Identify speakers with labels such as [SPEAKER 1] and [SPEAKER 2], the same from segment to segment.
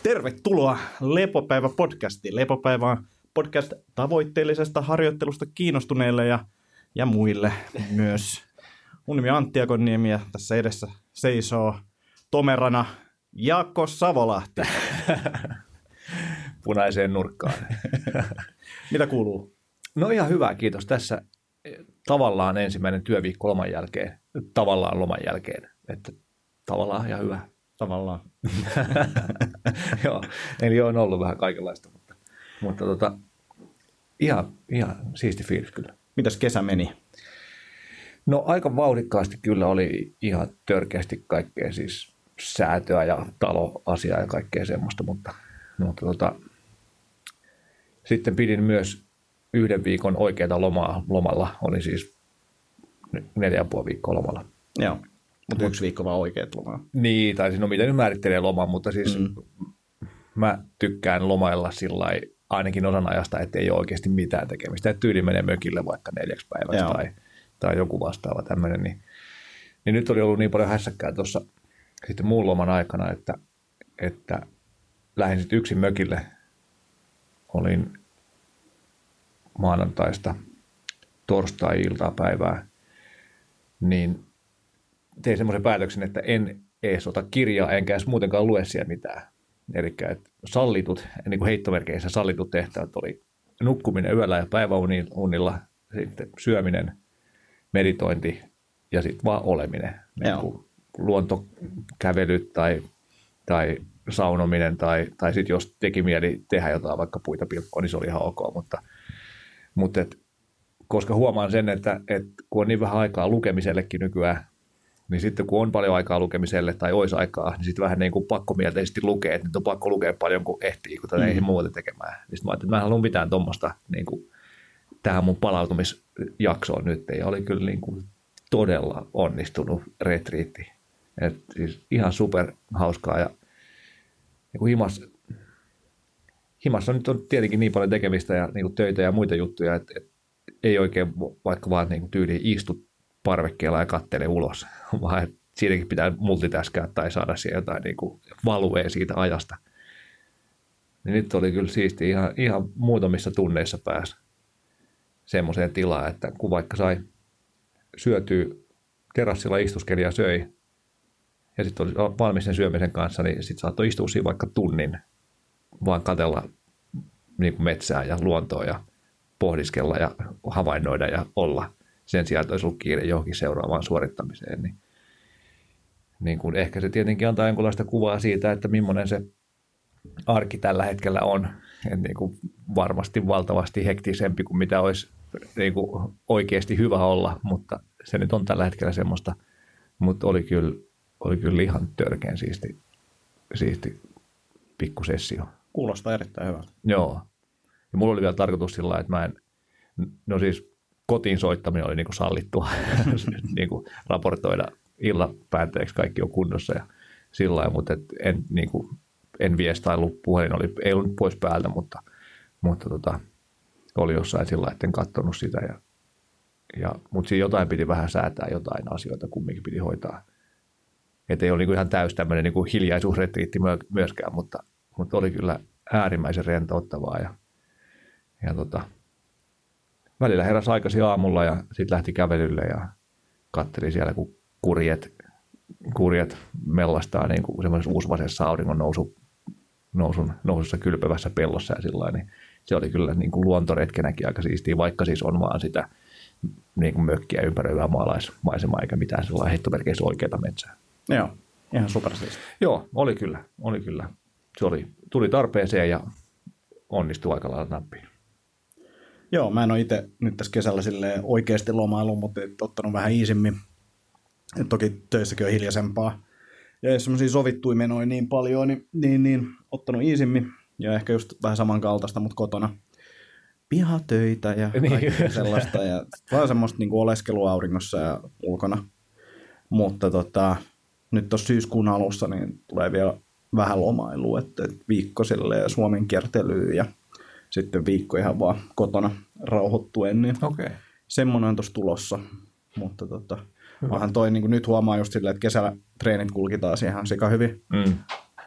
[SPEAKER 1] Tervetuloa Lepopäivä-podcastiin. Lepopäivä on podcast tavoitteellisesta harjoittelusta kiinnostuneille ja muille myös. Mun nimi on Antti Akonniemi ja tässä edessä seisoo tomerana Jaakko Savolahti.
[SPEAKER 2] Punaiseen nurkkaan.
[SPEAKER 1] Mitä kuuluu?
[SPEAKER 2] No ihan hyvä, kiitos. Tässä tavallaan ensimmäinen työviikko loman jälkeen. Tavallaan loman jälkeen. Että tavallaan ihan hyvä.
[SPEAKER 1] Tavallaan.
[SPEAKER 2] Joo, eli on ollut vähän kaikenlaista, mutta ihan siisti fiilis kyllä.
[SPEAKER 1] Mitäs kesä meni?
[SPEAKER 2] No aika vauhdikkaasti kyllä oli ihan törkeästi kaikkea siis säätöä ja taloasiaa ja kaikkea semmoista, mutta sitten pidin myös 1 viikon oikeata lomaa lomalla. Oli siis 4,5 viikkoa lomalla.
[SPEAKER 1] Joo, mutta 1 viikko vaan oikeat lomaa.
[SPEAKER 2] Niin, tai no miten nyt määrittelee loman, mutta siis mä tykkään lomailla sillai ainakin osan ajasta, että ei ole oikeasti mitään tekemistä. Että tyyli menee mökille vaikka 4 päiväksi tai joku vastaava tämmöinen. Niin nyt oli ollut niin paljon hässäkkää tuossa sitten muun loman aikana, että lähdin sitten yksin mökille. Olin maanantaista torstai-iltapäivää, niin tein semmoisen päätöksen, että en edes ota kirjaa, enkä edes muutenkaan lue siellä mitään. Eli sallitut, niin kuin heittomerkeissä sallitut tehtävät oli nukkuminen yöllä ja päiväunilla, sitten syöminen, meditointi ja sitten vaan oleminen. Niin kuin luontokävelyt tai saunominen tai sitten jos teki mieli tehdä jotain vaikka puita pilkkoa, niin se oli ihan ok. Mutta koska huomaan sen, että kun on niin vähän aikaa lukemisellekin nykyään, niin sitten kun on paljon aikaa lukemiselle tai olisi aikaa, niin sitten vähän niin kuin pakkomielteisesti lukee, että nyt on pakko lukea paljon kun ehtii, kun tätä ei muuta tekemään. Niin sitten mä ajattelin, että mä en halua mitään tuommoista niin kuin tähän mun palautumisjaksoon nyt. Ja oli kyllä niin kuin todella onnistunut retriitti. Et siis ihan super hauskaa ja niin himassa nyt on tietenkin niin paljon tekemistä ja niin kuin töitä ja muita juttuja, että ei oikein vaikka vaan niin kuin tyyliin istu parvekkeella ja kattele ulos, vaan siinäkin pitää multitaskää tai saada siellä jotain niin kuin valuea siitä ajasta. Niin nyt oli kyllä siisti ihan muutamissa tunneissa pääsi semmoiseen tilaan, että kun vaikka sai syötyä terassilla istuskeli ja söi, ja sitten oli valmis sen syömisen kanssa, niin sitten saattoi istua siinä vaikka tunnin, vaan katsella niin kuin metsää ja luontoa ja pohdiskella ja havainnoida ja olla. Sen sijaan, että olisi ollut kiire johonkin seuraavaan suorittamiseen. Niin kuin ehkä se tietenkin antaa jonkinlaista kuvaa siitä, että millainen se arki tällä hetkellä on. Et niin kuin varmasti valtavasti hektisempi kuin mitä olisi niin kuin oikeasti hyvä olla, mutta se nyt on tällä hetkellä semmoista. Mutta oli kyllä ihan törkeän siisti pikkusessio.
[SPEAKER 1] Kuulostaa erittäin hyvältä.
[SPEAKER 2] Joo. Ja mulla oli vielä tarkoitus sillä lailla, että no siis kotiin soittaminen oli niin kuin sallittua, niin kuin raportoida illan päätteeksi kaikki on kunnossa ja sillä lailla, mutta en viestaillut, puhelin ei ollut pois päältä, mutta oli jossain sillä lailla, etten katsonut sitä. Mutta siinä jotain piti vähän säätää, jotain asioita kumminkin piti hoitaa. Että ei ole niin ihan täys tämmöinen niin hiljaisuusretriitti myöskään, mutta oli kyllä äärimmäisen rentouttavaa ja välillä heräsi aikaisin aamulla ja sitten lähti kävelylle ja katseli siellä, kun kurjet mellastaa niin kuin semmoisessa uusvasessa auringon nousussa kylpevässä pellossa ja sillain, niin se oli kyllä niin kuin luontoretkenäkin aika siistiä, vaikka siis on vaan sitä niin kuin mökkiä ympäröivää maalaismaisemaa eikä mitään sellainen heittomerkeissä oikeata metsää.
[SPEAKER 1] Joo, ihan supersiisti.
[SPEAKER 2] Joo, oli kyllä. Se tuli tarpeeseen ja onnistui aika lailla nappiin.
[SPEAKER 1] Joo, mä en ole itse nyt tässä kesällä oikeasti lomailu, mutta ottanut vähän iisimmin. Toki töissäkin on hiljaisempaa. Ja jos semmoisia sovittuja menoja niin paljon, niin ottanut iisimmin. Ja ehkä just vähän samankaltaista, mutta kotona pihatöitä ja kaikkea sellaista. Ja vaan semmoista niin kuin oleskelua auringossa ja ulkona. Mutta nyt tuossa syyskuun alussa niin tulee vielä vähän lomailua, että viikko Suomen kiertelyä ja sitten viikko ihan vaan kotona rauhoittuen, niin semmoinen on tuossa tulossa. Mutta onhan toi, niin nyt huomaa just silleen, että kesällä treenit kulki taas ihan sika hyvin.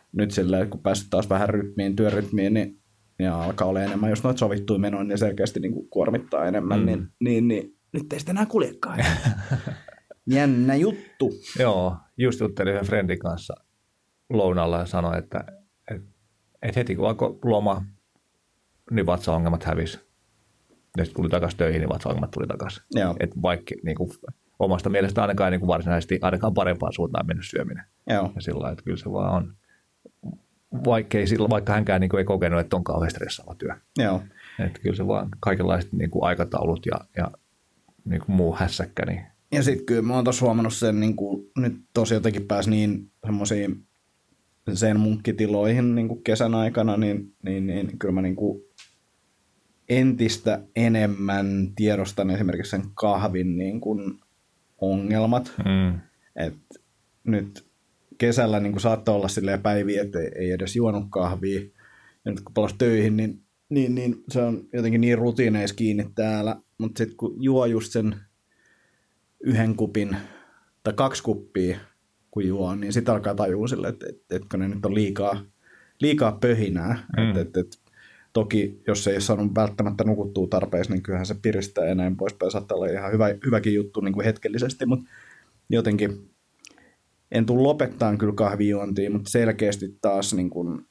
[SPEAKER 1] nyt silleen, kun päässyt taas vähän työrytmiin, niin ja alkaa olla enemmän, jos noita sovittuja menoja, niin selkeästi niin kuin kuormittaa enemmän, niin nyt ei sitä enää kuljekaan. Jännä juttu.
[SPEAKER 2] Joo, just juttelin yhden friendin kanssa lounalla ja sanoi, että heti kun alkoi loma, niin vatsaongelmat hävisi. Ja sitten tuli takaisin töihin, niin vatsaongelmat tuli takaisin. Että vaikka niin kuin, omasta mielestä ainakaan niin kuin varsinaisesti ainakaan parempaan suuntaan mennyt syöminen.
[SPEAKER 1] Joo.
[SPEAKER 2] Ja sillä lailla, että kyllä se vaan on, vaikka hänkään niin kuin ei kokenut, että on kauhean stressaava työ.
[SPEAKER 1] Joo.
[SPEAKER 2] Että kyllä se vaan kaikenlaiset niin kuin aikataulut ja niin kuin muu hässäkkä. Niin.
[SPEAKER 1] Ja sitten kyllä mä oon tuossa huomannut sen, niin kuin, nyt tosi jotenkin pääsi niin semmoisiin sen munkkitiloihin niin kuin kesän aikana, niin kyllä mä niin kuin entistä enemmän tiedostan esimerkiksi sen kahvin niin kuin ongelmat. Että nyt kesällä niin kuin saattoi olla silleen päiviä, että ei edes juonut kahvia. Ja nyt kun palasi töihin, niin se on jotenkin niin rutiineissa kiinni täällä. Mutta sitten kun juo just sen 1 kupin tai 2 kuppia, kun juo, niin sitten alkaa tajua sille, että ne nyt on liikaa pöhinää. Toki, jos ei saanut välttämättä nukuttua tarpeeksi, niin kyllähän se piristää ja näin poispäin. Saattaa olla ihan hyväkin juttu niin kuin hetkellisesti, mutta jotenkin en tule lopettaa kyllä kahvijuontia, mutta selkeästi taas niin kuin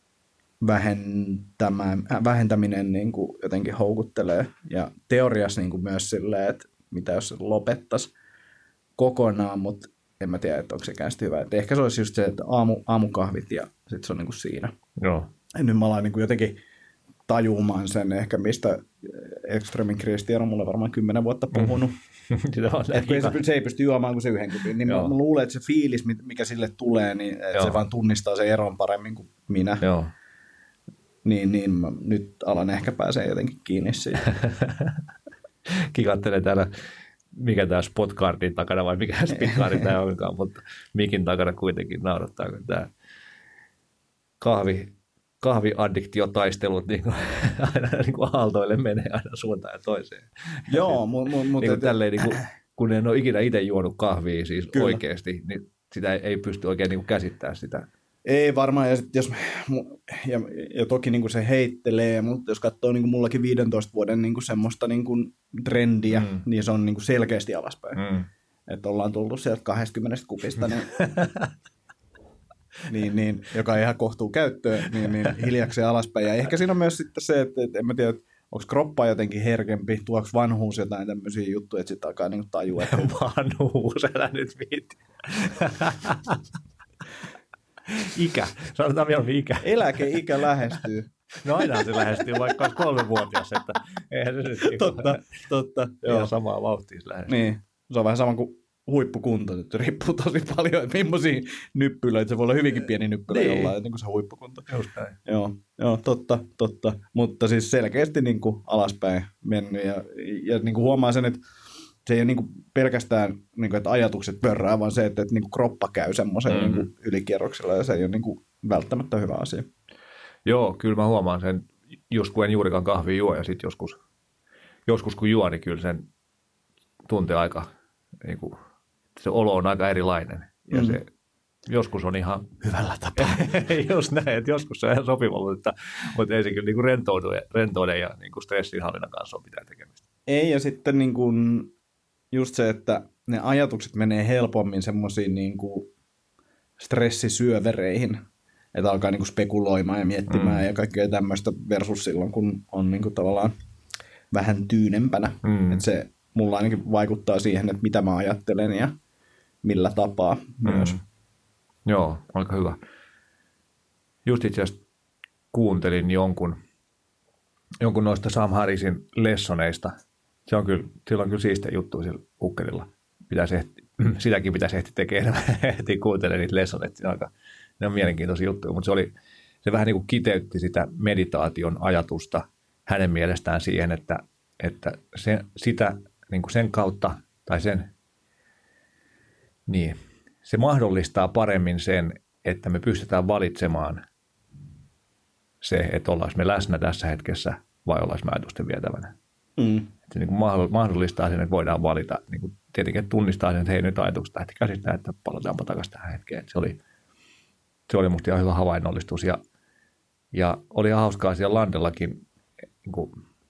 [SPEAKER 1] vähentäminen niin kuin jotenkin houkuttelee. Ja teoriassa niin kuin myös silleen, että mitä jos se lopettaisi kokonaan, mutta en mä tiedä, että onko sekään sitten hyvä. Että ehkä se olisi just se, että aamukahvit ja sitten se on niin kuin siinä.
[SPEAKER 2] Joo.
[SPEAKER 1] Ja nyt mä alan niin kuin jotenkin tajumaan sen ehkä, mistä Extremin Christian on mulle varmaan 10 vuotta puhunut. Että se ei pysty juomaan kuin se 1 kupin. Niin mä luulen, että se fiilis, mikä sille tulee, niin että se vaan tunnistaa sen eron paremmin kuin minä.
[SPEAKER 2] Joo.
[SPEAKER 1] Niin mä nyt alan ehkä pääsee jotenkin kiinni siitä.
[SPEAKER 2] Kikattelee täällä, mikä tämä Spotcardin takana vai mikä Spitcardin tämä onkaan, mutta mikin takana kuitenkin naurattaa, kun tämä kahviaddiktio-taistelut niin aina niin kuin aaltoille menee aina suuntaan ja toiseen.
[SPEAKER 1] Joo, mutta
[SPEAKER 2] niin tälleen, niin kuin, kun en ole ikinä itse juonut kahvia siis kyllä. Oikeasti, niin sitä ei pysty oikein niin kuin käsittämään sitä.
[SPEAKER 1] Ei varmaan, ja toki niin kuin se heittelee, mutta jos katsoo niin kuin mullakin 15 vuoden niin kuin semmoista niin kuin trendiä, niin se on niin kuin selkeästi alaspäin. Että ollaan tullut sieltä 20 kupista, niin, joka ei ihan kohtuu käyttöön, niin hiljakseen alaspäin. Ja ehkä siinä on myös sitten se, että en mä tiedä, onko kroppa jotenkin herkempi, tuoks vanhuus jotain tämmöisiä juttuja, että sitten alkaa niin kuin tajua. Että
[SPEAKER 2] vanhuus, älä nyt viitti. Ikä. Sanotaan mieluummin ikä.
[SPEAKER 1] Eläkeikä lähestyy.
[SPEAKER 2] No aina se lähestyy, vaikka olisi 3-vuotias, että eihän se nyt
[SPEAKER 1] totta.
[SPEAKER 2] Ihan samaa vauhtia se lähestyy.
[SPEAKER 1] Niin, se on vähän sama kuin huippukunto. Nyt riippuu tosi paljon, että millaisia nyppylöitä. Se voi olla hyvinkin pieni nyppylä jollain, niin kuin se huippukunto.
[SPEAKER 2] Just näin.
[SPEAKER 1] Joo, totta. Mutta siis selkeästi niin kuin alaspäin mennyt ja niin kuin huomaa sen, että se ei ole niin kuin pelkästään, niin kuin, että ajatukset pörrää, vaan se, että niin kuin kroppa käy semmoisen niin kuin ylikierroksella ja se ei ole niin kuin välttämättä hyvä asia.
[SPEAKER 2] Joo, kyllä mä huomaan sen, just kun en juurikaan kahvia juo ja sitten joskus kun juo, niin kyllä sen tuntee aika, niin kuin, se olo on aika erilainen ja se joskus on ihan
[SPEAKER 1] hyvällä tapaa.
[SPEAKER 2] Just näin, että joskus se on ihan sopiva, mutta ei se kyllä niin kuin rentouden ja niin kuin stressinhallinnan kanssa on pitää tekemistä.
[SPEAKER 1] Ei, ja sitten niin kuin just se, että ne ajatukset menee helpommin semmoisiin niin kuin stressisyövereihin, että alkaa niin kuin spekuloimaan ja miettimään ja kaikkea tämmöistä versus silloin, kun on niin kuin tavallaan vähän tyynempänä. Että se mulla ainakin vaikuttaa siihen, että mitä mä ajattelen ja millä tapaa myös.
[SPEAKER 2] Joo, aika hyvä. Just itse asiassa kuuntelin jonkun noista Sam Harrisin lessoneista. Sillä on kyllä siistiä juttuja sillä ukkelilla. Sitäkin pitäisi ehti tekemään. Ehti kuuntelemaan niitä lessoneita. Ne on mielenkiintoisia juttuja, mutta se vähän niin kuin kiteytti sitä meditaation ajatusta hänen mielestään siihen, että sitä niin kuin sen kautta tai se mahdollistaa paremmin sen, että me pystytään valitsemaan se, että ollaanko me läsnä tässä hetkessä vai ollaanko me ajatusten vietävänä. Se niin kuin mahdollistaa sen, että voidaan valita. Niin kuin tietenkin tunnistaa sen, että hei, nyt ajatukset lähti käsittää, että palataanpa takaisin tähän hetkeen. se oli musta ihan hyvä havainnollistus. Ja oli ihan hauskaa siellä Landellakin, niin kuin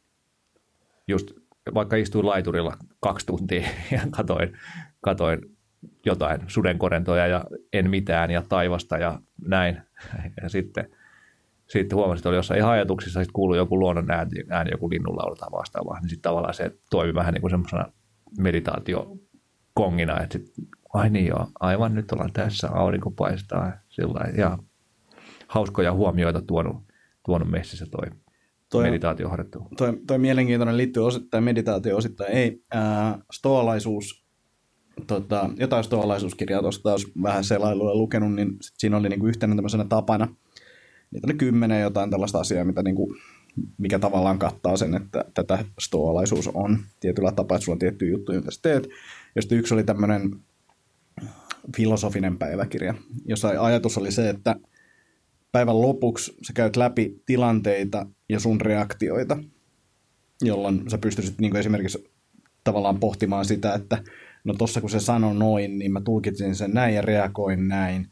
[SPEAKER 2] just vaikka istuin laiturilla 2 tuntia ja katoin jotain sudenkorentoja ja en mitään ja taivasta ja näin. Ja sitten huomasin, että oli jossain ihan ajatuksissa, sitten kuului joku luonnon ääni joku linnunlaulu tai vastaavaa. Niin sitten tavallaan se toimi vähän niin kuin semmoisena meditaatiokongina, että sitten, ai niin joo, aivan nyt ollaan tässä, aurinko paistaa. Sillain, ja hauskoja huomioita tuonut messissä toi meditaatioharjoittelu.
[SPEAKER 1] Toi mielenkiintoinen liittyy osittain meditaatio, osittain ei. Stoalaisuus, jotain stoalaisuuskirjaa tuosta taas vähän selailuja lukenut, niin siinä oli niinku yhtenä tämmöisenä tapana. Niitä oli 10 jotain tällaista asiaa, mikä tavallaan kattaa sen, että tätä stoalaisuus on tietyllä tapaa, että sulla on tiettyjä juttuja, mitä sä teet. Ja sitten yksi oli tämmöinen filosofinen päiväkirja, jossa ajatus oli se, että päivän lopuksi sä käyt läpi tilanteita ja sun reaktioita, jolloin sä pystyisit niin kuin esimerkiksi tavallaan pohtimaan sitä, että no tossa kun se sanoi noin, niin mä tulkitsin sen näin ja reagoin näin.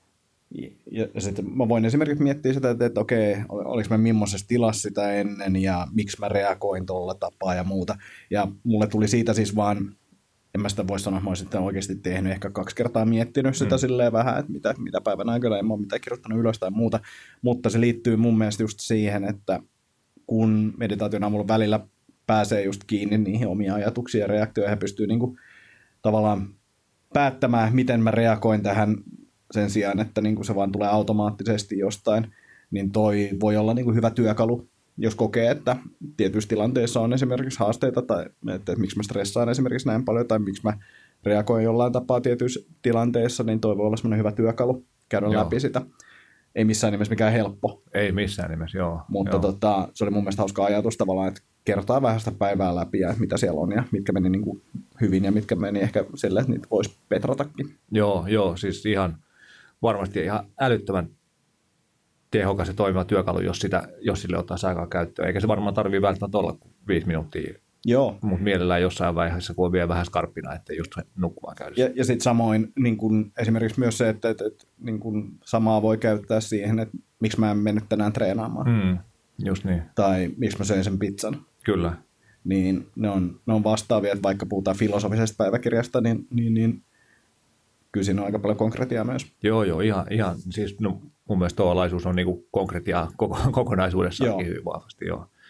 [SPEAKER 1] Ja sitten mä voin esimerkiksi miettiä sitä, että okei, oliko mä millaisessa tilassa sitä ennen ja miksi mä reagoin tolla tapaa ja muuta. Ja mulle tuli siitä siis vaan, en mä sitä voi sanoa, mä olisin oikeasti tehnyt ehkä 2 kertaa miettinyt sitä silleen vähän, että mitä päivän aikana, en mä ole mitään kirjoittanut ylös tai muuta. Mutta se liittyy mun mielestä just siihen, että kun meditaation avulla välillä pääsee just kiinni niihin omiin ajatuksiin ja reaktioihin ja pystyy niinku tavallaan päättämään, miten mä reagoin tähän sen sijaan, että niinku se vaan tulee automaattisesti jostain, niin toi voi olla niinku hyvä työkalu, jos kokee, että tietyissä tilanteissa on esimerkiksi haasteita, tai että miksi mä stressaan esimerkiksi näin paljon, tai miksi mä reagoin jollain tapaa tietyissä tilanteissa, niin toi voi olla semmoinen hyvä työkalu käydä läpi sitä. Ei missään nimessä mikään helppo.
[SPEAKER 2] Ei missään nimessä, joo.
[SPEAKER 1] Mutta se oli mun mielestä hauska ajatus tavallaan, että kertaa vähän sitä päivää läpi ja mitä siellä on ja mitkä meni niin kuin hyvin ja mitkä meni ehkä sille, että niitä voisi petratakin.
[SPEAKER 2] Joo, siis ihan varmasti ihan älyttömän tehokas ja toimiva työkalu, jos sille ottaa aikaa käyttöön. Eikä se varmaan tarvitse välttämättä olla 5 minuuttia.
[SPEAKER 1] Joo.
[SPEAKER 2] Mutta mielellään jossain vaiheessa, kun on vielä vähän skarppina, ettei just nukkumaan käydessä.
[SPEAKER 1] Ja sitten samoin niin kun esimerkiksi myös se, että niin kun samaa voi käyttää siihen, että miksi mä en mennyt tänään treenaamaan.
[SPEAKER 2] Just niin.
[SPEAKER 1] Tai miksi mä söin sen pizzan.
[SPEAKER 2] Kyllä.
[SPEAKER 1] Niin ne on vastaavia, että vaikka puhutaan filosofisesta päiväkirjasta, niin kyllä siinä on aika paljon konkretiaa myös.
[SPEAKER 2] Joo, ihan siis mun mielestä stoalaisuus on niinku konkretiaa kokonaisuudessaankin hyvin vahvasti,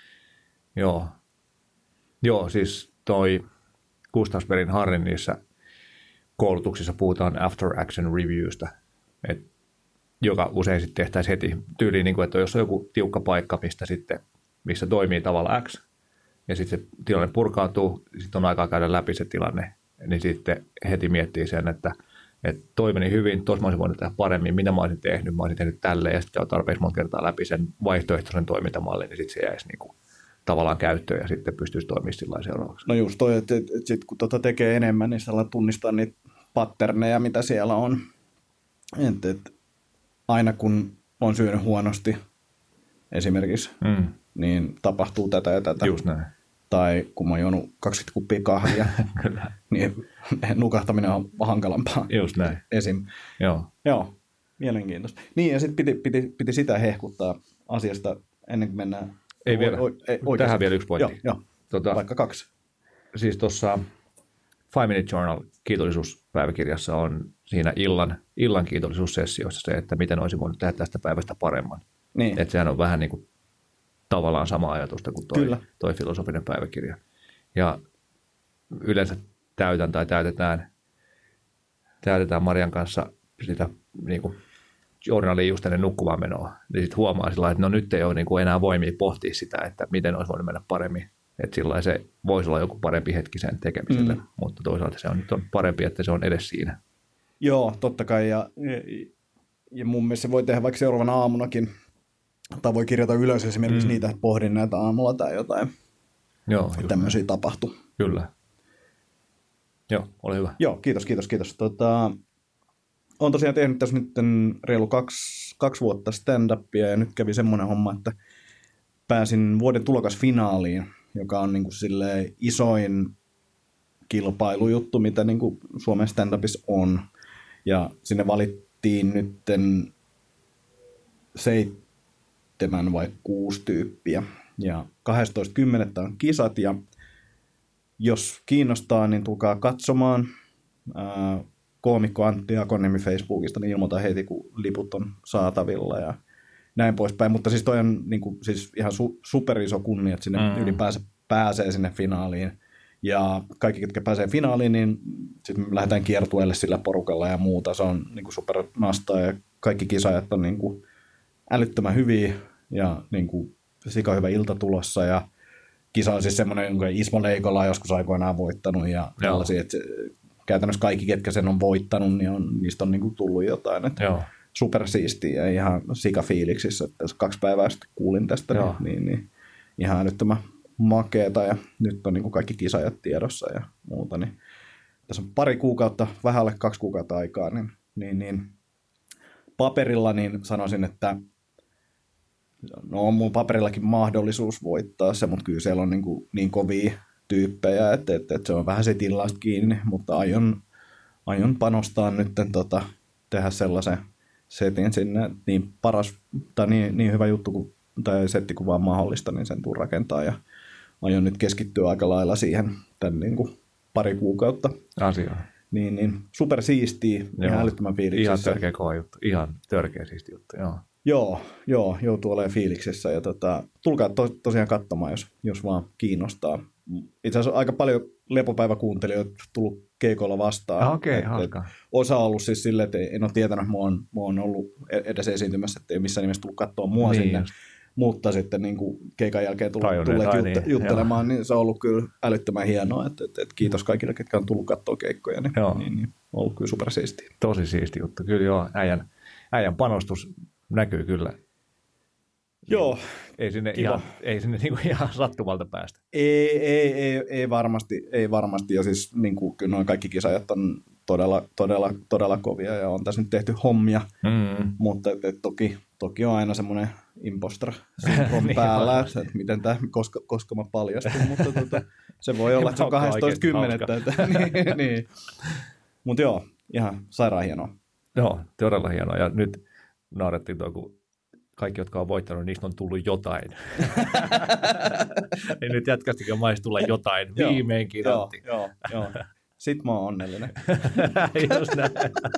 [SPEAKER 2] Joo, siis toi Gustavsbergin Harrin niissä koulutuksissa puhutaan after action reviewstä, joka usein sitten tehtäisiin heti tyyliin, niin kuin, että jos on joku tiukka paikka, missä toimii tavalla X, ja sitten se tilanne purkaantuu, sitten on aikaa käydä läpi se tilanne, niin sitten heti miettii sen, että toi meni hyvin, tuossa mä olisin voinut tehdä paremmin, mitä mä olisin tehnyt tälleen, ja sitten käy tarpeeksi monta kertaa läpi sen vaihtoehtoisen toimintamallin, niin sitten se jäisi niin kuin tavallaan käyttöön ja sitten pystyisi toimimaan sillä seuraavaksi.
[SPEAKER 1] No just toi, että sitten kun tekee enemmän, niin sellainen tunnistaa niitä patterneja, mitä siellä on. Et aina kun on syönyt huonosti esimerkiksi, niin tapahtuu tätä ja tätä.
[SPEAKER 2] Just näin.
[SPEAKER 1] Tai kun mä oon juonut 20 kuppia kahvia, niin nukahtaminen on hankalampaa.
[SPEAKER 2] Just näin.
[SPEAKER 1] Esim. Joo, mielenkiintoista. Niin, ja sitten piti sitä hehkuttaa asiasta ennen kuin mennään.
[SPEAKER 2] Ei vielä. Tähän vielä yksi pointti.
[SPEAKER 1] Joo. Vaikka 2.
[SPEAKER 2] Siis tuossa 5 Minute Journal kiitollisuuspäiväkirjassa on siinä illan kiitollisuussessioissa se, että miten olisi voinut tehdä tästä päivästä paremman.
[SPEAKER 1] Niin.
[SPEAKER 2] Että sehän on vähän niin kuin tavallaan sama ajatusta kuin toi filosofinen päiväkirja. Ja yleensä täytetään Marian kanssa sitä niin kuin journaliin just ennen nukkumaan menoa. Niin sitten huomaa sillä että no nyt ei ole niin kuin enää voimia pohtia sitä, että miten olisi voinut mennä paremmin. Että sillä se voisi olla joku parempi hetki sen tekemiselle, mutta toisaalta se on nyt parempi, että se on edes siinä.
[SPEAKER 1] Joo, totta kai. Ja mun mielestä se voi tehdä vaikka seuraavana aamunakin. Tai voi kirjata ylös esimerkiksi niitä, että pohdin näitä aamulla tai jotain.
[SPEAKER 2] Joo,
[SPEAKER 1] tämmöisiä tapahtuu.
[SPEAKER 2] Kyllä. Joo, ole hyvä.
[SPEAKER 1] Joo, kiitos. Olen tosiaan tehnyt tässä nyt reilu 2 vuotta stand-upia ja nyt kävi semmoinen homma, että pääsin vuoden tulokasfinaaliin, joka on niin kuin silleen isoin kilpailujuttu, mitä niin kuin Suomen stand-upissa on. Ja sinne valittiin nytten 7 vai 6 tyyppiä. Ja 12.10. on kisat, ja jos kiinnostaa, niin tulkaa katsomaan. Koomikko Antti Akoniemi Facebookista, niin ilmoita heti, kun liput on saatavilla ja näin poispäin. Mutta siis toi on niin kuin, siis ihan superiso kunnia, että sinne ylipäänsä pääsee sinne finaaliin. Ja kaikki, ketkä pääsee finaaliin, niin sitten me lähdetään kiertueelle sillä porukalla ja muuta. Se on niin kuin supernastaa ja kaikki kisajat on niin kuin älyttömän hyviä ja niin kuin sika hyvä ilta tulossa. Ja kisa on siis semmoinen, jonka Ismo Leikola on joskus aikoinaan voittanut ja tällaisia, että käytännössä kaikki, ketkä sen on voittanut, niin niistä on niin kuin tullut jotain. Että supersiistiä ja ihan sikafiiliksissä. Että 2 päivää sitten kuulin tästä, niin ihan älyttömän makeeta ja nyt on niin kuin kaikki kisajat tiedossa ja muuta. Niin tässä on pari kuukautta, vähän alle 2 kuukautta aikaa, niin paperilla niin sanoisin, että no on mun paperillakin mahdollisuus voittaa se, mutta kyllä siellä on niin kovia tyyppejä, että se on vähän sit illasta kiinni, mutta aion panostaa nyt tehdä sellaisen setin sinne, niin paras tai niin hyvä juttu tai setti kuin vaan mahdollista, niin sen tuun rakentaa ja aion nyt keskittyä aika lailla siihen tämän niin kuin pari kuukautta
[SPEAKER 2] asiaan.
[SPEAKER 1] Niin super siistiä, ihan älyttömän fiiliksissä.
[SPEAKER 2] Ihan törkeä kova juttu, ihan törkeä siisti juttu,
[SPEAKER 1] Joo, joutuu olemaan fiiliksissä ja tulkaa tosiaan katsomaan, jos vaan kiinnostaa. Itse asiassa aika paljon lepopäiväkuuntelijoita tullut keikolla vastaan.
[SPEAKER 2] Okei, hauska.
[SPEAKER 1] Osa on ollut siis silleen, että en ole tietänyt, että mä oon ollut edes esiintymässä, että ei missään nimessä tullut katsoa mua niin sinne. Just. Mutta sitten niin kuin keikan jälkeen tulleet juttelemaan, niin se on ollut kyllä älyttömän hienoa. Että kiitos kaikille, ketkä on tullut katsoa keikkoja. Niin on ollut kyllä supersiistiä.
[SPEAKER 2] Tosi siisti juttu. Kyllä joo, äijän panostus näkyy kyllä.
[SPEAKER 1] Joo.
[SPEAKER 2] Ei sinne niinku ihan sattumalta päästä.
[SPEAKER 1] Ei varmasti. Ja siis niin kuin, kyllä noin kaikki kisajat on todella kovia ja on tässä nyt tehty hommia. Mutta toki on aina semmoinen impostor-syndroom päällä, että miten tämä, koska mä paljastun. Mutta se voi olla, että se on 12.10. niin. Mutta joo, ihan sairaan hienoa.
[SPEAKER 2] Joo, todella hienoa. Ja nyt naurettiin tuo, kun kaikki, jotka on voittanut, niistä on tullut jotain. Niin nyt jätkästikin maisi tulla jotain. Viimeinkin.
[SPEAKER 1] Joo. Sitten mä oon onnellinen.
[SPEAKER 2] Just näin.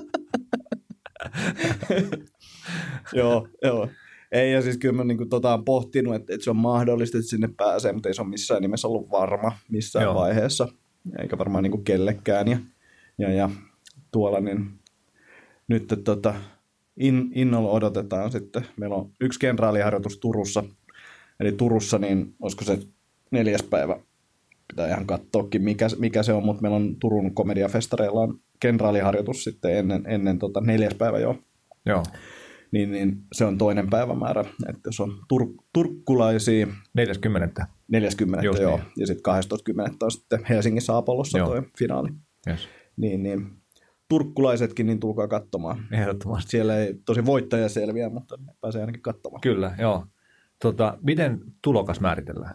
[SPEAKER 1] Joo. Ei, ja siis kyllä mä niin oon pohtinut, että se on mahdollista, että sinne pääsee, mutta ei se ole missään nimessä ollut varma missään vaiheessa. Eikä varmaan niin kellekään. Ja tuolla niin nyt innolla odotetaan sitten. Meillä on 1 kenraaliharjoitus Turussa. Eli Turussa, niin olisiko se 4. päivä? Pitää ihan katsoakin, mikä se on, mutta meillä on Turun komediafestareilla on kenraaliharjoitus sitten ennen 4. päivä jo.
[SPEAKER 2] Joo.
[SPEAKER 1] Niin se on 2. päivämäärä. Että jos on turkkulaisia...
[SPEAKER 2] 40.
[SPEAKER 1] 40,
[SPEAKER 2] just
[SPEAKER 1] joo.
[SPEAKER 2] Niin.
[SPEAKER 1] Ja sitten 12.10. on sitten Helsingissä Apollossa tuo finaali.
[SPEAKER 2] Yes.
[SPEAKER 1] Niin turkkulaisetkin, niin tulkaa katsomaan.
[SPEAKER 2] Ehdottomasti.
[SPEAKER 1] Siellä ei tosi voittaja selviä, mutta pääsee ainakin katsomaan.
[SPEAKER 2] Kyllä, joo. Miten tulokas määritellään?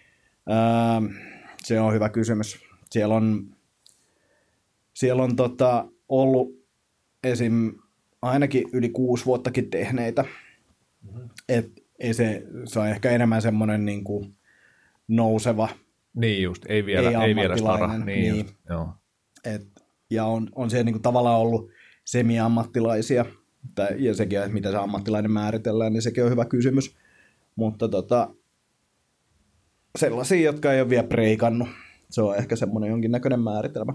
[SPEAKER 1] Se on hyvä kysymys. Siellä on ollut esim. Ainakin yli 6 vuottakin tehneitä. Se on ehkä enemmän semmoinen niin kuin nouseva.
[SPEAKER 2] Niin just, ei vielä stara. Niin. Just, joo.
[SPEAKER 1] Ja on siellä niin kuin tavallaan ollut semi-ammattilaisia, ja sekin, että miten se ammattilainen määritellään, niin sekin on hyvä kysymys. Mutta sellaisia, jotka ei ole vielä breikannut. Se on ehkä semmoinen jonkinnäköinen määritelmä.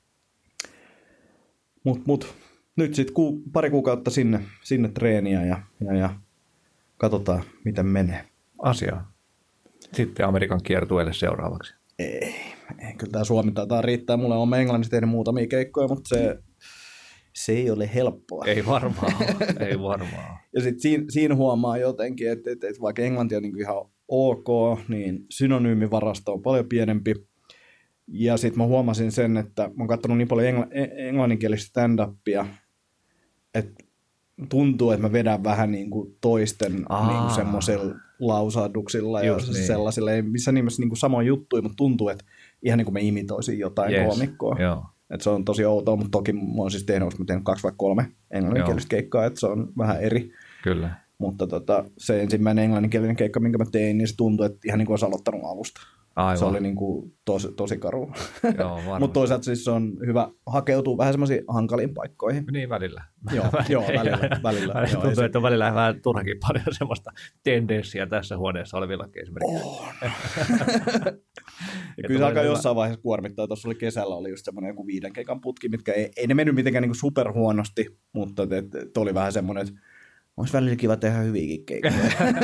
[SPEAKER 1] Mut nyt sitten pari kuukautta sinne treeniä ja katsotaan, miten menee.
[SPEAKER 2] Asiaa. Sitten Amerikan kiertueelle seuraavaksi.
[SPEAKER 1] Ei, kyllä tämä Suomi taitaa riittää. Mulle on Englannissa tehnyt muutamia keikkoja, mutta se ei ole helppoa.
[SPEAKER 2] Ei varmaan.
[SPEAKER 1] Ja sitten siinä huomaa jotenkin, että vaikka englanti on niin ihan ok, niin synonyymivarasto on paljon pienempi. Ja sitten mä huomasin sen, että mä oon katsonut niin paljon englanninkielistä stand-upia, että tuntuu, että mä vedän vähän niin kuin toisten niin kuin semmoisilla lausahduksilla ja niin. Sellaisilla. Ei missään nimessä niin kuin samoin juttuja, mutta tuntuu, että ihan niin kuin me imitoisin jotain koomikkoa. Että se on tosi outoa, mutta toki mä oon siis tehnyt 2 vai 3 englanninkielistä keikkaa, että se on vähän eri.
[SPEAKER 2] Kyllä.
[SPEAKER 1] Mutta se ensimmäinen englanninkielinen keikka, minkä mä tein, niin se tuntui, että ihan niin kuin olisi aloittanut alusta.
[SPEAKER 2] Aivan.
[SPEAKER 1] Se oli niin kuin tosi karu.
[SPEAKER 2] Joo,
[SPEAKER 1] mutta toisaalta siis on hyvä hakeutua vähän semmoisiin hankaliin paikkoihin.
[SPEAKER 2] Niin välillä.
[SPEAKER 1] Joo, välillä.
[SPEAKER 2] Tuntuu, että on välillä vähän turhakin paljon semmoista tendenssiä tässä huoneessa olevillakin esimerkiksi.
[SPEAKER 1] Ja kyllä se alkaa jossain vaiheessa kuormittaa. Tuossa oli kesällä oli just semmoinen joku 5 keikan putki, mitkä ei ne mennyt mitenkään niin superhuonosti, mutta oli vähän semmoinen, että olisi välillä kiva tehdä hyviäkin keikkoja.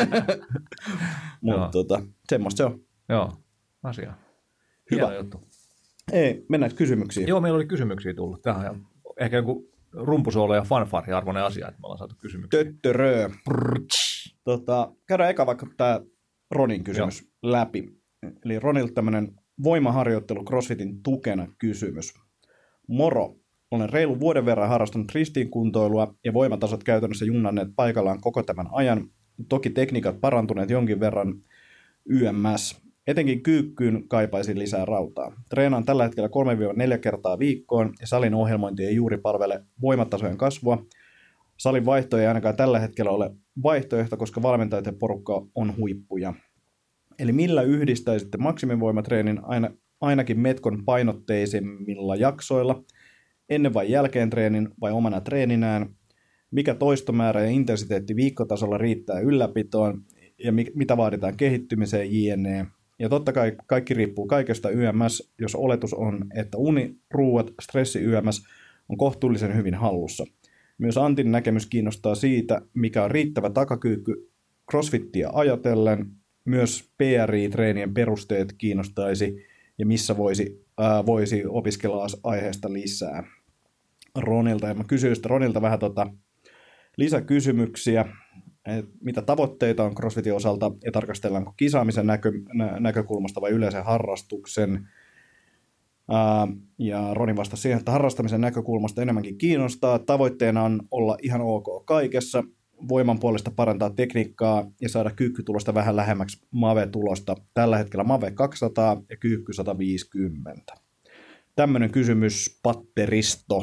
[SPEAKER 1] Mutta semmoista se on.
[SPEAKER 2] Joo, asia. Hieno juttu.
[SPEAKER 1] Ei, mennään kysymyksiin.
[SPEAKER 2] Joo, meillä oli kysymyksiä tullut. Tähän on ehkä joku rumpusoolo ja fanfari-arvoinen asia, että me ollaan saatu kysymyksiä.
[SPEAKER 1] Töttörö. Käydään eka vaikka tämä Ronin kysymys läpi. Eli Ronilta tämmöinen voimaharjoittelu CrossFitin tukena kysymys. Moro. Olen reilu vuoden verran harrastanut ristiinkuntoilua ja voimatasot käytännössä junnanneet paikallaan koko tämän ajan. Toki tekniikat parantuneet jonkin verran YMS. Etenkin kyykkyyn kaipaisin lisää rautaa. Treenaan tällä hetkellä 3-4 kertaa viikkoon ja salin ohjelmointi ei juuri palvele voimatasojen kasvua. Salin vaihto ei ainakaan tällä hetkellä ole vaihtoehto, koska valmentajat ja porukka on huippuja. Eli millä yhdistäisitte maksimivoimatreenin ainakin metkon painotteisimmilla jaksoilla, ennen vai jälkeen treenin vai omana treeninään, mikä toistomäärä ja intensiteetti viikkotasolla riittää ylläpitoon ja mitä vaaditaan kehittymiseen jne. Ja totta kai kaikki riippuu kaikesta YMS, jos oletus on, että uni, ruuat, stressi YMS on kohtuullisen hyvin hallussa. Myös Antin näkemys kiinnostaa siitä, mikä on riittävä takakyykky CrossFittiä ajatellen. Myös PRI-treenien perusteet kiinnostaisi ja missä voisi opiskella aiheesta lisää Ronilta. Ja mä kysyin Ronilta vähän lisäkysymyksiä, että mitä tavoitteita on CrossFitin osalta ja tarkastellaanko kisaamisen näkökulmasta vai yleisen harrastuksen. Ja Roni vastasi siihen, että harrastamisen näkökulmasta enemmänkin kiinnostaa. Tavoitteena on olla ihan ok kaikessa, voiman puolesta parantaa tekniikkaa ja saada kyykkytulosta vähän lähemmäksi MAVE-tulosta. Tällä hetkellä MAVE 200 ja kyykky 150. Tämmöinen kysymys patteristo.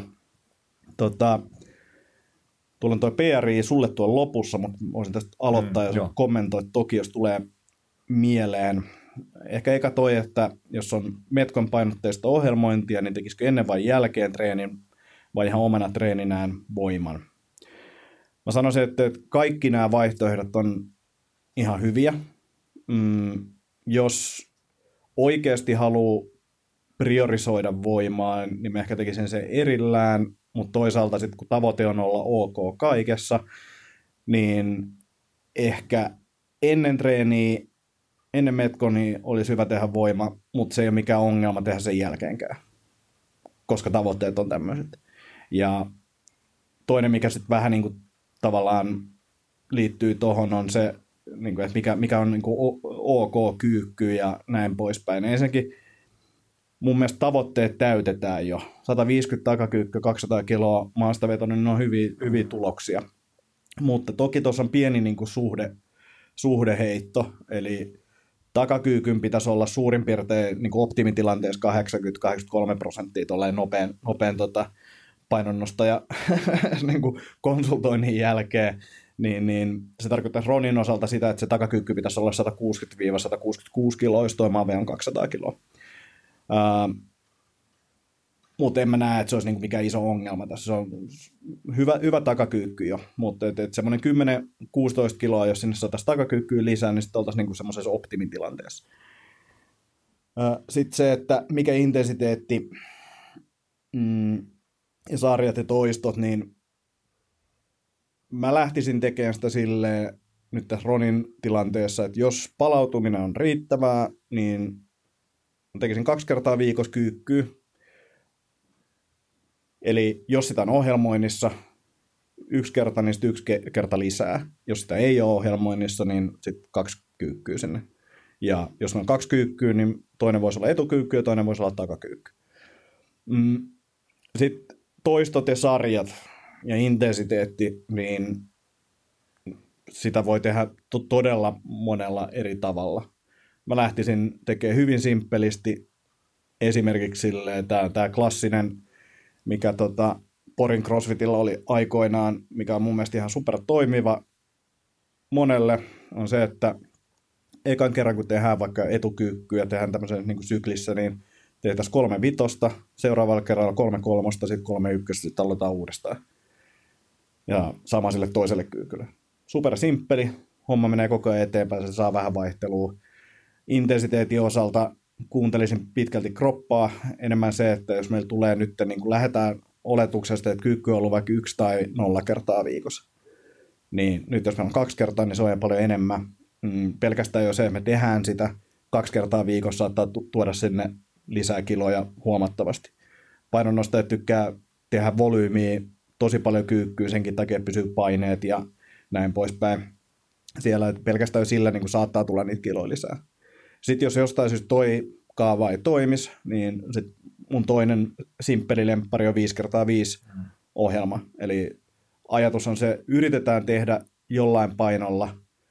[SPEAKER 1] Tuolla on tuo PRI sulle tuolla lopussa, mutta voisin tästä aloittaa ja kommentoida toki, jos tulee mieleen. Ehkä eka toi, että jos on metkon painotteista ohjelmointia, niin tekisikö ennen vai jälkeen treenin vai ihan omana treeninään voiman. Mä sanoisin, että kaikki nämä vaihtoehdot on ihan hyviä. Jos oikeasti haluaa priorisoida voimaa, niin mä ehkä tekisin sen erillään, mutta toisaalta sitten kun tavoite on olla ok kaikessa, niin ehkä ennen treeniä, ennen metkonia olisi hyvä tehdä voima, mutta se ei ole mikään ongelma tehdä sen jälkeenkään, koska tavoitteet on tämmöiset. Ja toinen, mikä sitten vähän niin kuin tavallaan liittyy tuohon, on se, niin kuin, että mikä on niin kuin ok kyykky ja näin poispäin. Ensinnäkin mun mielestä tavoitteet täytetään jo. 150 takakyykkyä, 200 kiloa maastaveto, niin ne on hyviä tuloksia. Mutta toki tuossa on pieni niin kuin suhdeheitto, eli takakyykyn pitäisi olla suurin piirtein niin kuin optimitilanteessa 80-83% tuollainen nopean painonnostaja niin kuin konsultoinnin jälkeen, niin se tarkoittaa Ronin osalta sitä, että se takakyykky pitäisi olla 160-166 kiloa, jos toi MAVE on 200 kiloa. Mutta en mä näe, että se olisi niinku mikään iso ongelma tässä. Se on hyvä takakyykky jo, mutta semmoinen 10-16 kiloa, jos sinne saataisiin takakyykkyä lisää, niin sitten oltaisiin niinku semmoisessa optimitilanteessa. Sitten se, että mikä intensiteetti ja sarjat ja toistot, niin mä lähtisin tekemään sitä silleen nyt tässä Ronin tilanteessa, että jos palautuminen on riittävää, niin tekisin 2 kertaa viikossa kyykkyä. Eli jos sitä on ohjelmoinnissa 1 kerta, niin sitten 1 kerta lisää. Jos sitä ei ole ohjelmoinnissa, niin sitten 2 kyykkyä sinne. Ja jos on 2 kyykkyä, niin toinen voisi olla etukyykky ja toinen voisi olla takakyykky. Sitten toistot ja sarjat ja intensiteetti, niin sitä voi tehdä todella monella eri tavalla. Mä lähtisin tekemään hyvin simppelisti esimerkiksi tämä klassinen, mikä Porin CrossFitilla oli aikoinaan, mikä on mun mielestä ihan super toimiva, monelle on se, että ekan kerran kun tehdään vaikka etukyykkyä, tehdään tämmöisen niin kuin syklissä, niin tehtäisiin 3 vitosta, seuraavalla kerralla 3 kolmosta, sitten 3 ykköstä, sitten aloitetaan uudestaan. Ja sama sille toiselle kyykylle. Super simppeli, homma menee koko ajan eteenpäin, se saa vähän vaihtelua. Intensiteetin osalta kuuntelisin pitkälti kroppaa, enemmän se, että jos meillä tulee nyt, niin kun lähdetään oletuksesta, että kyykky on ollut vaikka 1 tai 0 kertaa viikossa, niin nyt jos meillä on 2 kertaa, niin se on jo paljon enemmän. Pelkästään jo se, että me tehdään sitä 2 kertaa viikossa, saattaa tuoda sinne lisää kiloja huomattavasti. Painonnostajat tykkää tehdä volyymiä tosi paljon kyykkyä, senkin takia pysyy paineet ja näin poispäin. Siellä pelkästään jo sillä niin saattaa tulla niitä kiloja lisää. Sitten jos jostain syystä toi kaava ei toimisi, niin sit mun toinen simppelilemppari on 5x5 ohjelma. Eli ajatus on se, yritetään tehdä jollain painolla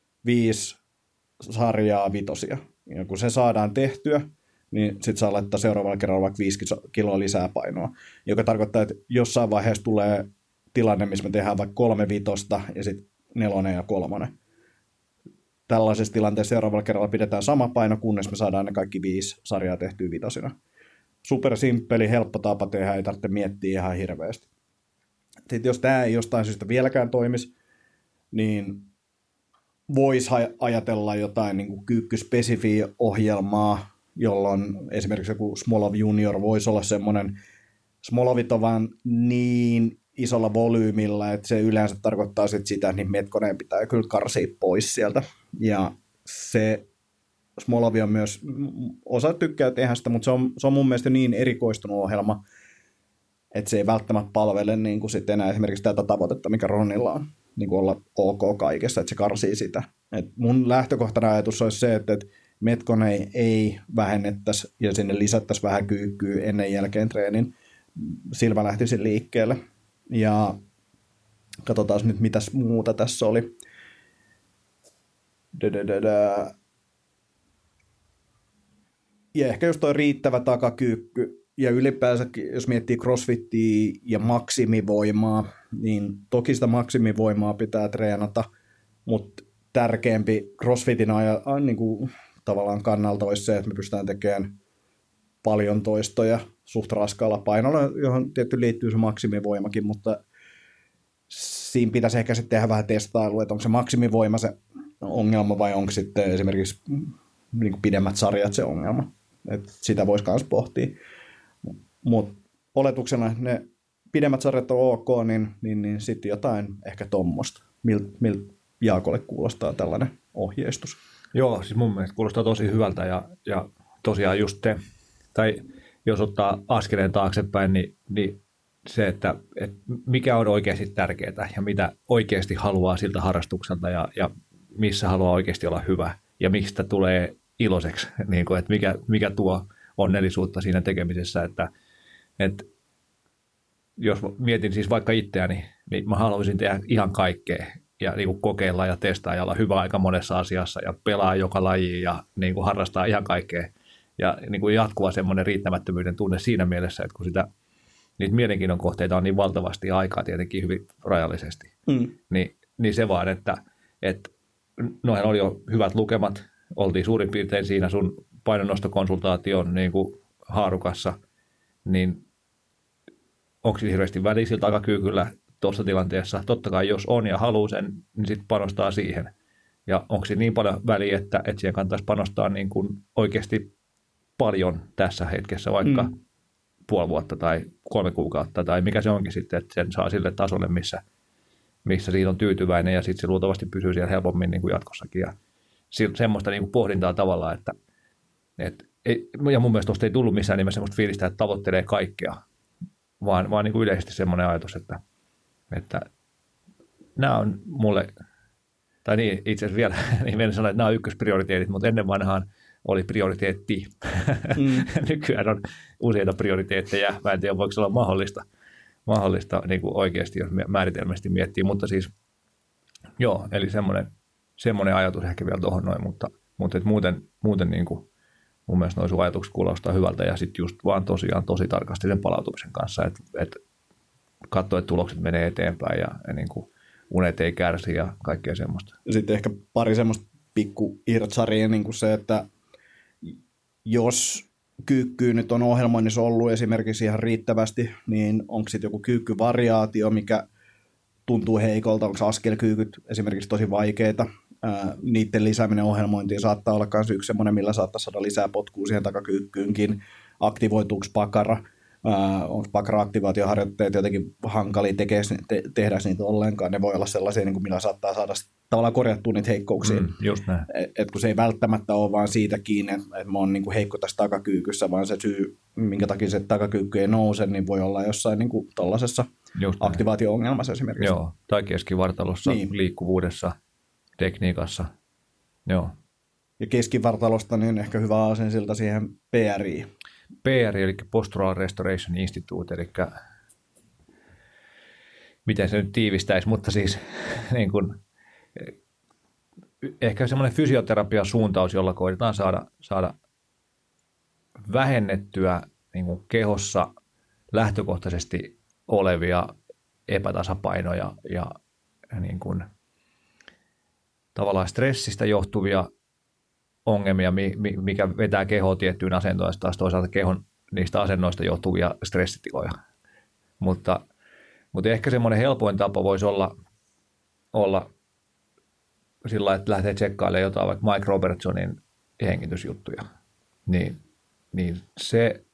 [SPEAKER 1] 5 sarjaa vitosia. Ja kun se saadaan tehtyä, niin sitten saa laittaa seuraavalla kerralla vaikka 5 kiloa lisää painoa. Joka tarkoittaa, että jossain vaiheessa tulee tilanne, missä me tehdään vaikka 3 vitosta ja sitten 4 ja 3. Tällaisessa tilanteessa seuraavalla kerralla pidetään sama paino, kunnes me saadaan ne kaikki 5 sarjaa tehtyä vitosina. Super simppeli, helppo tapa tehdä, ei tarvitse miettiä ihan hirveästi. Sitten jos tämä ei jostain syystä vieläkään toimisi, niin voisi ajatella jotain niin kuin kyykkyspesifiä ohjelmaa, jolloin esimerkiksi joku Smolov Junior voisi olla semmoinen. Smolovit on vaan niin isolla volyymilla, että se yleensä tarkoittaa sitä, että niin metkoneen pitää kyllä karsia pois sieltä. Ja se Smolovi on myös, osa tykkää tehdä sitä, mutta se on mun mielestä niin erikoistunut ohjelma, että se ei välttämättä palvele niin kuin sitten enää esimerkiksi tätä tavoitetta, mikä Ronilla on, niin kuin olla ok kaikessa, että se karsii sitä. Et mun lähtökohtana ajatus olisi se, että metkoneen ei vähennettäisi ja sinne lisättäisiin vähän kyykkyä ennen jälkeen treenin. Silmä lähtisi liikkeelle. Ja katsotaan nyt, mitäs muuta tässä oli. Ja ehkä just toi riittävä takakyykky. Ja ylipäänsä, jos miettii crossfittiä ja maksimivoimaa, niin toki sitä maksimivoimaa pitää treenata, mutta tärkeämpi crossfitin niin kuin tavallaan kannalta olisi se, että me pystytään tekemään paljon toistoja suht raskaalla painolla, johon tietty liittyy se maksimivoimakin, mutta siinä pitäisi ehkä sitten tehdä vähän testailua, että onko se maksimivoima se ongelma vai onko sitten esimerkiksi niin kuin pidemmät sarjat se ongelma. Et sitä voisi myös pohtia. Mutta oletuksena ne pidemmät sarjat on ok, niin sitten jotain ehkä tommosta. Miltä Jaakolle kuulostaa tällainen ohjeistus?
[SPEAKER 2] Joo, siis mun mielestä kuulostaa tosi hyvältä ja tosiaan just te, tai jos ottaa askeleen taaksepäin, niin se, että mikä on oikeasti tärkeää ja mitä oikeasti haluaa siltä harrastukselta ja missä haluaa oikeasti olla hyvä ja miksi sitä tulee iloiseksi, niin kuin, että mikä tuo onnellisuutta siinä tekemisessä, että jos mietin siis vaikka itseäni, niin mä haluaisin tehdä ihan kaikkea ja niin kuin kokeilla ja testaa ja olla hyvä aika monessa asiassa ja pelaa joka laji ja niin kuin harrastaa ihan kaikkea ja niin kuin jatkuva semmoinen riittämättömyyden tunne siinä mielessä, että kun niitä mielenkiinnon kohteita on niin valtavasti ja aikaa tietenkin hyvin rajallisesti, niin se vaan, että noihän oli jo hyvät lukemat, oltiin suurin piirtein siinä sun painonnostokonsultaation niin kuin haarukassa, niin onko sillä hirveästi väliä sillä takakyykyllä tuossa tilanteessa? Totta kai jos on ja haluaa sen, niin sitten panostaa siihen. Ja onko siinä niin paljon väliä, että siihen kannattaisi panostaa niin kuin oikeasti paljon tässä hetkessä, vaikka puoli vuotta tai 3 kuukautta tai mikä se onkin sitten, että sen saa sille tasolle, missä siitä on tyytyväinen ja sitten se luultavasti pysyy siellä helpommin niin kuin jatkossakin. Ja semmoista niin kuin pohdintaa tavallaan, ja mun mielestä tuosta ei tullut missään nimessä semmoista fiilistä, että tavoittelee kaikkea, vaan niin kuin yleisesti semmoinen ajatus, että nämä on mulle, tai niin itse asiassa vielä, niin en sano, että nämä on ykkösprioriteetit, mutta ennen vanhaan oli prioriteetti. Nykyään on useita prioriteetteja, mä en tiedä voiko se olla mahdollista niin kuin oikeasti, jos määritelmästi miettii, mutta siis joo, eli semmoinen ajatus ehkä vielä tuohon noin, mutta muuten niin kuin mun mielestä noin sun ajatukset kuulostaa hyvältä ja sitten just vaan tosiaan tosi tarkasti sen palautumisen kanssa, että katsoo, että tulokset menee eteenpäin ja niin kuin unet ei kärsi ja kaikkea semmoista.
[SPEAKER 1] Sitten ehkä pari semmoista pikku irtsaria, niin kuin se, että jos kyykkyy nyt on ohjelmoinnissa ollut esimerkiksi ihan riittävästi, niin onko sitten joku kyykkyvariaatio, mikä tuntuu heikolta, onko askelkyykyt esimerkiksi tosi vaikeita. Niiden lisääminen ohjelmointiin saattaa olla myös yksi semmoinen, millä saattaa saada lisää potkua siihen takakyykkyynkin. Aktivoituuko pakara? Onko pakara-aktivaatioharjoitteet jotenkin hankalia tehdä niitä ollenkaan? Ne voi olla sellaisia, niin kuin millä saattaa saada tavallaan korjattua niitä heikkouksia.
[SPEAKER 2] Just näin.
[SPEAKER 1] Et kun se ei välttämättä ole vaan siitä kiinni, että mä oon niin kuin heikko tässä takakyykyssä, vaan se syy, minkä takia se takakyykky ei nouse, niin voi olla jossain niin kuin tollaisessa aktivaatio-ongelmassa esimerkiksi.
[SPEAKER 2] Joo, tai keskivartalossa, niin. Liikkuvuudessa, tekniikassa. Joo.
[SPEAKER 1] Ja keskivartalosta niin ehkä hyvä asensilta siihen PRI.
[SPEAKER 2] PRI, eli Postural Restoration Institute, eli miten se nyt tiivistäisi, mutta siis niin kuin, ehkä semmoinen fysioterapian suuntaus, jolla koitetaan saada vähennettyä niin kuin kehossa lähtökohtaisesti olevia epätasapainoja ja niin kuin, tavallaan stressistä johtuvia ongelmia, mikä vetää kehoa tiettyyn asentoon, ja taas toisaalta kehon niistä asennoista johtuvia stressitiloja. Mutta ehkä semmoinen helpoin tapa voisi olla sillä lailla, että lähtee tsekkailemaan jotain vaikka Mike Robertsonin hengitysjuttuja. Niin se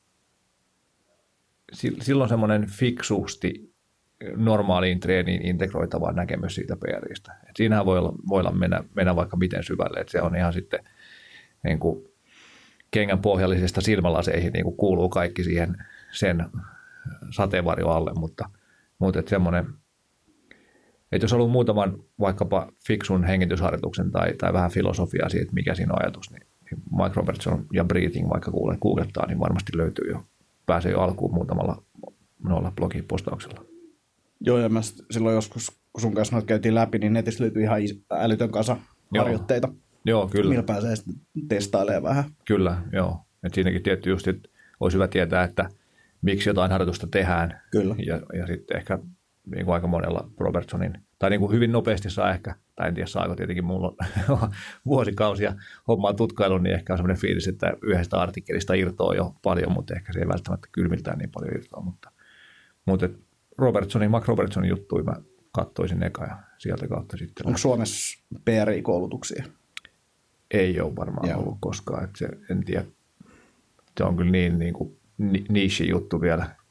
[SPEAKER 2] silloin semmoinen fiksusti normaaliin treeniin integroitava näkemys siitä PRistä. Et siinähän voi olla mennä vaikka miten syvälle, että se on ihan sitten niin kuin kengän pohjallisesta silmälaseihin niin kuin kuuluu kaikki siihen sen sateenvarjo alle, mutta että semmoinen, että jos haluaa muutaman vaikkapa fiksun hengitysharjoituksen tai vähän filosofiaa siitä, että mikä siinä on ajatus, niin Mike Robertson ja Breathing vaikka googlettaa, niin varmasti löytyy jo, pääsee jo alkuun muutamalla noilla blogipostauksella.
[SPEAKER 1] Joo, ja mä silloin joskus, kun sun kanssa noita käytiin läpi, niin netistä löytyy ihan älytön kasa harjoitteita.
[SPEAKER 2] Joo, kyllä.
[SPEAKER 1] Millä pääsee sitten testailemaan vähän.
[SPEAKER 2] Kyllä, joo. Et siinäkin tietty just, että olisi hyvä tietää, että miksi jotain harjoitusta tehdään.
[SPEAKER 1] Kyllä.
[SPEAKER 2] Ja sitten ehkä niin kuin aika monella Robertsonin, tai niin kuin hyvin nopeasti saa ehkä, tai en tiedä saako tietenkin, mulla on vuosikausia hommaa tutkailun, niin ehkä on semmoinen fiilis, että yhdestä artikkelista irtoaa jo paljon, mutta ehkä se ei välttämättä kylmiltään niin paljon irtoa. Mutta Mike Robertsonin juttuja mä katsoisin eka ja sieltä kautta sitten.
[SPEAKER 1] Onko Suomessa PRI-koulutuksia?
[SPEAKER 2] Ei ole varmaan ollut koskaan, että en tiedä. Se on kyllä niin kuin niche juttu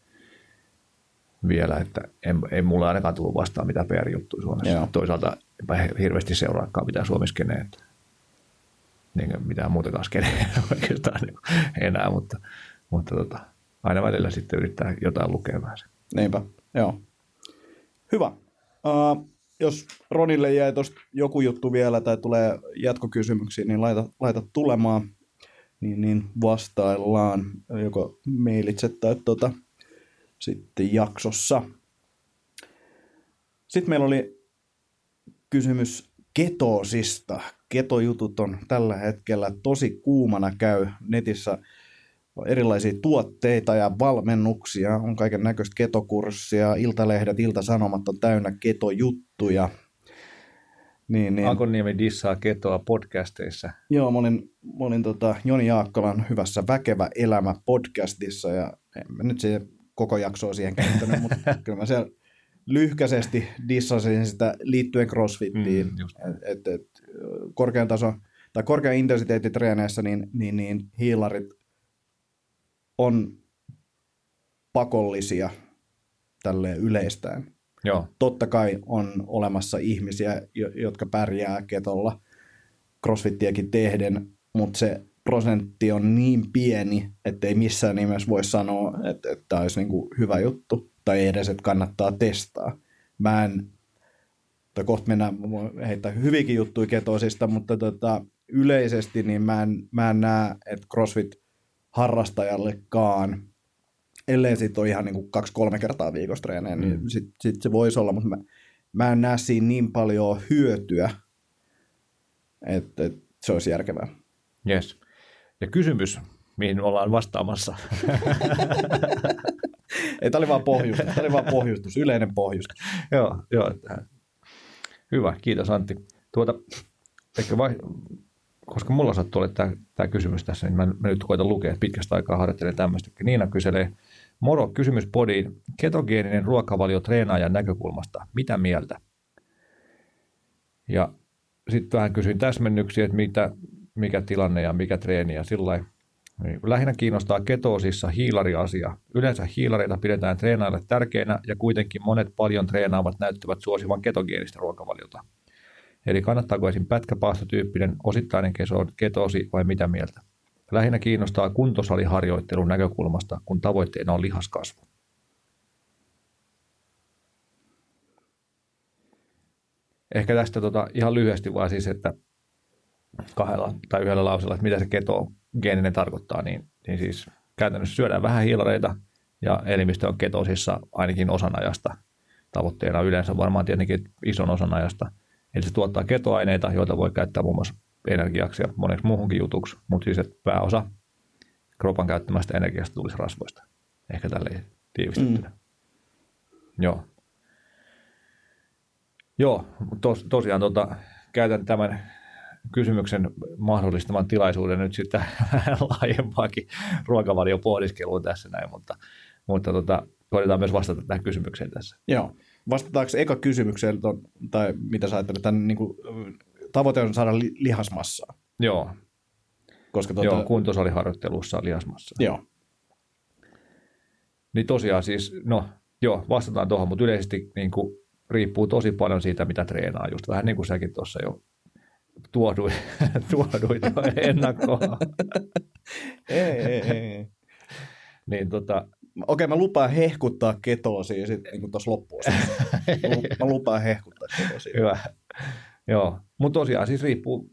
[SPEAKER 2] vielä, että ei mulle ainakaan tullut vastaan mitään PR-juttuja Suomessa. Joo. Toisaalta hirveästi seuraakaan mitään suomiskeneen, niin mitään muutakaan skeneen oikeastaan enää, mutta aina välillä sitten yrittää jotain lukea vähän.
[SPEAKER 1] Niinpä, joo. Hyvä. Jos Ronille jäi tuosta joku juttu vielä tai tulee jatkokysymyksiä, niin laita tulemaan, niin vastaillaan joko mailitse tai sitten jaksossa. Sitten meillä oli kysymys ketoosista. Ketojutut on tällä hetkellä tosi kuumana, käy netissä erilaisia tuotteita ja valmennuksia, on kaiken näköistä ketokurssia, iltalehdet, iltasanomat on täynnä ketojuttuja. Niin.
[SPEAKER 2] Akonniemi dissaa ketoa podcasteissa.
[SPEAKER 1] Joo, mä olin Joni Jaakkolan hyvässä Väkevä elämä podcastissa ja en mä nyt se koko jaksoa siihen käyttänyt, mutta kyllä mä siellä lyhkäisesti dissasin sitä liittyen crossfittiin, että korkean taso tai korkean intensiteettitreeneissä niin hiilarit on pakollisia tälleen yleistään.
[SPEAKER 2] Joo.
[SPEAKER 1] Totta kai on olemassa ihmisiä, jotka pärjää ketolla crossfittiäkin tehden, mutta se prosentti on niin pieni, että ei missään nimessä voi sanoa, että tämä olisi niinku hyvä juttu, tai edes, että kannattaa testaa. Kohta mennään heittää hyviäkin juttuja ketoosista, mutta yleisesti niin mä en näe, että CrossFit-harrastajallekaan, ellei sitten ole ihan niin kuin 2-3 kertaa viikossa treenejä, niin sit se voisi olla, mutta mä en näe siinä niin paljon hyötyä, että se olisi järkevää.
[SPEAKER 2] Yes. Ja kysymys, mihin ollaan vastaamassa.
[SPEAKER 1] Ei, tämä oli vaan pohjustus, yleinen pohjustus.
[SPEAKER 2] Joo. Hyvä, kiitos Antti. Ehkä koska mulla sattuu olla tämä kysymys tässä, niin mä nyt koitan lukea, että pitkästä aikaa harjoittelen tämmöistä. Niina kyselee, moro, kysymys podiin. Ketogeeninen ruokavalio treenaajan näkökulmasta. Mitä mieltä? Ja sitten vähän kysyin täsmennyksiä, että mikä tilanne ja mikä treeni ja sillä niin lähinnä kiinnostaa ketoosissa hiilariasia. Yleensä hiilareita pidetään treenaajille tärkeinä ja kuitenkin monet paljon treenaavat näyttävät suosivan ketogeenistä ruokavaliota. Eli kannattaako esim. Pätkäpaastotyyppinen osittainen ketoosi vai mitä mieltä? Lähinnä kiinnostaa kuntosaliharjoittelun näkökulmasta, kun tavoitteena on lihaskasvu. Ehkä tästä ihan lyhyesti vaan siis, että kahdella tai yhdellä lauseella, että mitä se ketogeeninen tarkoittaa, niin siis käytännössä syödään vähän hiilareita ja elimistö on ketoosissa ainakin osan ajasta. Tavoitteena yleensä varmaan tietenkin ison osan ajasta. Eli se tuottaa ketoaineita, joita voi käyttää muun muassa energiaksi ja moneksi muuhunkin jutuksi, mutta siis että pääosa kropan käyttämästä energiasta tulisi rasvoista. Ehkä tälleen tiivistettynä. Joo, tosiaan käytän tämän kysymyksen mahdollistaman tilaisuuden nyt sitten laajempaakin ruokavaliopohdiskeluun tässä näin, mutta koitetaan myös vastata tähän kysymykseen tässä.
[SPEAKER 1] Joo. Vastataanko eka kysymykseen, tai mitä sä ajattelet, tämän niin kuin, tavoite on saada lihasmassaa?
[SPEAKER 2] Joo.
[SPEAKER 1] Koska
[SPEAKER 2] Joo, kuntosaliharjoittelussa on lihasmassaa.
[SPEAKER 1] Joo.
[SPEAKER 2] Niin tosiaan siis, vastataan tuohon, mutta yleisesti niin kuin, riippuu tosi paljon siitä, mitä treenaa. Just vähän niin kuin säkin tuossa jo tuoduit ennakkoon.
[SPEAKER 1] Ei.
[SPEAKER 2] Niin
[SPEAKER 1] Okei, mä lupaan hehkuttaa ketoosia sitten niin tuossa loppuosassa. Mä lupaan hehkuttaa ketoosia.
[SPEAKER 2] Hyvä. Joo, mutta tosiaan siis riippuu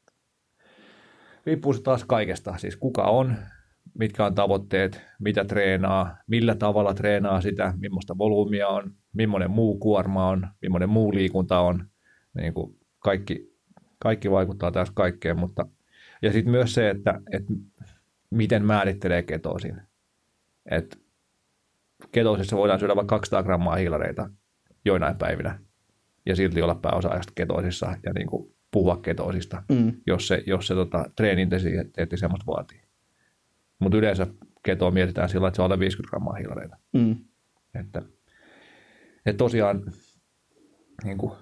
[SPEAKER 2] se taas kaikesta. Siis kuka on, mitkä on tavoitteet, mitä treenaa, millä tavalla treenaa sitä, millaista volyymia on, millainen muu kuorma on, millainen muu liikunta on. Niin kuin kaikki vaikuttaa tässä kaikkeen, ja sitten myös se, että miten määrittelee ketoosin. Että ketoosissa voidaan syödä vaikka 200 grammaa hiilareita joinain päivinä ja silti olla pääosa-ajasta ketoosissa ja niin kuin puhua ketoosista, jos se treeni-intensiteetti semmoista vaatii. Mutta yleensä ketoa mietitään sillä, että se on alle 50 grammaa hiilareita. Että tosiaan niin kuin,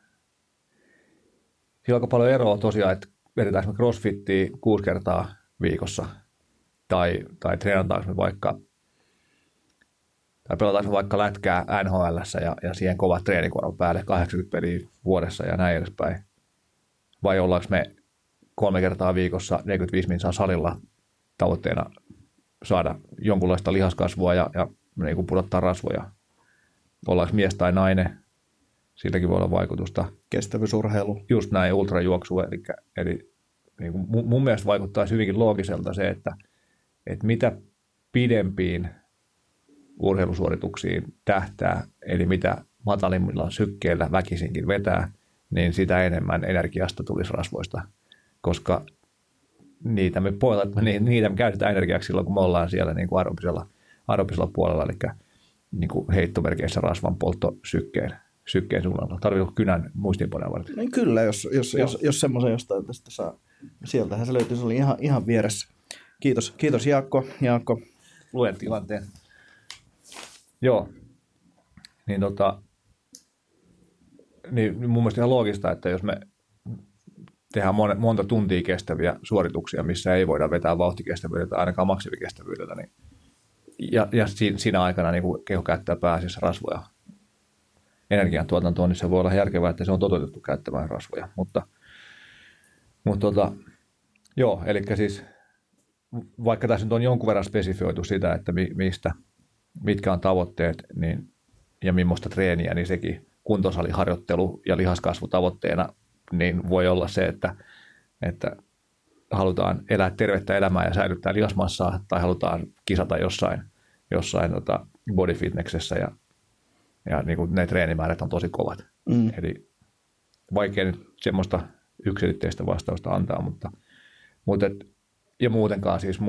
[SPEAKER 2] sillä on aika paljon eroa tosiaan, että vedetäänkö me crossfittiä 6 kertaa viikossa tai treenataanko me vaikka tai pelataanko vaikka lätkää NHL:ssä ja siihen kovat treenikuorma päälle 80 peliä vuodessa ja näin edespäin. Vai ollaanko me 3 kertaa viikossa 45 minsaa salilla tavoitteena saada jonkunlaista lihaskasvua ja niin kuin pudottaa rasvoja. Ollaanko mies tai nainen, siltäkin voi olla vaikutusta.
[SPEAKER 1] Kestävyysurheilu.
[SPEAKER 2] Just näin, ultrajuoksu. Eli niin kuin mun mielestä vaikuttaa hyvinkin loogiselta se, että mitä pidempiin urheilusuorituksiin tähtää, eli mitä matalimmilla sykkeillä väkisinkin vetää, niin sitä enemmän energiasta tulisi rasvoista, koska niitä me käytetään energiaksi silloin, kun me ollaan siellä niin kuin aerobisella puolella, eli niin kuin heittomerkeissä rasvan poltto sykkeen suunnalla. Tarvitsetko kynän muistiinpanoja varten?
[SPEAKER 1] Niin kyllä, jos semmoisen jostain tästä saa. Sieltähän se löytyy, se oli ihan vieressä. Kiitos Jaakko.
[SPEAKER 2] Luen tilanteen. Joo. Niin mun mielestä ihan loogista, että jos me tehdään monta tuntia kestäviä suorituksia, missä ei voida vetää vauhtikestävyydeltä, ainakaan maksimikestävyydeltä, niin ja siinä aikana niin kun keho käyttää pääasiassa rasvoja energiantuotantoon, niin se voi olla järkevää, että se on toteutettu käyttämään rasvoja. Mutta joo, eli siis vaikka tässä nyt on jonkun verran spesifioitu sitä, että mitkä on tavoitteet ja millaista treeniä, niin sekin kuntosaliharjoittelu ja lihaskasvu tavoitteena, niin voi olla se, että halutaan elää tervettä elämää ja säilyttää lihasmassaa, tai halutaan kisata jossain bodyfitnessessä ja niin kuin ne treenimäärät on tosi kovat. Eli vaikea nyt semmoista yksiselitteistä vastausta antaa, mutta ja muutenkaan siis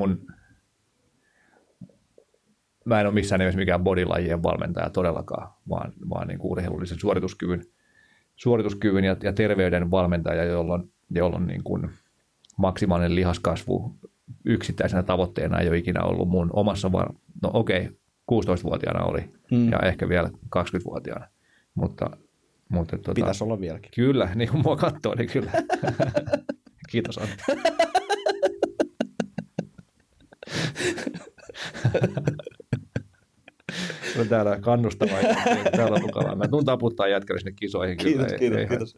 [SPEAKER 2] mä en ole missään nimessä mikään bodylajien valmentaja todellakaan, vaan niin kuin urheilullisen suorituskyvyn ja terveyden valmentaja, jolloin niin kuin maksimaalinen lihaskasvu yksittäisenä tavoitteena ei ole ikinä ollut mun omassa, 16-vuotiaana oli ja ehkä vielä 20-vuotiaana, mutta
[SPEAKER 1] pitäisi olla vieläkin.
[SPEAKER 2] Kyllä, niin kuin mua katsoo, niin kyllä. Kiitos Antti. On täällä kannustavaa, täällä on mukavaa. Mä tuun taputtaa jätkälle sinne kisoihin.
[SPEAKER 1] Kiitos.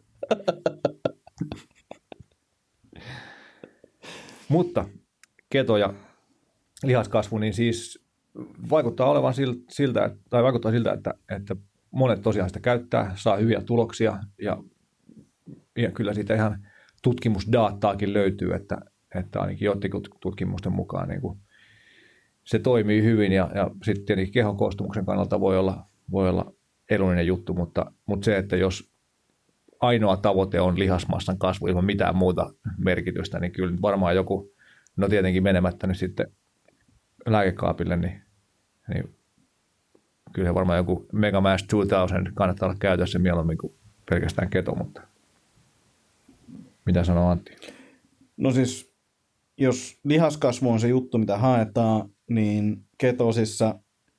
[SPEAKER 2] Mutta keto ja lihaskasvu, niin siis vaikuttaa siltä, että monet tosiaan sitä käyttää, saa hyviä tuloksia ja kyllä siitä ihan tutkimusdataakin löytyy, että ainakin joidenkin tutkimusten mukaan niin kuin se toimii hyvin ja sitten tietenkin kehon koostumuksen kannalta voi olla edullinen juttu, mutta se, että jos ainoa tavoite on lihasmassan kasvu ilman mitään muuta merkitystä, niin kyllä varmaan joku, no tietenkin menemättä nyt sitten lääkekaapille, niin kyllä varmaan joku Megamass 2000 kannattaa olla käytössä mieluummin kuin pelkästään keto, mutta mitä sanoo Antti? No
[SPEAKER 1] siis, jos lihaskasvu on se juttu, mitä haetaan, niin ketosissa,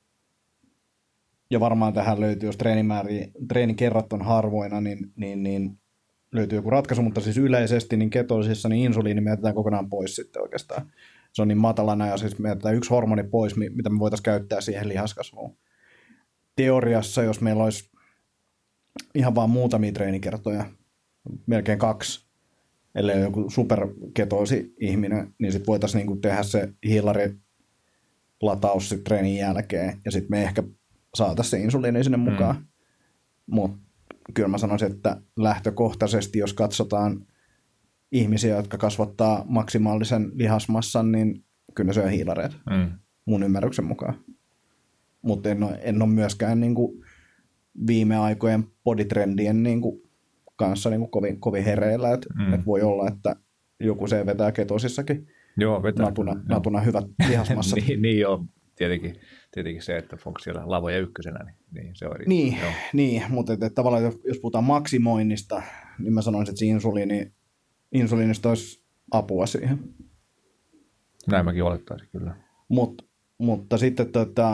[SPEAKER 1] ja varmaan tähän löytyy, jos treenikerrat on harvoina, niin löytyy joku ratkaisu, mutta siis yleisesti niin ketosissa niin insuliini me jätetään kokonaan pois sitten oikeastaan. Se on niin matalana ja siis me jätetään yksi hormoni pois, mitä me voitaisiin käyttää siihen lihaskasvuun. Teoriassa, jos meillä olisi ihan vaan muutamia treenikertoja, melkein 2, ellei joku superketoosi ihminen, niin sitten voitaisiin niinku tehdä se hiilarilataus sit treenin jälkeen, ja sitten me ehkä saataisiin se insuliini sinne mukaan. Mutta kyllä mä sanoisin, että lähtökohtaisesti, jos katsotaan ihmisiä, jotka kasvattaa maksimaalisen lihasmassan, niin kyllä se on hiilareita mun ymmärryksen mukaan. Mutta en ole myöskään niinku viime aikojen bodytrendien niinku kanssa niinku kovin hereillä, että et voi olla, että joku se vetää ketosissakin.
[SPEAKER 2] Joo, vetää.
[SPEAKER 1] Natuna hyvät lihasmassat.
[SPEAKER 2] niin joo, tietenkin se, että onko siellä lavoja ykkösenä, niin se on.
[SPEAKER 1] Niin, mutta tavallaan jos puhutaan maksimoinnista, niin mä sanoisin, että se insuliinista olisi apua siihen.
[SPEAKER 2] Näin mäkin olettaisin kyllä.
[SPEAKER 1] Mutta sitten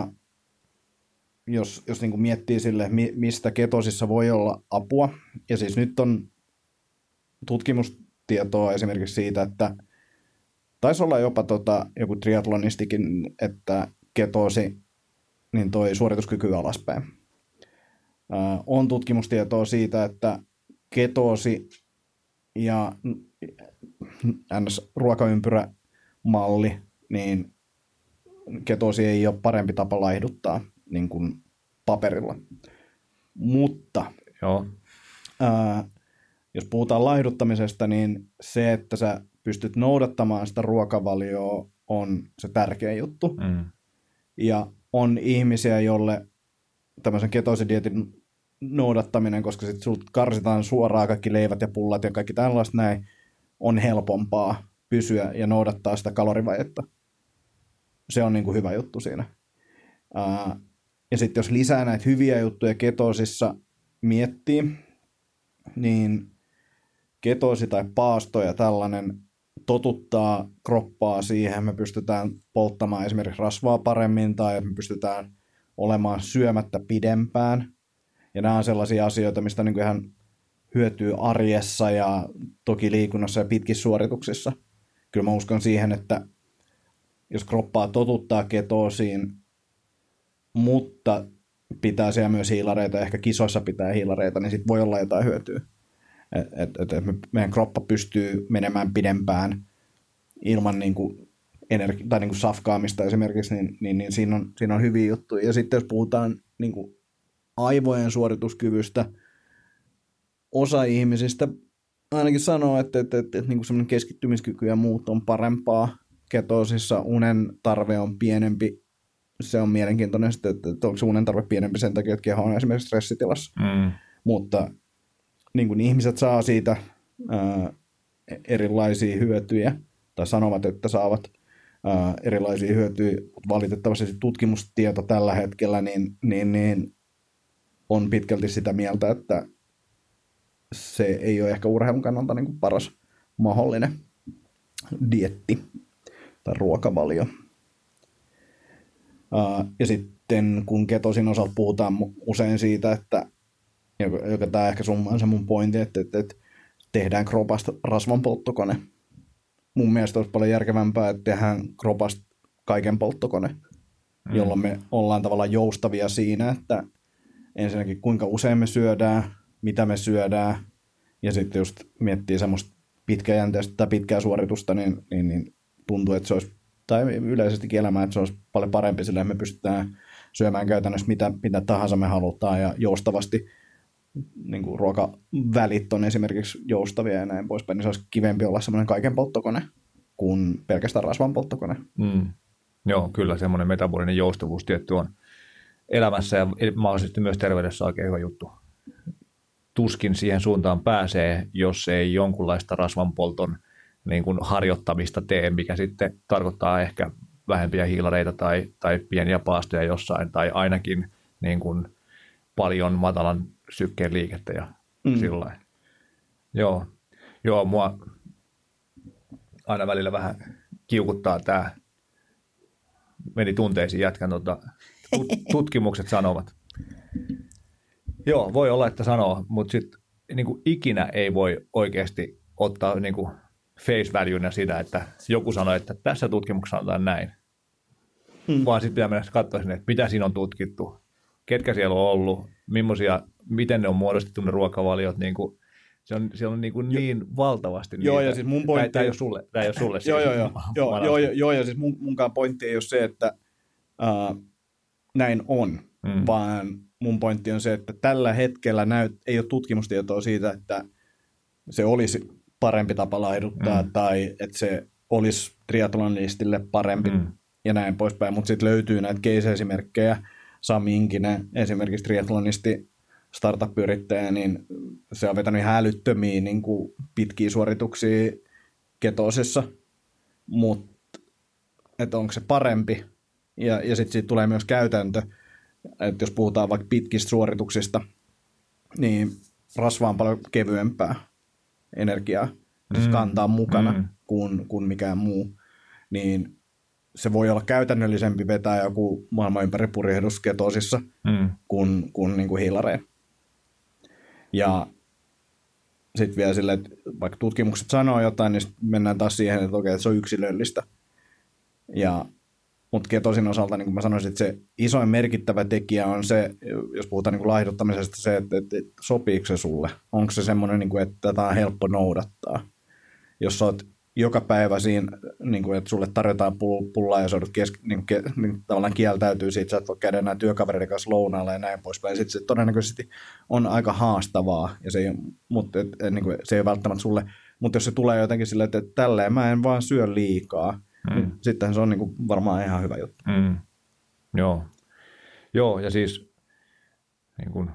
[SPEAKER 1] jos niin kuin miettii sille, mistä ketosissa voi olla apua, ja siis nyt on tutkimustietoa esimerkiksi siitä, että taisi olla jopa joku triatlonistikin, että ketoosi niin toi suorituskyky alaspäin. On tutkimustietoa siitä, että ketoosi ja ruokaympyrämalli, niin ketoosi ei ole parempi tapa laihduttaa niin kuin paperilla. Mutta jos puhutaan laihduttamisesta, niin se, että sä pystyt noudattamaan sitä ruokavalioa, on se tärkeä juttu. Ja on ihmisiä, jolle tämmöisen ketoosidietin noudattaminen, koska sitten sulta karsitaan suoraan kaikki leivät ja pullat ja kaikki tällaista näin, on helpompaa pysyä ja noudattaa sitä kalorivajetta. Se on niin kuin hyvä juttu siinä. Ja sitten jos lisää näitä hyviä juttuja ketoosissa miettii, niin ketoosi tai paasto ja tällainen totuttaa kroppaa siihen, me pystytään polttamaan esimerkiksi rasvaa paremmin tai me pystytään olemaan syömättä pidempään. Ja nämä on sellaisia asioita, mistä niin kuin ihan hyötyy arjessa ja toki liikunnassa ja pitkissä suorituksissa. Kyllä mä uskon siihen, että jos kroppaa totuttaa ketoosiin, mutta pitää siellä myös hiilareita, ehkä kisoissa pitää hiilareita, niin sitten voi olla jotain hyötyä. Että meidän kroppa pystyy menemään pidempään ilman niin kuin tai niin kuin safkaamista esimerkiksi, niin siinä on hyviä juttuja. Ja sitten jos puhutaan niin kuin aivojen suorituskyvystä, osa ihmisistä ainakin sanoo, että niin kuin semmoinen keskittymiskyky ja muut on parempaa. Ketoosissa unen tarve on pienempi. Se on mielenkiintoinen sitten, että onko se unen tarve pienempi sen takia, että keho on esimerkiksi stressitilassa. Mutta niin kuin ihmiset saa siitä erilaisia hyötyjä, tai sanovat, että saavat erilaisia hyötyjä. Valitettavasti se tutkimustieto tällä hetkellä niin on pitkälti sitä mieltä, että se ei ole ehkä urheilun kannalta niin kuin paras mahdollinen dieetti tai ruokavalio. Ja sitten kun ketosin osalta puhutaan usein siitä, että joka tämä ehkä summaa se mun pointti, että tehdään kropasta rasvanpolttokone. Mun mielestä olisi paljon järkevämpää, että tehdään kropasta kaiken polttokone, jolloin me ollaan tavallaan joustavia siinä, että ensinnäkin kuinka usein me syödään, mitä me syödään, ja sitten just miettii semmoista pitkäjänteistä tai pitkää suoritusta, niin tuntuu, että se olisi, tai yleisestikin elämää, että se olisi paljon parempi, sillä me pystytään syömään käytännössä mitä tahansa me halutaan, ja joustavasti niin kuin ruokavälit on esimerkiksi joustavia ja näin poispäin, niin se olisi kivempi olla semmoinen kaiken polttokone kuin pelkästään rasvan polttokone.
[SPEAKER 2] Joo, kyllä semmoinen metabolinen joustavuus tietty on elämässä ja mahdollisesti myös terveydessä oikein hyvä juttu. Tuskin siihen suuntaan pääsee, jos ei jonkunlaista rasvanpolton niin kuin harjoittamista tee, mikä sitten tarkoittaa ehkä vähempiä hiilareita tai pieniä paastoja jossain, tai ainakin niin kuin paljon matalan sykkeen liikettä ja sillä Joo, mua aina välillä vähän kiukuttaa tämä, meni tunteisiin jätkän tutkimukset sanovat. Joo, voi olla, että sanoo, mutta sitten niin ikinä ei voi oikeasti ottaa niin kuin face valuena sitä, että joku sanoo, että tässä tutkimuksessa sanotaan näin. Vaan sitten pitää mennä katsoa sinne, että mitä siinä on tutkittu, ketkä siellä on ollut, miten ne on muodostettu ne ruokavaliot, niin kuin, siellä on niin valtavasti niitä.
[SPEAKER 1] Joo, ja siis mun pointti...
[SPEAKER 2] Tämä ei ole sulle.
[SPEAKER 1] Joo, ja siis munkaan pointti ei ole se, että näin on, vaan mun pointti on se, että tällä hetkellä ei ole tutkimustietoa siitä, että se olisi parempi tapa laihduttaa tai että se olisi triathlonistille parempi ja näin poispäin, mutta sitten löytyy näitä case-esimerkkejä. Sami Inkinen, esimerkiksi triathlonisti, startup-yrittäjä, niin se on vetänyt ihan älyttömiä niin kuin pitkiä suorituksia ketosessa, mutta että onko se parempi? Ja sitten siitä tulee myös käytäntö, että jos puhutaan vaikka pitkistä suorituksista, niin rasva on paljon kevyempää energiaa, siis kantaa mukana kuin mikään muu, niin se voi olla käytännöllisempi vetää joku maailman ympäri purjehdus ketosissa kuin hiilareen. Ja sitten vielä silleen, että vaikka tutkimukset sanoo jotain, niin mennään taas siihen, että okei, että se on yksilöllistä. Mutta ketosin osalta, niin kuin mä sanoisin, että se isoin merkittävä tekijä on se, jos puhutaan niin kuin laihduttamisesta, se, että sopiiko se sulle. Onko se semmoinen, niin kuin, että tätä on helppo noudattaa. Jos sä oot joka päivä siinä, niin kuin, että sulle tarjotaan pullaa ja sä joudut niin tavallaan kieltäytyy siitä, sä et voi käydä enää työkavereiden kanssa lounaalla ja näin poispäin. Sitten se todennäköisesti on aika haastavaa, ja se ei, niin kuin, se ei ole välttämättä sulle, mutta jos se tulee jotenkin silleen, että tälleen mä en vaan syö liikaa, niin sittenhän se on niin kuin, varmaan ihan hyvä juttu.
[SPEAKER 2] Joo, ja siis niin kuin,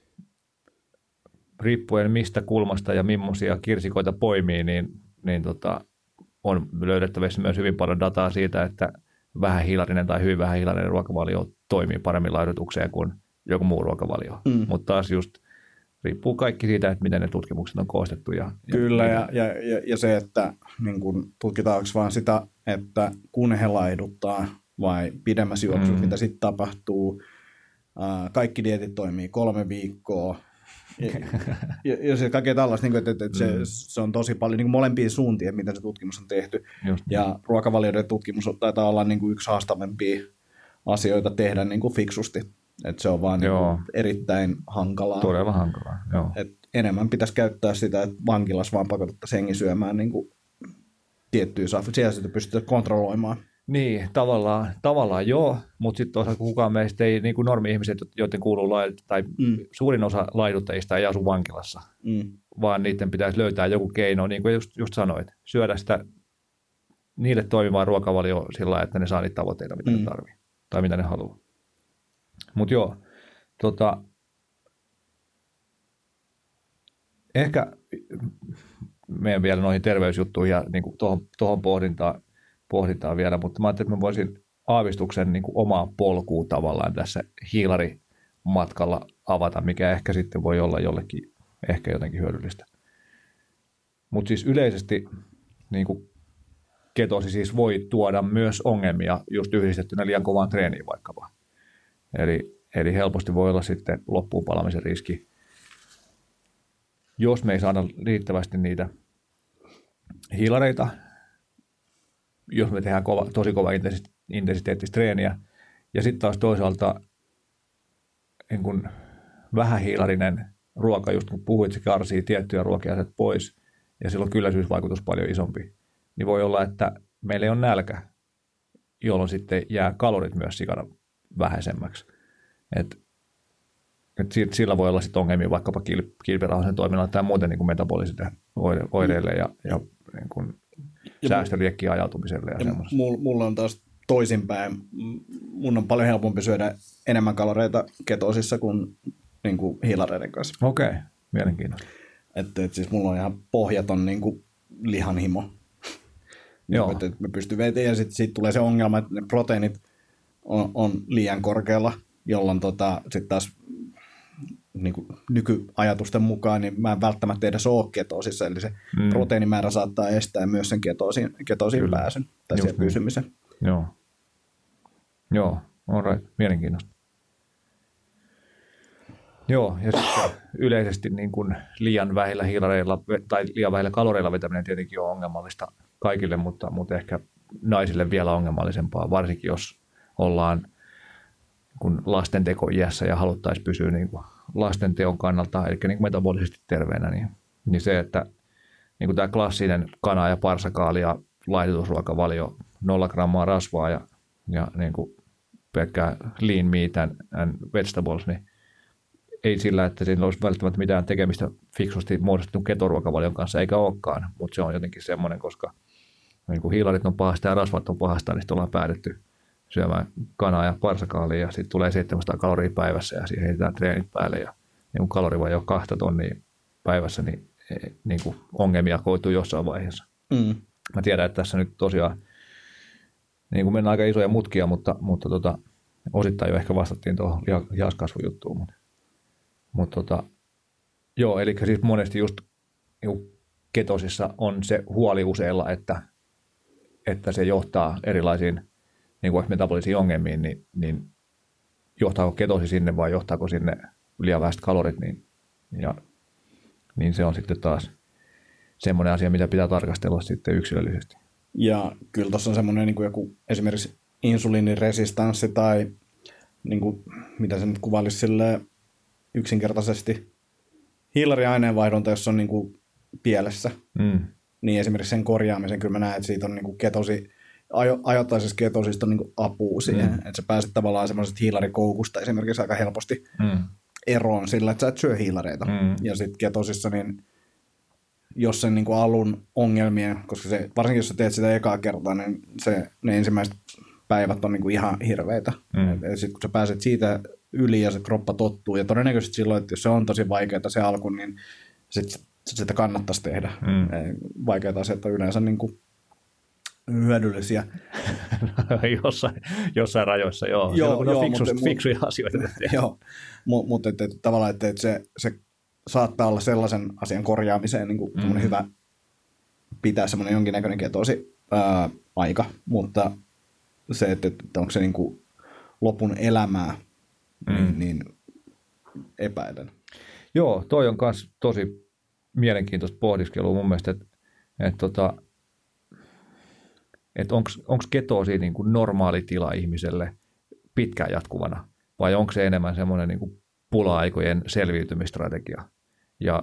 [SPEAKER 2] riippuen mistä kulmasta ja millaisia kirsikoita poimii, niin on löydettävissä myös hyvin paljon dataa siitä, että vähähiilarinen tai hyvin vähähiilarinen ruokavalio toimii paremmin laihdutukseen kuin joku muu ruokavalio. Mutta taas just riippuu kaikki siitä, että miten ne tutkimukset on koostettu.
[SPEAKER 1] Kyllä, ja se, että niin kun, tutkitaanko vaan sitä, että kun he laihduttaa vai pidemmässä juoksussa, mitä sitten tapahtuu. Kaikki dietit toimii 3 viikkoa. Ja se kaikkea tällaista, että se on tosi paljon niin molempiin suuntiin, miten se tutkimus on tehty.
[SPEAKER 2] Just.
[SPEAKER 1] Ja ruokavalioiden tutkimus taitaa olla niin kuin yksi haastavimpia asioita tehdä niin kuin fiksusti. Että se on vaan niin kuin erittäin hankalaa.
[SPEAKER 2] Todella hankalaa, joo.
[SPEAKER 1] Et enemmän pitäisi käyttää sitä, että vankilassa vaan pakotettaisiin hengi syömään niin kuin tiettyjä saavuja. Siellä sitä pystytään kontrolloimaan.
[SPEAKER 2] Niin, tavallaan joo, mutta sitten toisaalta kukaan meistä ei, niin kuin normi-ihmiset, joiden kuuluu tai suurin osa laihduttajista ei asu vankilassa, vaan niiden pitäisi löytää joku keino, niin kuin just sanoit, syödä sitä niille toimivaa ruokavalio sillä lailla, että ne saa niitä tavoitteita, mitä ne tarvitsee tai mitä ne haluaa. Mutta joo, ehkä meidän vielä noihin terveysjuttuihin ja niin kuin tuohon pohdintaan vielä, mutta mä ajattelin, että mä voisin aavistuksen niin kuin omaa polkua tavallaan tässä hiilarimatkalla avata, mikä ehkä sitten voi olla jollekin ehkä jotenkin hyödyllistä. Mutta siis yleisesti niin kuin ketosi siis voi tuoda myös ongelmia just yhdistettynä liian kovaan treeniin vaikkapa. Eli helposti voi olla sitten loppuun palamisen riski. Jos me ei saada riittävästi niitä hiilareita, jos me tehdään tosi kova intensiteettistä treeniä, ja sitten taas toisaalta niin kun vähähiilarinen ruoka, just kun puhuit, se karsii tiettyjä ruokia pois, ja silloin kylläisyysvaikutus paljon isompi, niin voi olla, että meillä ei ole nälkä, jolloin sitten jää kalorit myös sikana vähäisemmäksi. Et sillä voi olla sitten ongelmia vaikkapa kilpirauhasen toiminnalla tai muuten niin kuin metabolisille oireille ja niin kuin säästöriekkiin ajautumiselle. Ja
[SPEAKER 1] mulla on taas toisinpäin. Mun on paljon helpompi syödä enemmän ketoosissa kuin hiilareiden kanssa.
[SPEAKER 2] Okei, mielenkiintoista.
[SPEAKER 1] Että siis mulla on ihan pohjaton niin kuin lihanhimo.
[SPEAKER 2] Joo.
[SPEAKER 1] Että me pystyy vetämään ja sitten tulee se ongelma, että ne proteiinit on liian korkealla, jolloin sitten taas niin kuin nykyajatusten mukaan niin mä en välttämättä edes ole ketoosissa, eli se proteiinimäärä saattaa estää myös sen ketoosiin pääsyn tai siihen pysymisen.
[SPEAKER 2] Joo, all right, mielenkiintoista. Joo, ja sitten yleisesti niin kuin liian vähillä hiilareilla tai liian vähillä kaloreilla vetäminen tietenkin on ongelmallista kaikille, mutta ehkä naisille vielä ongelmallisempaa, varsinkin jos ollaan kun lastentekoiässä ja haluttaisiin pysyä niin kuin lastenteon kannalta, eli niin kuin metabolisesti terveenä, niin se, että niin kuin tämä klassinen kana- ja parsakaali ja laihdutusruokavalio, 0 grammaa rasvaa ja niin kuin pelkkää lean meat and vegetables, niin ei sillä, että siinä olisi välttämättä mitään tekemistä fiksusti muodostetun ketoruokavalion kanssa, eikä olekaan, mutta se on jotenkin semmoinen, koska niin kuin hiilarit on pahasta ja rasvat on pahasta, niin sitten ollaan päädytty syömään kanaa ja parsakaalia ja sitten tulee 700 kaloria päivässä ja siihen heitetään treenit päälle ja niin kun kalori vai jo 2 tonnia päivässä, niin kuin ongelmia koituu jossain vaiheessa. Mä tiedän, että tässä nyt tosiaan niin kuin mennään aika isoja mutkia, mutta osittain jo ehkä vastattiin tuohon lihaskasvujuttuun. Mutta joo, eli siis monesti just niin ketosissa on se huoli useilla, että se johtaa erilaisiin niin kuin metabolisiin ongelmiin, niin johtaako ketosi sinne vai johtaako sinne liian vähäiset kalorit, niin se on sitten taas semmoinen asia, mitä pitää tarkastella sitten yksilöllisesti.
[SPEAKER 1] Ja kyllä tuossa on semmoinen niin kuin joku esimerkiksi insuliiniresistanssi tai niin kuin, mitä se nyt kuvailisi silleen yksinkertaisesti hiilariaineenvaihdunta, jos on niin kuin pielessä, niin esimerkiksi sen korjaamisen kyllä mä näen, että siitä on niin kuin ajoittaisessa ketosista on niin kuin apua siihen, että sä pääset tavallaan semmoisesta hiilarikoukusta esimerkiksi aika helposti eroon sillä, että sä et syö hiilareita. Ja sitten ketosissa, niin jos sen niin kuin alun ongelmien, koska se, varsinkin jos sä teet sitä ekaa kertaa, niin ne ensimmäiset päivät on niin kuin ihan hirveitä. Ja sitten kun sä pääset siitä yli ja se kroppa tottuu, ja todennäköisesti silloin, että jos se on tosi vaikeaa se alku, niin sitä kannattaisi tehdä. Vaikeat asiat on yleensä niin kuin hyödyllisiä.
[SPEAKER 2] jossain rajoissa, joo. Fiksuja asioita.
[SPEAKER 1] Joo, mutta tavallaan, että se saattaa olla sellaisen asian korjaamiseen niin kuin hyvä pitää semmoinen jonkinnäköinen ketoosi aika, mutta se, että onko se niin kuin lopun elämää, niin epäilen.
[SPEAKER 2] Joo, toi on myös tosi mielenkiintoista pohdiskelua mun mielestä, että onko ketoosi niin kuin normaali tila ihmiselle pitkään jatkuvana, vai onko se enemmän semmoinen niin kuin pula-aikojen selviytymistrategia. Ja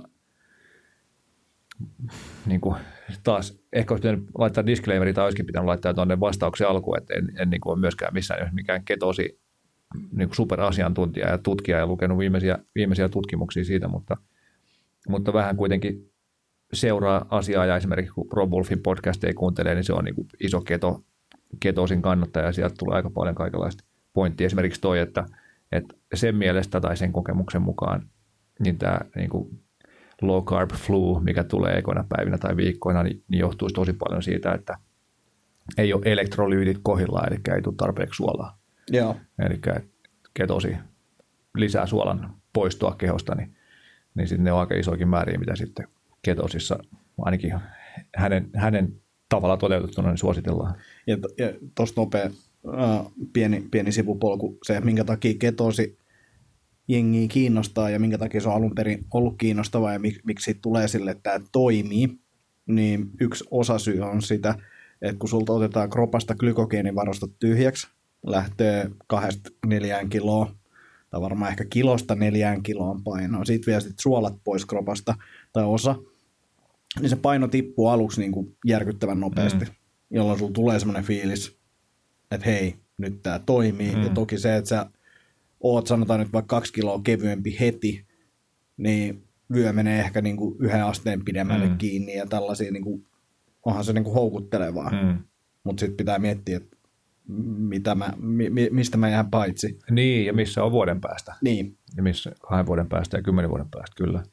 [SPEAKER 2] niin kuin, taas ehkä olisi pitänyt laittaa disclaimeri, tai olisikin pitänyt laittaa tuonne vastauksen alkuun, että en niin kuin ole myöskään missään mikään ketoosi niin kuin superasiantuntija ja tutkija ja lukenut viimeisiä tutkimuksia siitä, mutta vähän kuitenkin seuraa asiaa, ja esimerkiksi kun Rob Wolfin podcasteja kuuntelee, niin se on niin kuin iso ketoosin kannattaja, ja sieltä tulee aika paljon kaikenlaista pointtia. Esimerkiksi toi, että sen mielestä tai sen kokemuksen mukaan niin tämä niin kuin low carb flu, mikä tulee ekoina päivinä tai viikkoina, niin johtuisi tosi paljon siitä, että ei ole elektrolyytit kohdillaan, eli ei tule tarpeeksi suolaa.
[SPEAKER 1] Joo.
[SPEAKER 2] Eli ketosi lisää suolan poistua kehosta, niin sitten ne on aika isoikin määriä, mitä sitten ketosissa ainakin hänen tavalla toteutettuna niin suositellaan.
[SPEAKER 1] Ja tuosta nopea pieni sivupolku, se minkä takia ketosi jengiä kiinnostaa ja minkä takia se on alun perin ollut kiinnostavaa ja miksi siitä tulee sille, että tämä toimii, niin yksi osasyy on sitä, että kun sulta otetaan kropasta glykogeenivarastot tyhjäksi, lähtee 2-4 kiloa, tai varmaan ehkä kilosta 4 kiloon painoa, sitten vielä suolat pois kropasta tai osa, niin se paino tippuu aluksi niin kuin järkyttävän nopeasti, jolloin sulla tulee semmoinen fiilis, että hei, nyt tämä toimii, ja toki se, että sä oot sanotaan nyt vaikka 2 kiloa kevyempi heti, niin vyö menee ehkä niin kuin 1 asteen pidemmälle kiinni ja tällaisia, niin kuin, onhan se niin kuin houkuttelevaa. Mutta sitten pitää miettiä, että mistä mä jään paitsi.
[SPEAKER 2] Niin, ja missä on vuoden päästä.
[SPEAKER 1] Niin.
[SPEAKER 2] Ja missä 2 vuoden päästä ja 10 vuoden päästä, kyllä.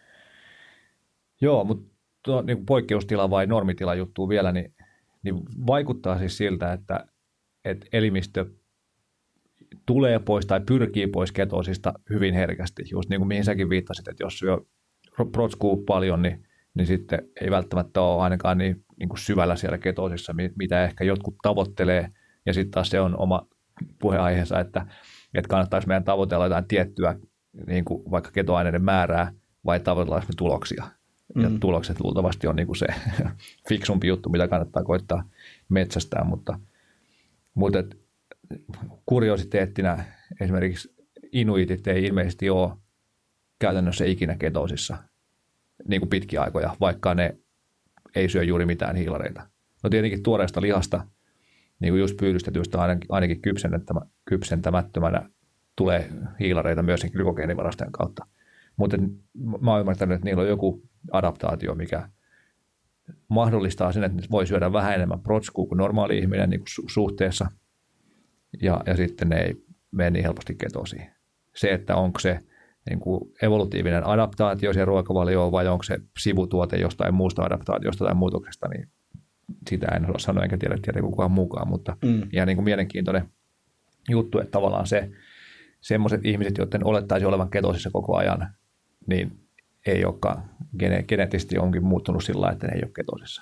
[SPEAKER 2] Joo, mutta niin poikkeustila vai normitila juttu vielä, niin vaikuttaa siis siltä, että elimistö tulee pois tai pyrkii pois ketosista hyvin herkästi. Just niin kuin mihin säkin viittasit, että jos syö protskuu paljon, niin sitten ei välttämättä ole ainakaan niin kuin syvällä siellä ketosissa, mitä ehkä jotkut tavoittelee. Ja sitten taas se on oma puheaiheensa, että kannattaisi meidän tavoitella jotain tiettyä niin kuin vaikka ketoaineiden määrää vai tavoitellaan me tuloksia. Ja tulokset luultavasti on niin kuin se fiksumpi juttu, mitä kannattaa koittaa metsästää, mutta kuriositeettina esimerkiksi inuitit ei ilmeisesti ole käytännössä ikinä ketosissa niin kuin pitkiä aikoja, vaikka ne ei syö juuri mitään hiilareita. No tietenkin tuoreesta lihasta, niin kuin just pyydystetystä ainakin kypsentämättömänä tulee hiilareita myös sen glykogeenivarastojen kautta. Mutta mä oon ymmärtänyt, että niillä on joku adaptaatio, mikä mahdollistaa sen, että ne voi syödä vähän enemmän protskua kuin normaali ihminen niin kuin suhteessa. Ja sitten ne ei mene niin helposti ketosiin. Se, että onko se niin kuin evolutiivinen adaptaatio siihen ruokavalioon vai onko se sivutuote jostain muusta adaptaatiosta tai muutoksesta, niin sitä en osaa sanoa enkä tiedä kukaan mukaan, mutta ihan niin kuin mielenkiintoinen juttu, että tavallaan semmoiset ihmiset, joiden olettaisi olevan ketosissa koko ajan, niin ei olekaan geneettisesti onkin muuttunut sillä lailla, että ne ei ole ketosissa.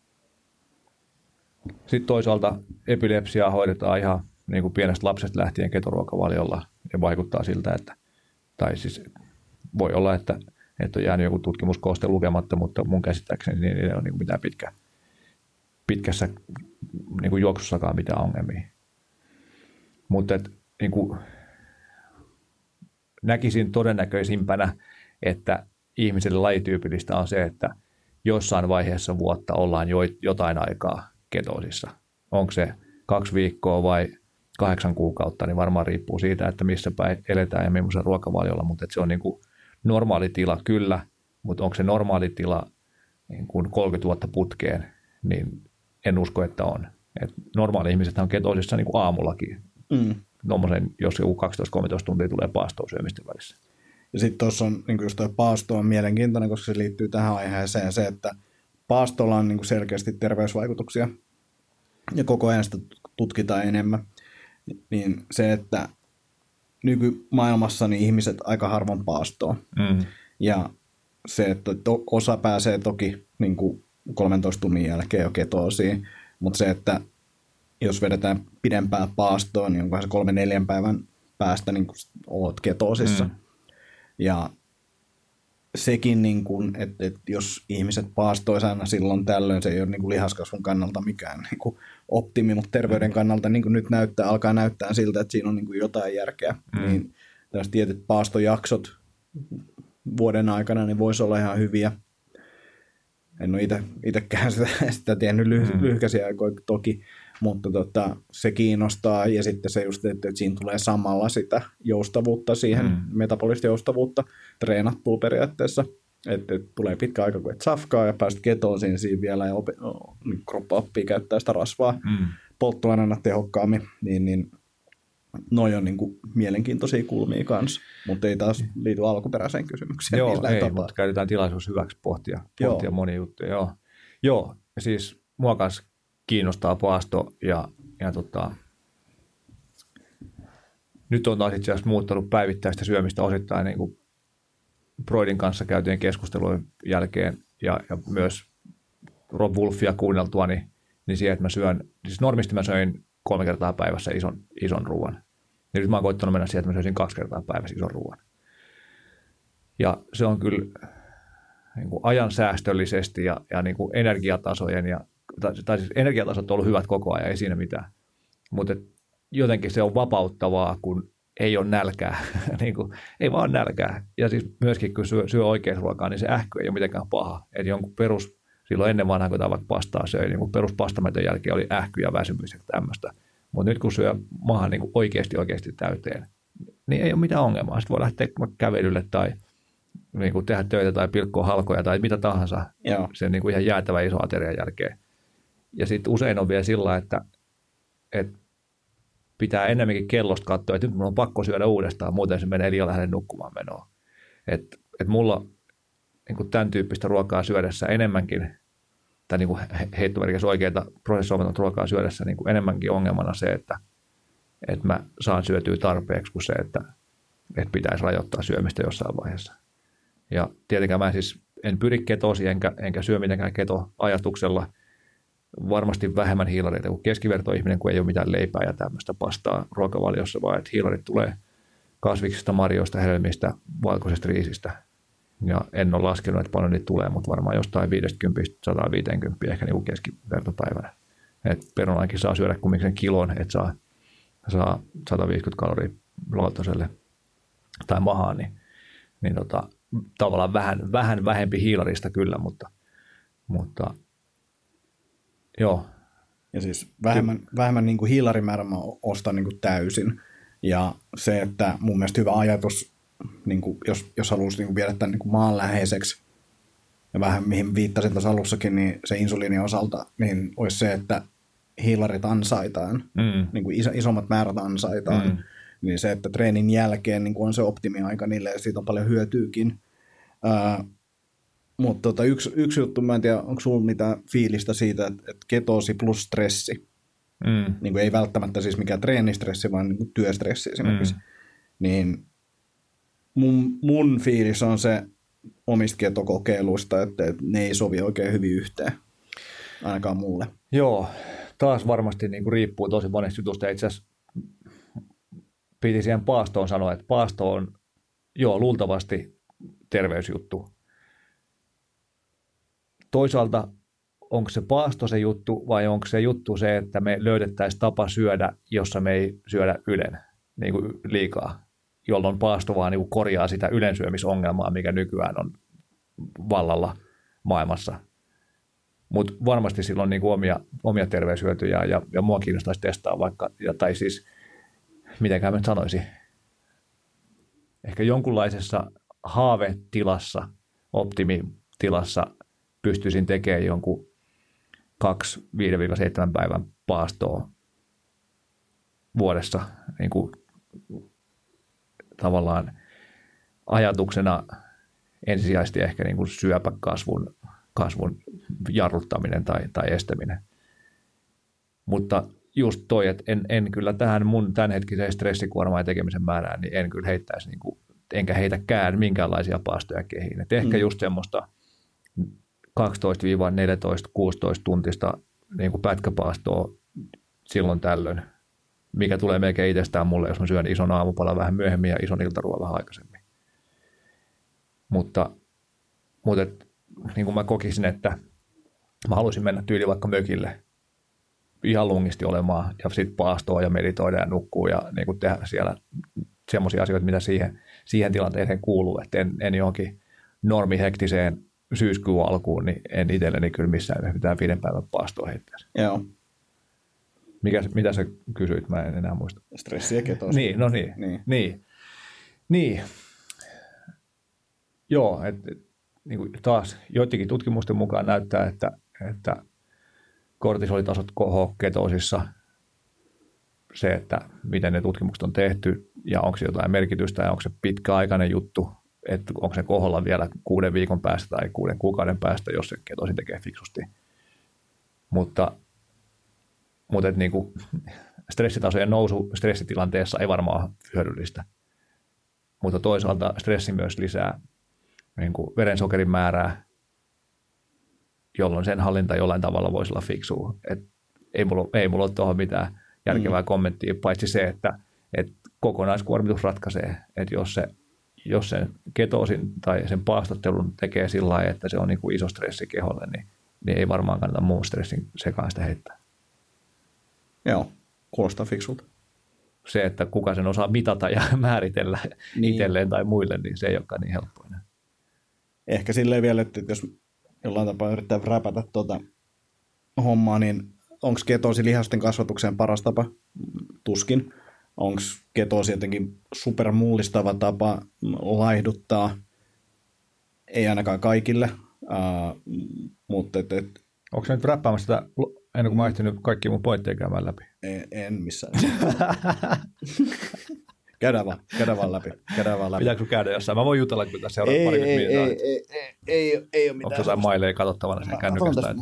[SPEAKER 2] Sitten toisaalta epilepsiaa hoidetaan ihan niin kuin pienestä lapsesta lähtien ketoruokavaliolla ja vaikuttaa siltä, että tai siis voi olla, että on jäänyt joku tutkimuskooste lukematta, mutta mun käsittääkseni niin ei ole niin kuin mitään pitkässä niin kuin juoksussakaan mitään ongelmia. Mutta niin kuin näkisin todennäköisimpänä, että ihmiselle lajityypillistä on se, että jossain vaiheessa vuotta ollaan jotain aikaa ketosissa. Onko se 2 viikkoa vai 8 kuukautta, niin varmaan riippuu siitä, että missä päin eletään ja millaisen ruokavaliolla, mutta se on niin kuin normaali tila kyllä, mutta onko se normaali tila niin kuin 30 vuotta putkeen, niin en usko, että on. Et normaali ihmiset on ketosissa niin kuin aamullakin. Jos joku 12-13 tuntia tulee paastoa syömisten välissä.
[SPEAKER 1] Ja sitten tuossa on niin just tuo paasto on mielenkiintoinen, koska se liittyy tähän aiheeseen se, että paastolla on niin kuin selkeästi terveysvaikutuksia ja koko ajan sitä tutkitaan enemmän. Niin se, että nykymaailmassa niin ihmiset aika harvoin paastoo. Ja se, että osa pääsee toki niin kuin 13 tunnin jälkeen jo ketoosiin, mutta se, että jos vedetään pidempää paastoa, niin onkohan se 3-4 päivän päästä niin kuin oot ketoosissa. Ja sekin, niin kuin, että jos ihmiset paastoisi aina silloin tällöin, se ei ole niin kuin lihaskasvun kannalta mikään niin kuin optimi, mutta terveyden kannalta niin kuin nyt alkaa näyttää siltä, että siinä on niin kuin jotain järkeä. Niin tällaiset tietyt paastojaksot vuoden aikana niin voisi olla ihan hyviä. En ole itsekään sitä tehnyt lyhkäisiä aikoja toki, mutta se kiinnostaa ja sitten se just, että siinä tulee samalla sitä joustavuutta siihen, metabolista joustavuutta treenattua periaatteessa, että tulee pitkä aika, kun et safkaa ja pääset ketoosiin siinä vielä ja kroppa oppii käyttää sitä rasvaa polttoaineena tehokkaammin, niin noi on niin kuin mielenkiintoisia kulmia kanssa, mutta ei taas liity alkuperäiseen kysymykseen.
[SPEAKER 2] Joo, ei, mutta käytetään tilaisuus hyväksi pohtia monia juttuja. Joo, siis mua kanssa kiinnostaa paasto ja nyt on taas itse asiassa muuttanut päivittäistä syömistä osittain niin kuin Broidin kanssa käytyjen keskustelujen jälkeen ja myös Rob Wolfia kuunneltua, niin siihen, että mä syön, siis normisti mä söin 3 kertaa päivässä ison ruoan. Ja nyt mä oon koittanut mennä siihen, että mä söisin 2 kertaa päivässä ison ruoan. Ja se on kyllä niin kuin ajansäästöllisesti ja niin kuin energiatasojen, tai siis energiatasot on ollut hyvät koko ajan, ei siinä mitään. Mutta jotenkin se on vapauttavaa, kun ei ole nälkää, niin kuin, ei vaan nälkää. Ja siis myöskin kun syö oikein ruokaa, niin se ähky ei ole mitenkään paha. Eli jonkun silloin ennen vanhaa, kun vaikka pastaa söi, niin peruspastamätön jälkeen oli ähky ja väsymys ja tämmöistä. Mutta nyt kun syö maahan niin oikeasti täyteen, niin ei ole mitään ongelmaa. Sitten voi lähteä kävelylle tai niin kuin tehdä töitä tai pilkkoa halkoja tai mitä tahansa sen niin kuin ihan jäätävän iso aterian jälkeen. Ja sitten usein on vielä sillä, että pitää enemmänkin kellosta katsoa, että nyt mun on pakko syödä uudestaan, muuten se menee liian lähelle nukkumaan menoa. Et mulla niin kuin tämän tyyppistä ruokaa syödessä enemmänkin, tai niin kuin heittomerkissä oikeaa prosessoimatonta ruokaa syödessä niin kuin enemmänkin ongelmana se, että mä saan syötyä tarpeeksi kuin se, että pitäisi rajoittaa syömistä jossain vaiheessa. Ja tietenkään mä siis en pyri ketosiin enkä syö mitenkään keto-ajatuksella. Varmasti vähemmän hiilareita kuin keskivertoihminen, kun ei ole mitään leipää ja tämmöistä pastaa ruokavaliossa, vaan että hiilarit tulee kasviksista, marjoista, hedelmistä, valkoisesta riisistä. Ja en ole laskenut, että paljon niitä tulee, mutta varmaan jostain 50-150 ehkä niin kuin keskivertopäivänä. Et perunaankin saa syödä kumminkin sen kilon, että saa 150 kaloria lautaselle tai mahaan, niin tavallaan vähän vähempi hiilarista kyllä, mutta joo.
[SPEAKER 1] Ja siis vähemmän niin kuin hiilarimäärä mä ostan niin kuin täysin. Ja se, että mun mielestä hyvä ajatus, niin kuin jos haluaisi niin kuin viedä tämän niin kuin maanläheiseksi, ja vähän mihin viittasin tuossa alussakin, niin se insuliinin osalta, niin olisi se, että hiilarit ansaitaan, niin kuin isommat määrät ansaitaan. Niin se, että treenin jälkeen niin kuin on se optimiaika niille, ja siitä on paljon hyötyykin. Mutta yksi juttu, mä en tiedä, onko sulla mitään fiilistä siitä, että ketoosi plus stressi, niin kuin ei välttämättä siis mikään treenistressi, vaan niin kuin työstressi esimerkiksi, niin mun fiilis on se omista ketokokeiluista, että ne ei sovi oikein hyvin yhteen, ainakaan mulle.
[SPEAKER 2] Joo, taas varmasti niin kuin riippuu tosi monesta jutusta. Itse asiassa piti siihen paastoon sanoa, että paasto on luultavasti terveysjuttu. Toisaalta onko se paasto se juttu vai onko se juttu se, että me löydettäisiin tapa syödä, jossa me ei syödä ylen niin kuin liikaa, jolloin paasto vaan niin kuin korjaa sitä ylensyömisongelmaa, mikä nykyään on vallalla maailmassa. Mutta varmasti sillä on niin kuin omia terveyshyötyjä ja mua kiinnostaisi testaa vaikka, tai siis mitenkään mä nyt sanoisin, ehkä jonkunlaisessa haavetilassa, optimitilassa pystyisin tekemään jonkun 2-5-7 päivän paastoa vuodessa niin kuin tavallaan ajatuksena ensisijaisesti ehkä niin kuin syöpäkasvun jarruttaminen tai estäminen. Mutta just toi, että en kyllä tähän mun tämänhetkiseen stressikuormaan ja tekemisen määrään, niin en kyllä heittäisi, niin kuin, enkä heitäkään minkäänlaisia paastoja kehiin. Et ehkä just semmoista 12-14, 16 tuntista niin kuin pätkäpaastoa silloin tällöin, mikä tulee melkein itsestään mulle, jos mä syön ison aamupalan vähän myöhemmin ja ison iltaruoan vähän aikaisemmin. Mutta niin kuin mä kokisin, että mä haluaisin mennä tyyli vaikka mökille ihan lungisti olemaan ja sitten paastoa ja meditoida ja nukkua ja niin kuin tehdä siellä semmoisia asioita, mitä siihen tilanteeseen kuuluu, että en johonkin normihektiseen syyskuun alkuun, niin en itselleni kyllä missään mitään 5 päivän paastoa heittäisi.
[SPEAKER 1] Joo.
[SPEAKER 2] Mitä sä kysyit? Mä en enää muista.
[SPEAKER 1] Stressi ja ketoosi.
[SPEAKER 2] Niin, no niin. Joo, niin kuin taas joidenkin tutkimusten mukaan näyttää, että kortisolitasot kohoaa ketoosissa. Se, että miten ne tutkimukset on tehty ja onko se jotain merkitystä ja onko se pitkäaikainen juttu, että onko se koholla vielä 6 viikon päästä tai 6 kuukauden päästä, jos se ketoosi tekee fiksusti. Mutta niin kuin stressitasojen nousu stressitilanteessa ei varmaan ole hyödyllistä. Mutta toisaalta stressi myös lisää niin kuin verensokerin määrää, jolloin sen hallinta jollain tavalla voisi olla fiksua. Ei mulla ole tuohon mitään järkevää kommenttia, paitsi se, että kokonaiskuormitus ratkaisee, että jos sen ketoosin tai sen paastottelun tekee sillä lailla, että se on niin kuin iso stressi keholle, niin ei varmaan kannata muun stressin sekaan sitä heittää.
[SPEAKER 1] Joo, kuulostaa fiksulta.
[SPEAKER 2] Se, että kuka sen osaa mitata ja määritellä itselleen tai muille, niin se ei olekaan niin helppoa.
[SPEAKER 1] Ehkä silleen vielä, että jos jollain tapaa yrittää räpätä tuota hommaa, niin onko ketoosi lihasten kasvatukseen paras tapa? Tuskin. Onko ketoosi jotenkin supermullistava tapa laihduttaa? Ei ainakaan kaikille. Mutta
[SPEAKER 2] onko se nyt räppäämässä sitä, ennen kuin mä ehtinyt kaikki mun pointteja käymään läpi?
[SPEAKER 1] En missään. Käydään vaan läpi.
[SPEAKER 2] Pitääkö sun käydä jossain? Mä voin jutella, kun tässä seuraat pari
[SPEAKER 1] ei ole mitään.
[SPEAKER 2] Onko jotain maileja katsottavana sen kännykästä?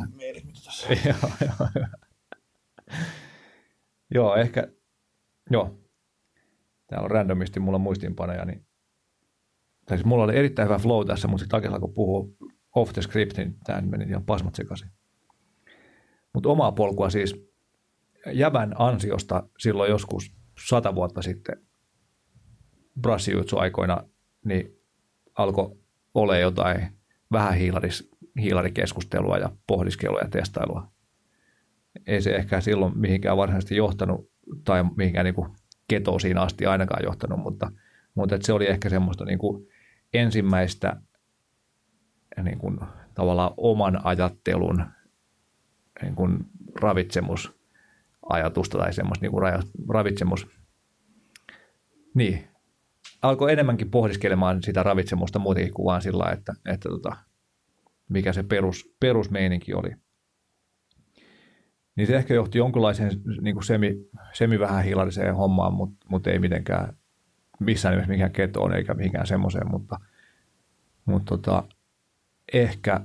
[SPEAKER 2] Joo, ehkä. Joo. Täällä on randomisti mulla muistiinpanoja. Niin siis mulla oli erittäin hyvä flow tässä, mutta sitten Akella kun puhuu off the script, niin tämä meni ihan pasmat sekaisin. Mutta omaa polkua siis jävän ansiosta silloin joskus 100 vuotta sitten brassijutsu-aikoina, niin alkoi olla jotain vähän hiilarikeskustelua ja pohdiskelua ja testailua. Ei se ehkä silloin mihinkään varsinaisesti johtanut tai mihinkään niin kuin ketoosiin asti ainakaan johtanut, mutta se oli ehkä semmoista niin kuin ensimmäistä niin kuin tavallaan oman ajattelun niin kuin ravitsemusajatusta tai semmoista niin kuin ravitsemus. Niin. Alkoi enemmänkin pohdiskelemaan sitä ravitsemusta muutenkin kuin vaan sillä, että mikä se perusmeininki oli. Niin se ehkä johti jonkunlaiseen niin kuin semi-vähän hiilariseen hommaan, mutta ei mitenkään missään nimessä mikään ketoon eikä mihinkään semmoiseen, mutta ehkä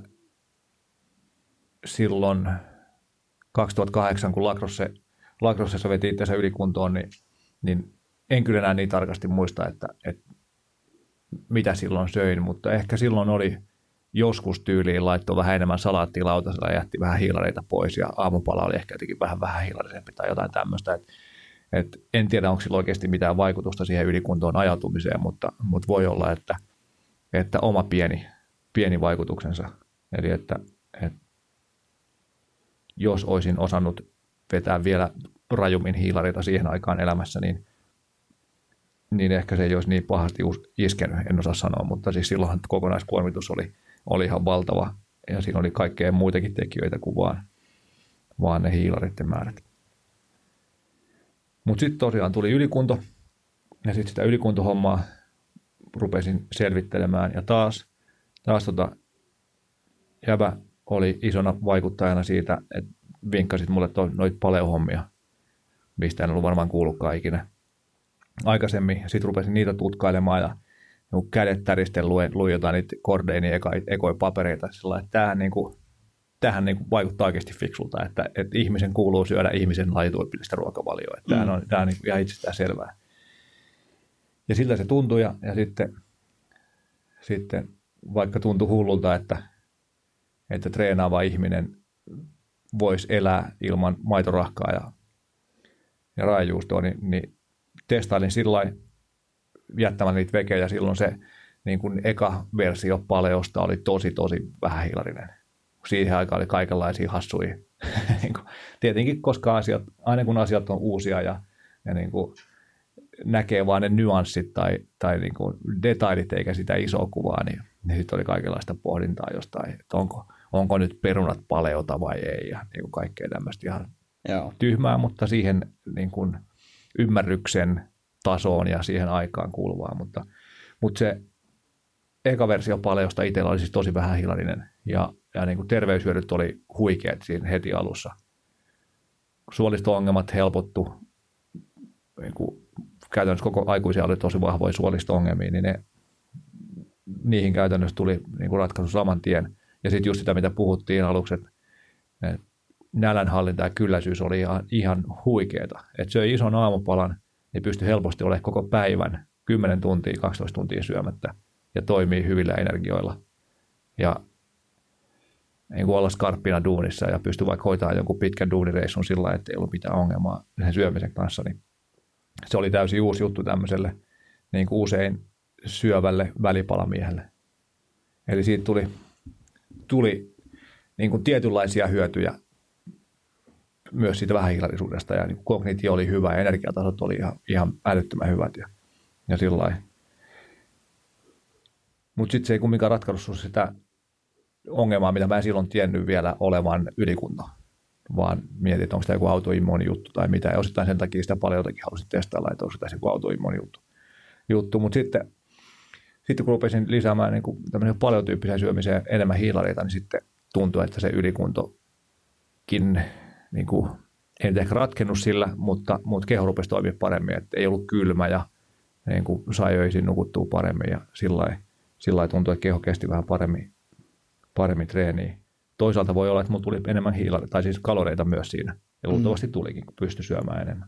[SPEAKER 2] silloin 2008, kun Lacrossessa veti itsensä ylikuntoon, niin en kyllä enää niin tarkasti muista, että mitä silloin söin, mutta ehkä silloin oli joskus tyyliin laittoi vähän enemmän salaattia lautasella ja jätti vähän hiilareita pois ja aamupala oli ehkä jotenkin vähän hiilarisempi tai jotain tämmöistä. Et en tiedä, onko sillä oikeasti mitään vaikutusta siihen ylikuntoon ajautumiseen, mutta voi olla, että oma pieni vaikutuksensa. Eli että jos olisin osannut vetää vielä rajummin hiilareita siihen aikaan elämässä, niin ehkä se ei olisi niin pahasti iskenyt, en osaa sanoa, mutta siis silloinhan kokonaiskuormitus oli ihan valtava ja siinä oli kaikkea muitakin tekijöitä kuin vaan ne hiilareiden määrät. Mutta sitten tosiaan tuli ylikunto ja sitten sitä ylikuntohommaa rupesin selvittelemään ja taas jäbä oli isona vaikuttajana siitä, että vinkkasit mulle noita paleohommia, mistä en ollut varmaan kuullutkaan ikinä aikaisemmin. Sitten rupesin niitä tutkailemaan ja kädet täristen luin jotain niitä kordeja, niin ekoja papereita. Sillä tämähän vaikuttaa oikeasti fiksulta, että ihmisen kuuluu syödä ihmisen lajityypillistä ruokavalioa. Tämä on ihan itsestään selvää. Ja siltä se tuntui ja sitten vaikka tuntui hullulta, että treenaava ihminen voisi elää ilman maitorahkaa ja raajuustoa, niin testailin sillä jättämään niitä vekejä. Silloin se niin kuin eka versio paleosta oli tosi vähähiilarinen. Siihen aikaan oli kaikenlaisia hassuja. Tietenkin, koska aina kun asiat on uusia ja niin kuin näkee vain ne nyanssit tai niin kuin detailit eikä sitä isoa kuvaa, niin sitten oli kaikenlaista pohdintaa jostain, että onko nyt perunat paleota vai ei ja niin kuin kaikkea tämmöistä ihan tyhmää, mutta siihen niin kuin ymmärryksen tasoon ja siihen aikaan kuuluvaa, mutta se eka versio paleosta itsellä oli siis tosi vähähiilarinen ja niin kuin terveyshyödyt oli huikeat siinä heti alussa. Suolisto-ongelmat helpottu, niin kuin käytännössä koko aikuisia oli tosi vahvoja suolisto-ongelmia, niin niihin käytännössä tuli niin kuin ratkaisu saman tien. Ja sitten just sitä, mitä puhuttiin aluksi, että nälänhallinta ja kylläisyys oli ihan huikeeta. Että söi ison aamupalan, niin pystyi helposti olemaan koko päivän 10 tuntia, 12 tuntia syömättä ja toimii hyvillä energioilla. ja niin kuin olla skarppina duunissa ja pystyi vaikka hoitamaan jonkun pitkän duunireissun sillä lailla, että ei ollut mitään ongelmaa sen syömisen kanssa, niin se oli täysin uusi juttu tämmöiselle niin kuin usein syövälle välipalamiehelle. Eli siitä tuli niin kuin tietynlaisia hyötyjä myös siitä vähähiilarisuudesta, ja niin kognitio oli hyvä, ja energiatasot oli ihan älyttömän hyvät, ja sillä lailla. Mutta sitten se ei kumminkaan ratkaissut sitä ongelmaa, mitä mä en silloin tiennyt vielä olevan ylikunto, vaan mietin, että onko tämä joku autoimmuuni juttu tai mitä, ja osittain sen takia sitä paljon jotenkin halusin testailla, että onko tämä joku autoimmuuni juttu. Mutta sitten kun rupesin lisäämään niin tämmöisen paleotyyppiseen syömiseen enemmän hiilareita, niin sitten tuntui, että se ylikuntokin niin kuin, ei nyt ehkä ratkennut sillä, mutta keho rupesi toimia paremmin, että ei ollut kylmä ja niin kuin, sai öisin nukuttua paremmin ja sillä lailla tuntui, että keho kesti vähän paremmin treeniä. Toisaalta voi olla, että mulla tuli enemmän tai siis kaloreita myös siinä, ja luultavasti tulikin, kun pystyi syömään enemmän.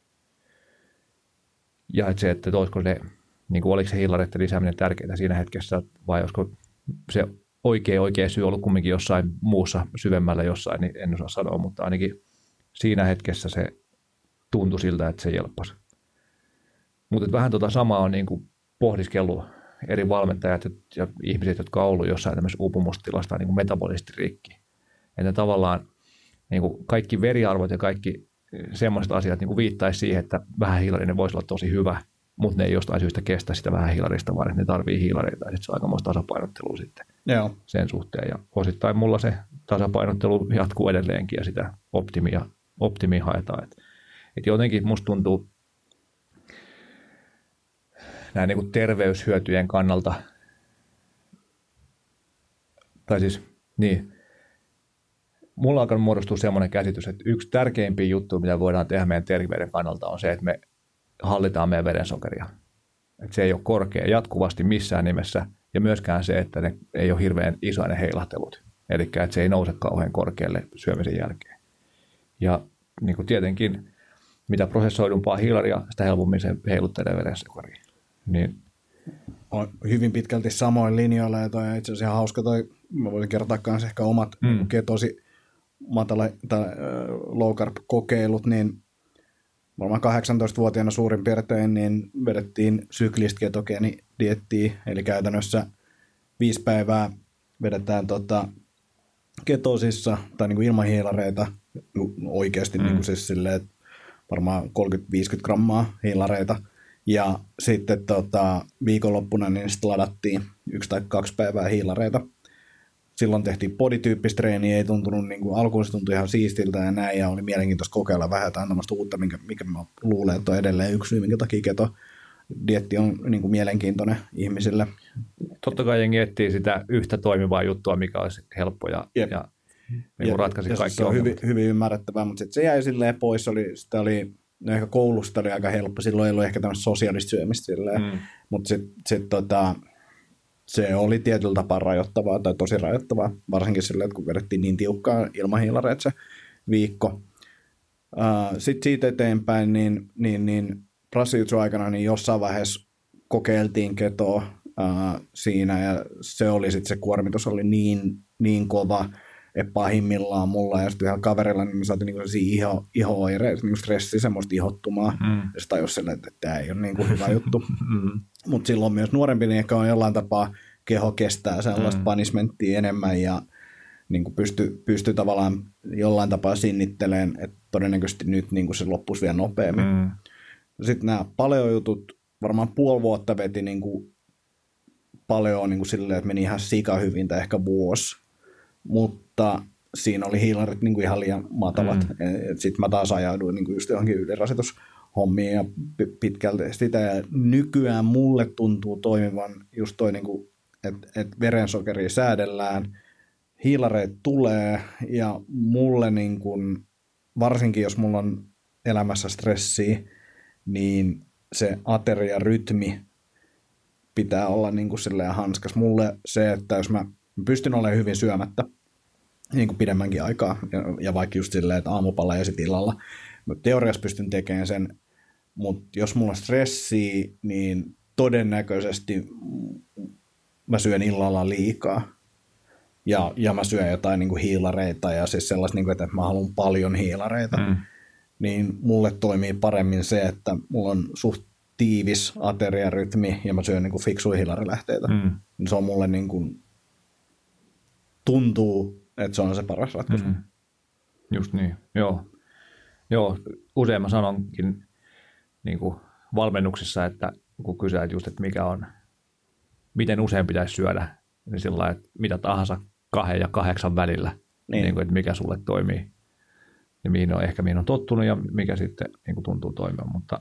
[SPEAKER 2] Ja että se, että olisiko ne, niin kuin oliko se hiilareiden lisääminen tärkeää siinä hetkessä, vai olisiko se oikea syy ollut kumminkin jossain muussa syvemmällä jossain, niin en osaa sanoa, mutta ainakin siinä hetkessä se tuntui siltä, että se jelppasi. Mutta vähän samaa on niin kuin pohdiskellut eri valmentajat ja ihmiset, jotka on ollut jossain tämmöisessä uupumustilassa tai niin kuin metabolisesti rikki. Että tavallaan niin kuin kaikki veriarvot ja kaikki semmoiset asiat niin kuin viittaisi siihen, että vähähiilarinen voisi olla tosi hyvä, mutta ne ei jostain syystä kestä sitä vähähiilarista, vaan että ne tarvii hiilareita, ja sitten se on aikamoista tasapainottelua sitten sen suhteen. Ja osittain mulla se tasapainottelu jatkuu edelleenkin, ja sitä optimia haetaan. Et jotenkin musta tuntuu näin niin kuin terveyshyötyjen kannalta, tai siis niin, mulla on alkanut muodostua semmoinen käsitys, että yksi tärkeimpiä juttuja, mitä voidaan tehdä meidän terveyden kannalta, on se, että me hallitaan meidän verensokeria. Että se ei ole korkea jatkuvasti missään nimessä, ja myöskään se, että ne ei ole hirveän isoja ne heilahtelut. Eli että se ei nouse kauhean korkealle syömisen jälkeen. Ja niin kuin tietenkin, mitä prosessoidumpaa hiilaria, sitä helpommin se heiluttelee verensokeria. Niin.
[SPEAKER 1] On hyvin pitkälti samoin linjoilla, ja toi itse asiassa ihan hauska mä voisin kertoa myös ehkä omat ketosi matala tai low carb kokeilut, niin varmaan 18-vuotiaana suurin piirtein niin vedettiin syklistä ketogeenidieettiä, eli käytännössä 5 päivää vedetään ketosissa tai niin kuin ilman hiilareita oikeasti niin kuin siis silleen, että varmaan 30-50 grammaa hiilareita, ja sitten viikonloppuna niin sitten ladattiin 1 tai 2 päivää hiilareita. Silloin tehtiin bodityyppistä treeniä, ei tuntunut, niin kuin alkuun se tuntui ihan siistiltä ja näin, ja oli mielenkiintoista kokeilla vähän jotain tämmöistä uutta, mikä mä luulen, että on edelleen yksi syy, minkä takia ketodieetti on niin kuin mielenkiintoinen ihmisille.
[SPEAKER 2] Totta kai jengi etsii sitä yhtä toimivaa juttua, mikä olisi helppo ja ratkaisi kaikki
[SPEAKER 1] se on hyvin ymmärrettävää, mutta sitten se jäi silleen pois, sitä oli ehkä koulusta oli aika helppo, silloin ei ollut ehkä tämmöistä sosiaalista syömistä silleen, mutta sitten se oli tietyllä tapaa rajoittavaa tai tosi rajoittavaa, varsinkin silleen, että kun vedettiin niin tiukkaa ilman hiilareita se viikko. Sitten siitä eteenpäin, niin Brasilian aikana niin jossain vaiheessa kokeiltiin ketoa siinä, ja se oli sitten se kuormitus oli niin kova, että pahimmillaan mulla ja sitten ihan kaverilla, niin me saatiin niinku iho-oireita, niinku stressi, semmoista ihottumaa, ja se tajus silleen, että tämä ei ole niinku hyvä juttu. Mutta silloin myös nuorempi, niin ehkä on jollain tapaa keho kestää sellaista punishmenttia enemmän, ja niinku pystyy tavallaan jollain tapaa sinnittelemään, että todennäköisesti nyt niinku se loppuisi vielä nopeammin. Sitten nämä paleojutut, varmaan puoli vuotta veti niinku paleo niinku silleen, että meni ihan sika hyvin, tai ehkä vuosi. Mutta siinä oli hiilarit niin kuin ihan liian matalat. Sitten mä taas ajauduin niin kuin just johonkin ylirasitushommiin ja pitkälti sitä. Ja nykyään mulle tuntuu toimivan just toi, niin kuin, että verensokeria säädellään, hiilareita tulee, ja mulle niin kuin, varsinkin jos mulla on elämässä stressiä, niin se ateriarytmi pitää olla niin kuin silleen hanskas. Mulle se, että jos mä pystyn olemaan hyvin syömättä niin kuin pidemmänkin aikaa, ja vaikka just silleen, että aamupala ja sitten illalla. Mä teoriassa pystyn tekemään sen, mutta jos mulla on stressiä, niin todennäköisesti mä syön illalla liikaa. ja mä syön jotain niin kuin hiilareita ja siis sellaista, niin kuin, että mä haluan paljon hiilareita, niin mulle toimii paremmin se, että mulla on suht tiivis ateriarytmi ja mä syön niin kuin fiksuja hiilarilähteitä. Niin se on mulle niin kuin, tuntuu, että se on se paras ratkaisu.
[SPEAKER 2] Just niin, joo. Usein mä sanonkin niin kuin valmennuksissa, että kun kysyt just, että miten usein pitäisi syödä, niin sillä lailla, että mitä tahansa 2 ja 8 välillä, niin kuin, että mikä sulle toimii ja mihin on tottunut ja mikä sitten niin kuin tuntuu toimia. Mutta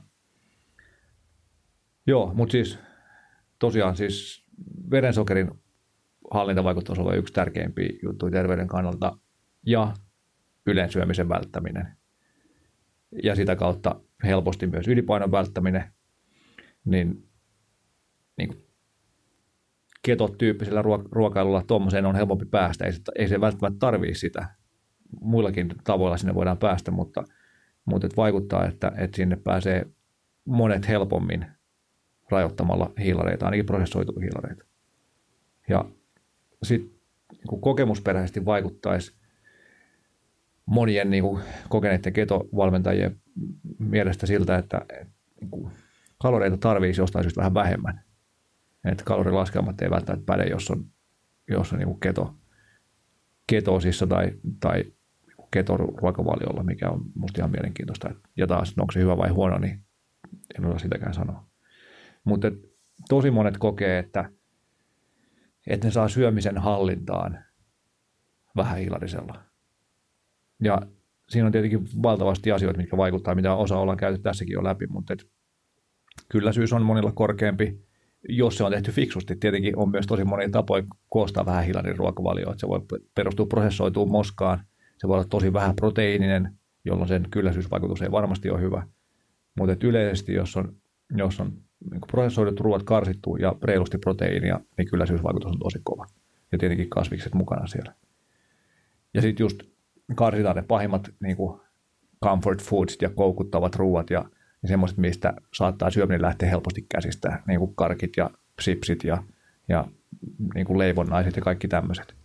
[SPEAKER 2] siis tosiaan siis verensokerin hallinta vaikuttaisi olla yksi tärkeimpiä juttuja terveyden kannalta ja ylensyömisen välttäminen. Ja sitä kautta helposti myös ylipainon välttäminen, niin kuin ketotyyppisellä ruokailulla tuommoiseen on helpompi päästä. Ei se välttämättä tarvitse sitä. Muillakin tavoilla sinne voidaan päästä, mutta et vaikuttaa, että sinne pääsee monet helpommin rajoittamalla hiilareita, ainakin prosessoituja hiilareita. Ja sitten niin kokemusperäisesti vaikuttaisi monien niin kuin kokeneiden ketovalmentajien mielestä siltä, että niin kuin kaloreita tarvitsisi jostain syystä vähän vähemmän. Että kalorilaskelmat ei välttämättä päde, jos on niin kuin ketoosissa tai ketoruokavaliolla, mikä on musta ihan mielenkiintoista. Ja taas, onko se hyvä vai huono, niin en osaa sitäkään sanoa. Mutta tosi monet kokee, että ne saa syömisen hallintaan vähän hiilarisella. Ja siinä on tietenkin valtavasti asioita, mitkä vaikuttaa, mitä osa ollaan käyty tässäkin jo läpi, mutta kylläisyys on monilla korkeampi, jos se on tehty fiksusti. Tietenkin on myös tosi monia tapoja koostaa vähän hiilarin ruokavalioa, että se voi perustua prosessoituun moskaan, se voi olla tosi vähän proteiininen, jolloin sen kylläisyysvaikutus ei varmasti ole hyvä. Mutta yleisesti, jos on niin prosessoidut ruoat karsittu ja reilusti proteiinia, niin kylläisyysvaikutus on tosi kova. Ja tietenkin kasvikset mukana siellä. Ja sitten just karsitaan ne pahimmat niin kuin comfort foods ja koukuttavat ruoat ja semmoiset, mistä saattaa syöminen lähteä helposti käsistä, niin kuin karkit ja sipsit ja niin kuin leivonnaiset ja kaikki tämmöiset.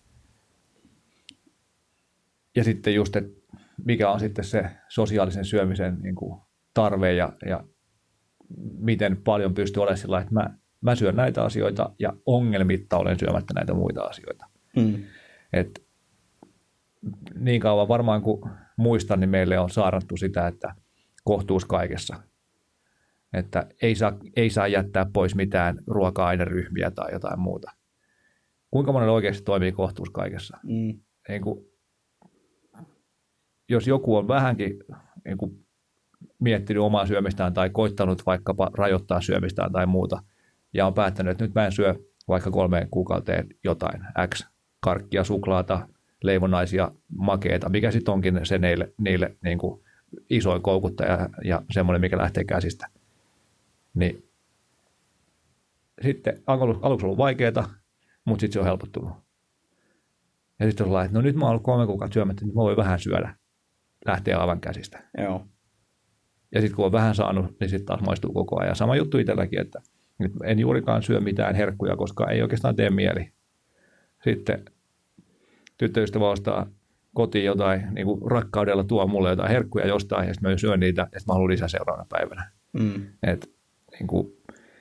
[SPEAKER 2] Ja sitten just, että mikä on sitten se sosiaalisen syömisen niin kuin tarve ja miten paljon pystyy olemaan sillä, että mä syön näitä asioita ja ongelmitta olen syömättä näitä muita asioita. Et niin kauan varmaan kun muistan, niin meille on saarattu sitä, että kohtuus kaikessa. Että ei saa jättää pois mitään ruoka-aineryhmiä tai jotain muuta. Kuinka monella oikeasti toimii kohtuus kaikessa? Niin kuin, jos joku on vähänkin niin kuin miettinyt omaa syömistään tai koittanut vaikkapa rajoittaa syömistään tai muuta ja on päättänyt, että nyt mä en syö vaikka 3 kuukauteen jotain X, karkkia, suklaata, leivonnaisia, makeita, mikä sitten onkin se niille niin kuin isoin koukuttaja ja semmoinen, mikä lähtee käsistä. Niin sitten aluksi on ollut vaikeaa, mutta sitten se on helpottunut. Ja sitten on sellainen, että no nyt mä oon ollut 3 kuukautta syömättä, niin mä voin vähän syödä. Lähtee aivan käsistä.
[SPEAKER 1] Joo.
[SPEAKER 2] Ja sitten kun on vähän saanut, niin sitten taas maistuu koko ajan. Sama juttu itselläkin, että nyt en juurikaan syö mitään herkkuja, koska ei oikeastaan tee mieli. Sitten tyttöystävä ostaa kotiin jotain, niin kuin rakkaudella tuo mulle jotain herkkuja jostain, ja sitten mä syön niitä, ja sitten mä haluan lisää seuraavana päivänä. Et, niin kuin,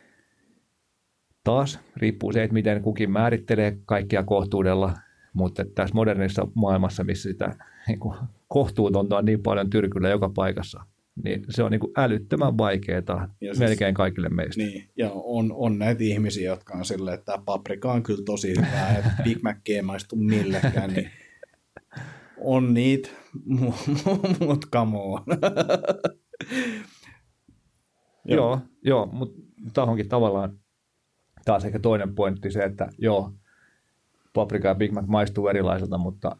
[SPEAKER 2] taas riippuu se, että miten kukin määrittelee kaikkia kohtuudella, mutta tässä modernissa maailmassa, missä sitä niin kuin kohtuutonta on niin paljon tyrkyllä joka paikassa, niin se on niin kuin älyttömän vaikeaa melkein kaikille meistä.
[SPEAKER 1] Niin, ja on näitä ihmisiä, jotka on silleen, että tämä paprika on kyllä tosi hyvää, että Big Mac ei maistu millekään, niin on niitä, mutta come on.
[SPEAKER 2] Joo, mutta tahonkin tavallaan taas ehkä toinen pointti se, että joo, paprika ja Big Mac maistuu erilaiselta, mutta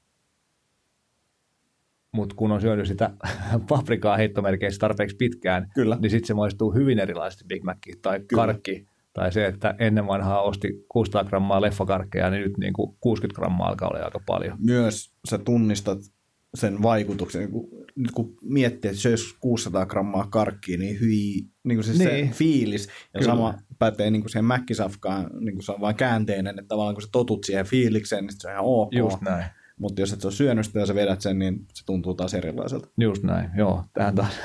[SPEAKER 2] kun on syönyt sitä paprikaa heittomerkeissä tarpeeksi pitkään,
[SPEAKER 1] kyllä,
[SPEAKER 2] niin sitten se maistuu hyvin erilaisesti Big Mac tai kyllä, karkki. Tai se, että ennen vanhaa osti 600 grammaa leffakarkkeja, niin nyt niin kuin 60 grammaa alkaa olla aika paljon.
[SPEAKER 1] Myös sä tunnistat sen vaikutuksen. Nyt kun miettii, että söisi 600 grammaa karkkia, niin niin siis se fiilis. Ja kyllä. Sama pätee niin kuin siihen mäkkisafkaan, niin kuin se on vain käänteinen, että tavallaan kun sä totut siihen fiilikseen, niin se on ihan ok.
[SPEAKER 2] Just näin.
[SPEAKER 1] Mutta jos et ole syönyt sitä ja sä vedät sen, niin se tuntuu taas erilaiselta.
[SPEAKER 2] Just näin, joo. Tähän taas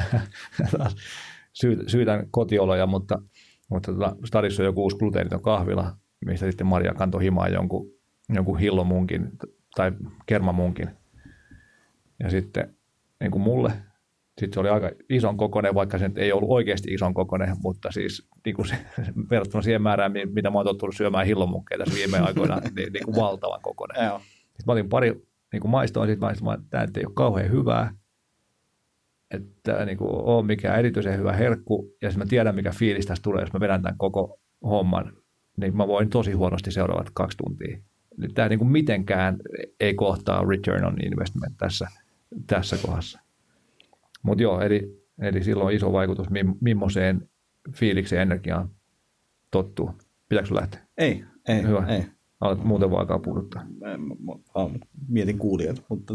[SPEAKER 2] syytän kotioloja, mutta stadissa on joku uusi gluteeniton kahvila, mistä sitten Maria kantoi himaan jonkun hillomunkin tai kermamunkin. Ja sitten niin kuin mulle, sitten se oli aika ison kokoinen, vaikka se ei ollut oikeasti ison kokoinen, mutta siis niin kuin verrattuna siihen määrään, mitä mä oon tottunut syömään hillomunkkeja tässä viime aikoina, niin kuin valtavan kokoinen.
[SPEAKER 1] Joo.
[SPEAKER 2] Sitten mä otin pari niin maistoon, sitten mä että tämä ei ole kauhean hyvää, että niin kuin on mikään erityisen hyvä herkku, ja sitten mä tiedän, mikä fiilis tässä tulee, jos mä vedän tämän koko homman, niin mä voin tosi huonosti seuraavat 2 tuntia. Nyt tämä niin kuin mitenkään ei kohtaa return on investment tässä kohdassa. Mutta joo, eli silloin on iso vaikutus, millaiseen fiilikseen ja energiaan tottuu. Pitääkö sun lähteä?
[SPEAKER 1] Ei.
[SPEAKER 2] Hyvä.
[SPEAKER 1] Ei.
[SPEAKER 2] Alat muuten vaan alkaa puuduttaa.
[SPEAKER 1] Mietin kuulijat, mutta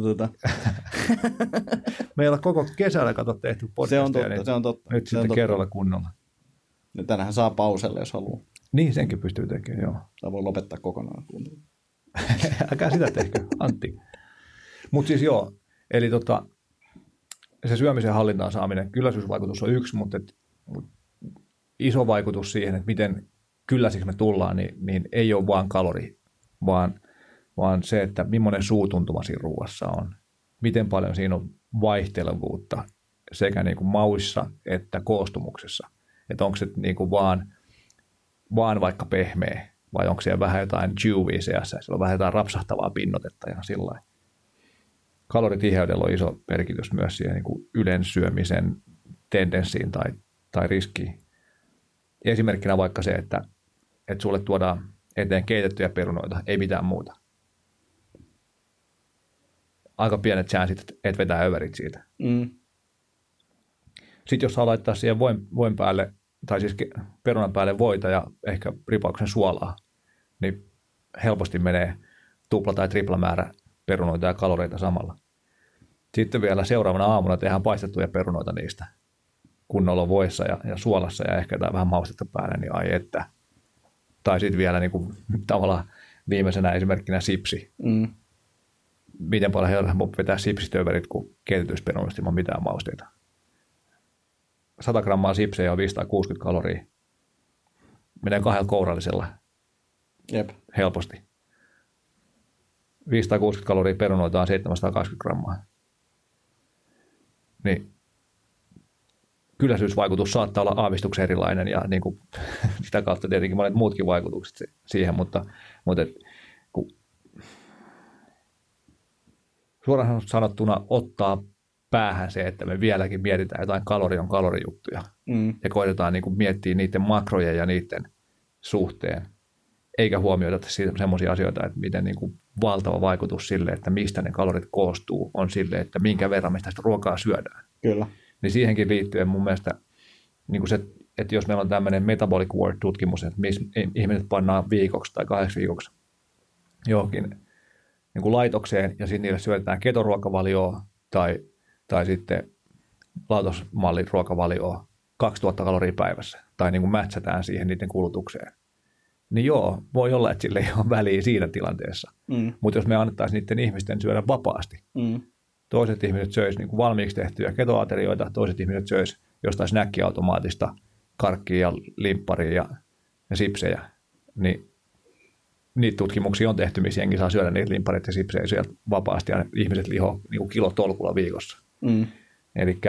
[SPEAKER 2] Meillä on koko kesällä tehty podcastia.
[SPEAKER 1] Se on totta.
[SPEAKER 2] Nyt sitten kerralla kunnolla.
[SPEAKER 1] Ja tänähän saa pauselle, jos haluaa.
[SPEAKER 2] Niin, senkin pystyy tekemään, joo.
[SPEAKER 1] Tai voi lopettaa kokonaan.
[SPEAKER 2] Älkää sitä tehkö, Antti. Mutta siis joo, eli se syömisen hallintaan saaminen, kylläisyysvaikutus on yksi, mutta iso vaikutus siihen, että miten kylläisiksi me tullaan, niin ei ole vaan kalori, vaan se, että millainen suutuntuma siinä ruuassa on. Miten paljon siinä on vaihtelevuutta sekä niin kuin mauissa että koostumuksessa. Että onko se niin kuin vaan vaikka pehmeä, vai onko siellä vähän jotain chewy seassa, siellä on vähän jotain rapsahtavaa pinnotetta ja sillä lailla. Kaloritiheydellä on iso merkitys myös siihen niin kuin ylensyömisen tendenssiin tai riskiin. Esimerkkinä vaikka se, että sulle tuodaan eteen keitettyjä perunoita, ei mitään muuta. Aika pienet chanssit, et vetää överit siitä.
[SPEAKER 1] Mm.
[SPEAKER 2] Sitten jos saa laittaa siihen voin päälle, tai siis perunan päälle voita ja ehkä ripauksen suolaa, niin helposti menee tupla tai tripla määrä perunoita ja kaloreita samalla. Sitten vielä seuraavana aamuna tehdään paistettuja perunoita niistä kunnolla voissa ja suolassa ja ehkä jotain vähän maustetta päälle, niin ai että. Tai sitten vielä niin kuin, tavallaan viimeisenä esimerkkinä sipsi.
[SPEAKER 1] Mm.
[SPEAKER 2] Miten paljon helpompi vetää sipsitöverit kuin keitetyistä perunoista ilman mitään mausteita. 100 grammaa sipsejä on 560 kaloria. Menee 2 kourallisella.
[SPEAKER 1] Jep.
[SPEAKER 2] Helposti. 560 kaloria perunoita on 720 grammaa. Niin kylläisyysvaikutus saattaa olla aavistuksen erilainen ja niin kuin, sitä kautta tietenkin monet muutkin vaikutukset siihen, mutta suoraan sanottuna ottaa päähän se, että me vieläkin mietitään jotain kalorijuttuja ja koitetaan niin kuin miettiä niiden makrojen ja niiden suhteen, eikä huomioida semmoisia asioita, että miten niin kuin valtava vaikutus sille, että mistä ne kalorit koostuu, on sille, että minkä verran me sitä ruokaa syödään.
[SPEAKER 1] Kyllä.
[SPEAKER 2] Niin siihenkin liittyen mun mielestä niin kuin se, että jos meillä on tämmöinen metabolic ward-tutkimus, että missä ihmiset pannaan viikoksi tai 8 viikoksi johonkin niin kuin laitokseen ja sitten niille syötetään ketoruokavalioa tai sitten laitosmallin ruokavalioa 2000 kaloria päivässä tai niin kuin matchataan siihen niiden kulutukseen. Niin joo, voi olla, että sille ei ole väliä siinä tilanteessa. Mutta jos me annettaisiin niiden ihmisten syödä vapaasti, toiset ihmiset söis niin kuin valmiiksi tehtyjä ketoaterioita, toiset ihmiset söis jostain snäkkiautomaatista karkkia ja limpparia ja sipsejä, niin niitä tutkimuksia on tehty, missä jengi saa syödä niitä limppareita ja sipsejä sieltä vapaasti ja ihmiset liho niin kilotolkulla viikossa. Eli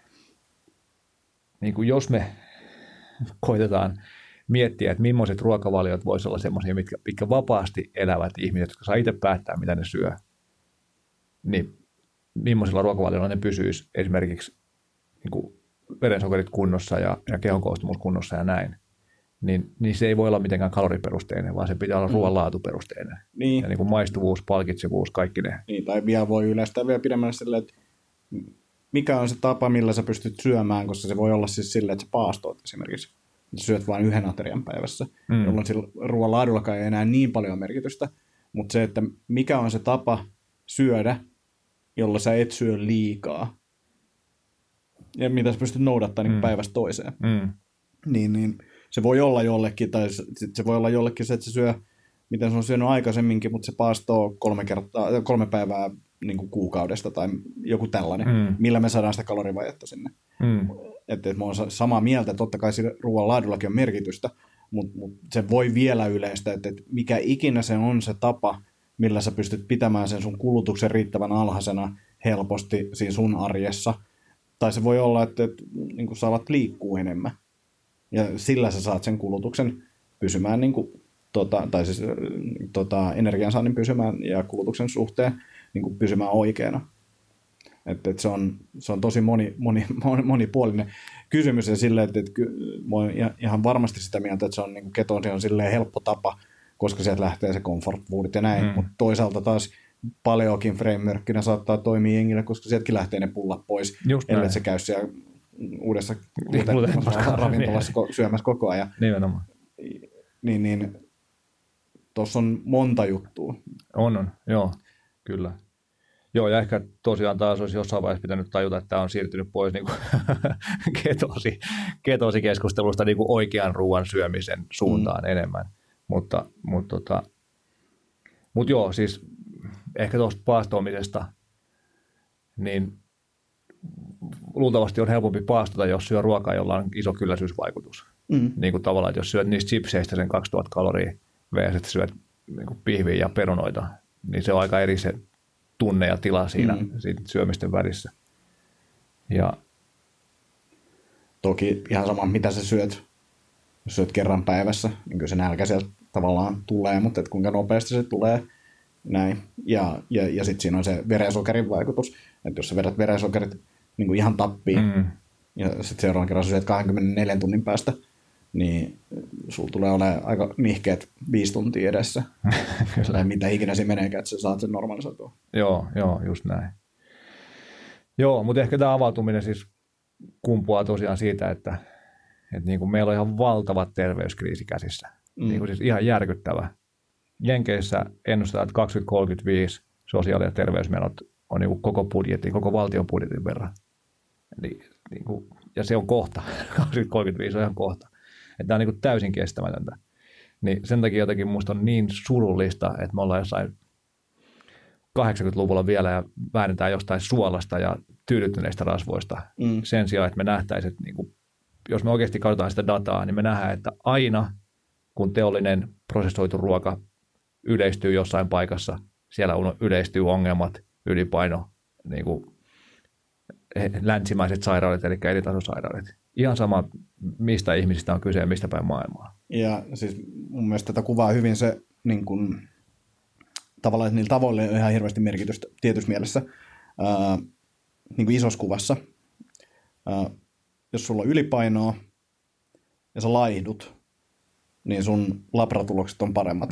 [SPEAKER 2] niin jos me koitetaan miettiä, että millaiset ruokavaliot voisi olla semmoisia, mitkä vapaasti elävät ihmiset, jotka saa itse päättää, mitä ne syö, niin millaisilla ruokavalioilla ne pysyisi esimerkiksi niin kuin verensokerit kunnossa ja kehon koostumus kunnossa ja näin, niin se ei voi olla mitenkään kaloriperusteinen, vaan se pitää olla ruoanlaatuperusteinen.
[SPEAKER 1] Niin.
[SPEAKER 2] Ja niin kuin maistuvuus, palkitsevuus, kaikki ne.
[SPEAKER 1] Niin, tai vielä voi yleistää vielä pidemmälle silleen, että mikä on se tapa, millä sä pystyt syömään, koska se voi olla siis silleen, että sä paastoit esimerkiksi. Sä syöt vain 1 aterian päivässä, jolloin sillä ruoan laadullakaan ei enää niin paljon merkitystä. Mutta se, että mikä on se tapa syödä, jolla sä et syö liikaa, ja mitä sä pystyt noudattamaan niin päivästä toiseen, niin se voi olla jollekin, tai se voi olla jollekin se, että se syö, miten se on syönyt aikaisemminkin, mutta se paastoo 3 päivää niin kuin kuukaudesta tai joku tällainen, millä me saadaan sitä kalorivajetta sinne. Että mä oon samaa mieltä, että totta kai sillä ruoan laadullakin on merkitystä, mutta se voi vielä yleistä, että mikä ikinä se on se tapa, millä sä pystyt pitämään sen sun kulutuksen riittävän alhaisena helposti siinä sun arjessa. Tai se voi olla, että niin kuin sä alat liikkuu enemmän. Ja sillä sä saat sen kulutuksen pysymään, niin kuin, energiansaannin pysymään ja kulutuksen suhteen niin kuin pysymään oikeana. Että se on tosi monipuolinen kysymys ja silleen, että mä oon ihan varmasti sitä mieltä, että se on niin kuin ketoosi on silleen helppo tapa, koska sieltä lähtee se comfort foodit ja näin, mutta toisaalta taas paleokin frameworkina saattaa toimia jengille, koska sieltäkin lähtee ne pullat pois, ellei se käy siellä uudessa ravintolassa syömässä koko ajan.
[SPEAKER 2] Nimenomaan.
[SPEAKER 1] Niin tuossa on monta juttua.
[SPEAKER 2] On, joo, kyllä. Joo, ja ehkä tosiaan taas olisi jossain vaiheessa pitänyt tajuta, että tämä on siirtynyt pois niin kuin ketoosikeskustelusta niin kuin oikean ruoan syömisen suuntaan enemmän. Mutta joo, siis ehkä tuosta paastoamisesta, niin luultavasti on helpompi paastota, jos syö ruokaa, jolla on iso kylläisyysvaikutus. Niin kuin tavallaan, että jos syöt niistä chipseistä sen 2000 kaloria, vs. että syöt niin kuin pihviä ja perunoita, niin se on aika eri se tunne ja tila siinä syömisten välissä. Ja
[SPEAKER 1] toki ihan sama, mitä sä syöt. Jos syöt kerran päivässä, niin kyllä se nälkä sieltä tavallaan tulee, mutta et kuinka nopeasti se tulee. Näin. Ja sitten siinä on se verensokerin vaikutus. Että jos sä vedät verensokerit niin kuin ihan tappiin, ja sitten seuraavan kerran sä syöt 24 tunnin päästä, niin sulla tulee olemaan aika nihkeät 5 tuntia edessä. Tai mitä ikinä se meneekään, että sä saat sen normalisoitua.
[SPEAKER 2] Joo, just näin. Joo, mutta ehkä tämä avautuminen siis kumpuaa tosiaan siitä, että niin kuin meillä on ihan valtava terveyskriisi käsissä. Niin kuin siis ihan järkyttävä. Jenkeissä ennustetaan, että 2035 sosiaali- ja terveysmenot on niin kuin koko budjetin, koko valtion budjetin verran. Niin kuin, ja se on kohta. 2035 on ihan kohta. Että tämä on niin kuin täysin kestämätöntä. Niin sen takia jotenkin minusta on niin surullista, että me ollaan jossain 80-luvulla vielä ja väännetään jostain suolasta ja tyydyttyneistä rasvoista. Sen sijaan, että me nähtäisiin, että niin kuin, jos me oikeasti katsotaan sitä dataa, niin me nähdään, että aina kun teollinen prosessoitu ruoka yleistyy jossain paikassa, siellä yleistyy ongelmat, ylipaino, niin kuin länsimaiset sairaudet, eli elitasosairaudet. Ihan sama, mistä ihmisistä on kyse ja mistä päin maailmaa.
[SPEAKER 1] Ja siis mun mielestä tätä kuvaa hyvin se, niin kuin, tavallaan, että niillä tavoilla on ihan hirveästi merkitystä tietyssä mielessä niin kuin isossa kuvassa. Jos sulla on ylipainoa ja sä laihdut, niin sun labratulokset on paremmat.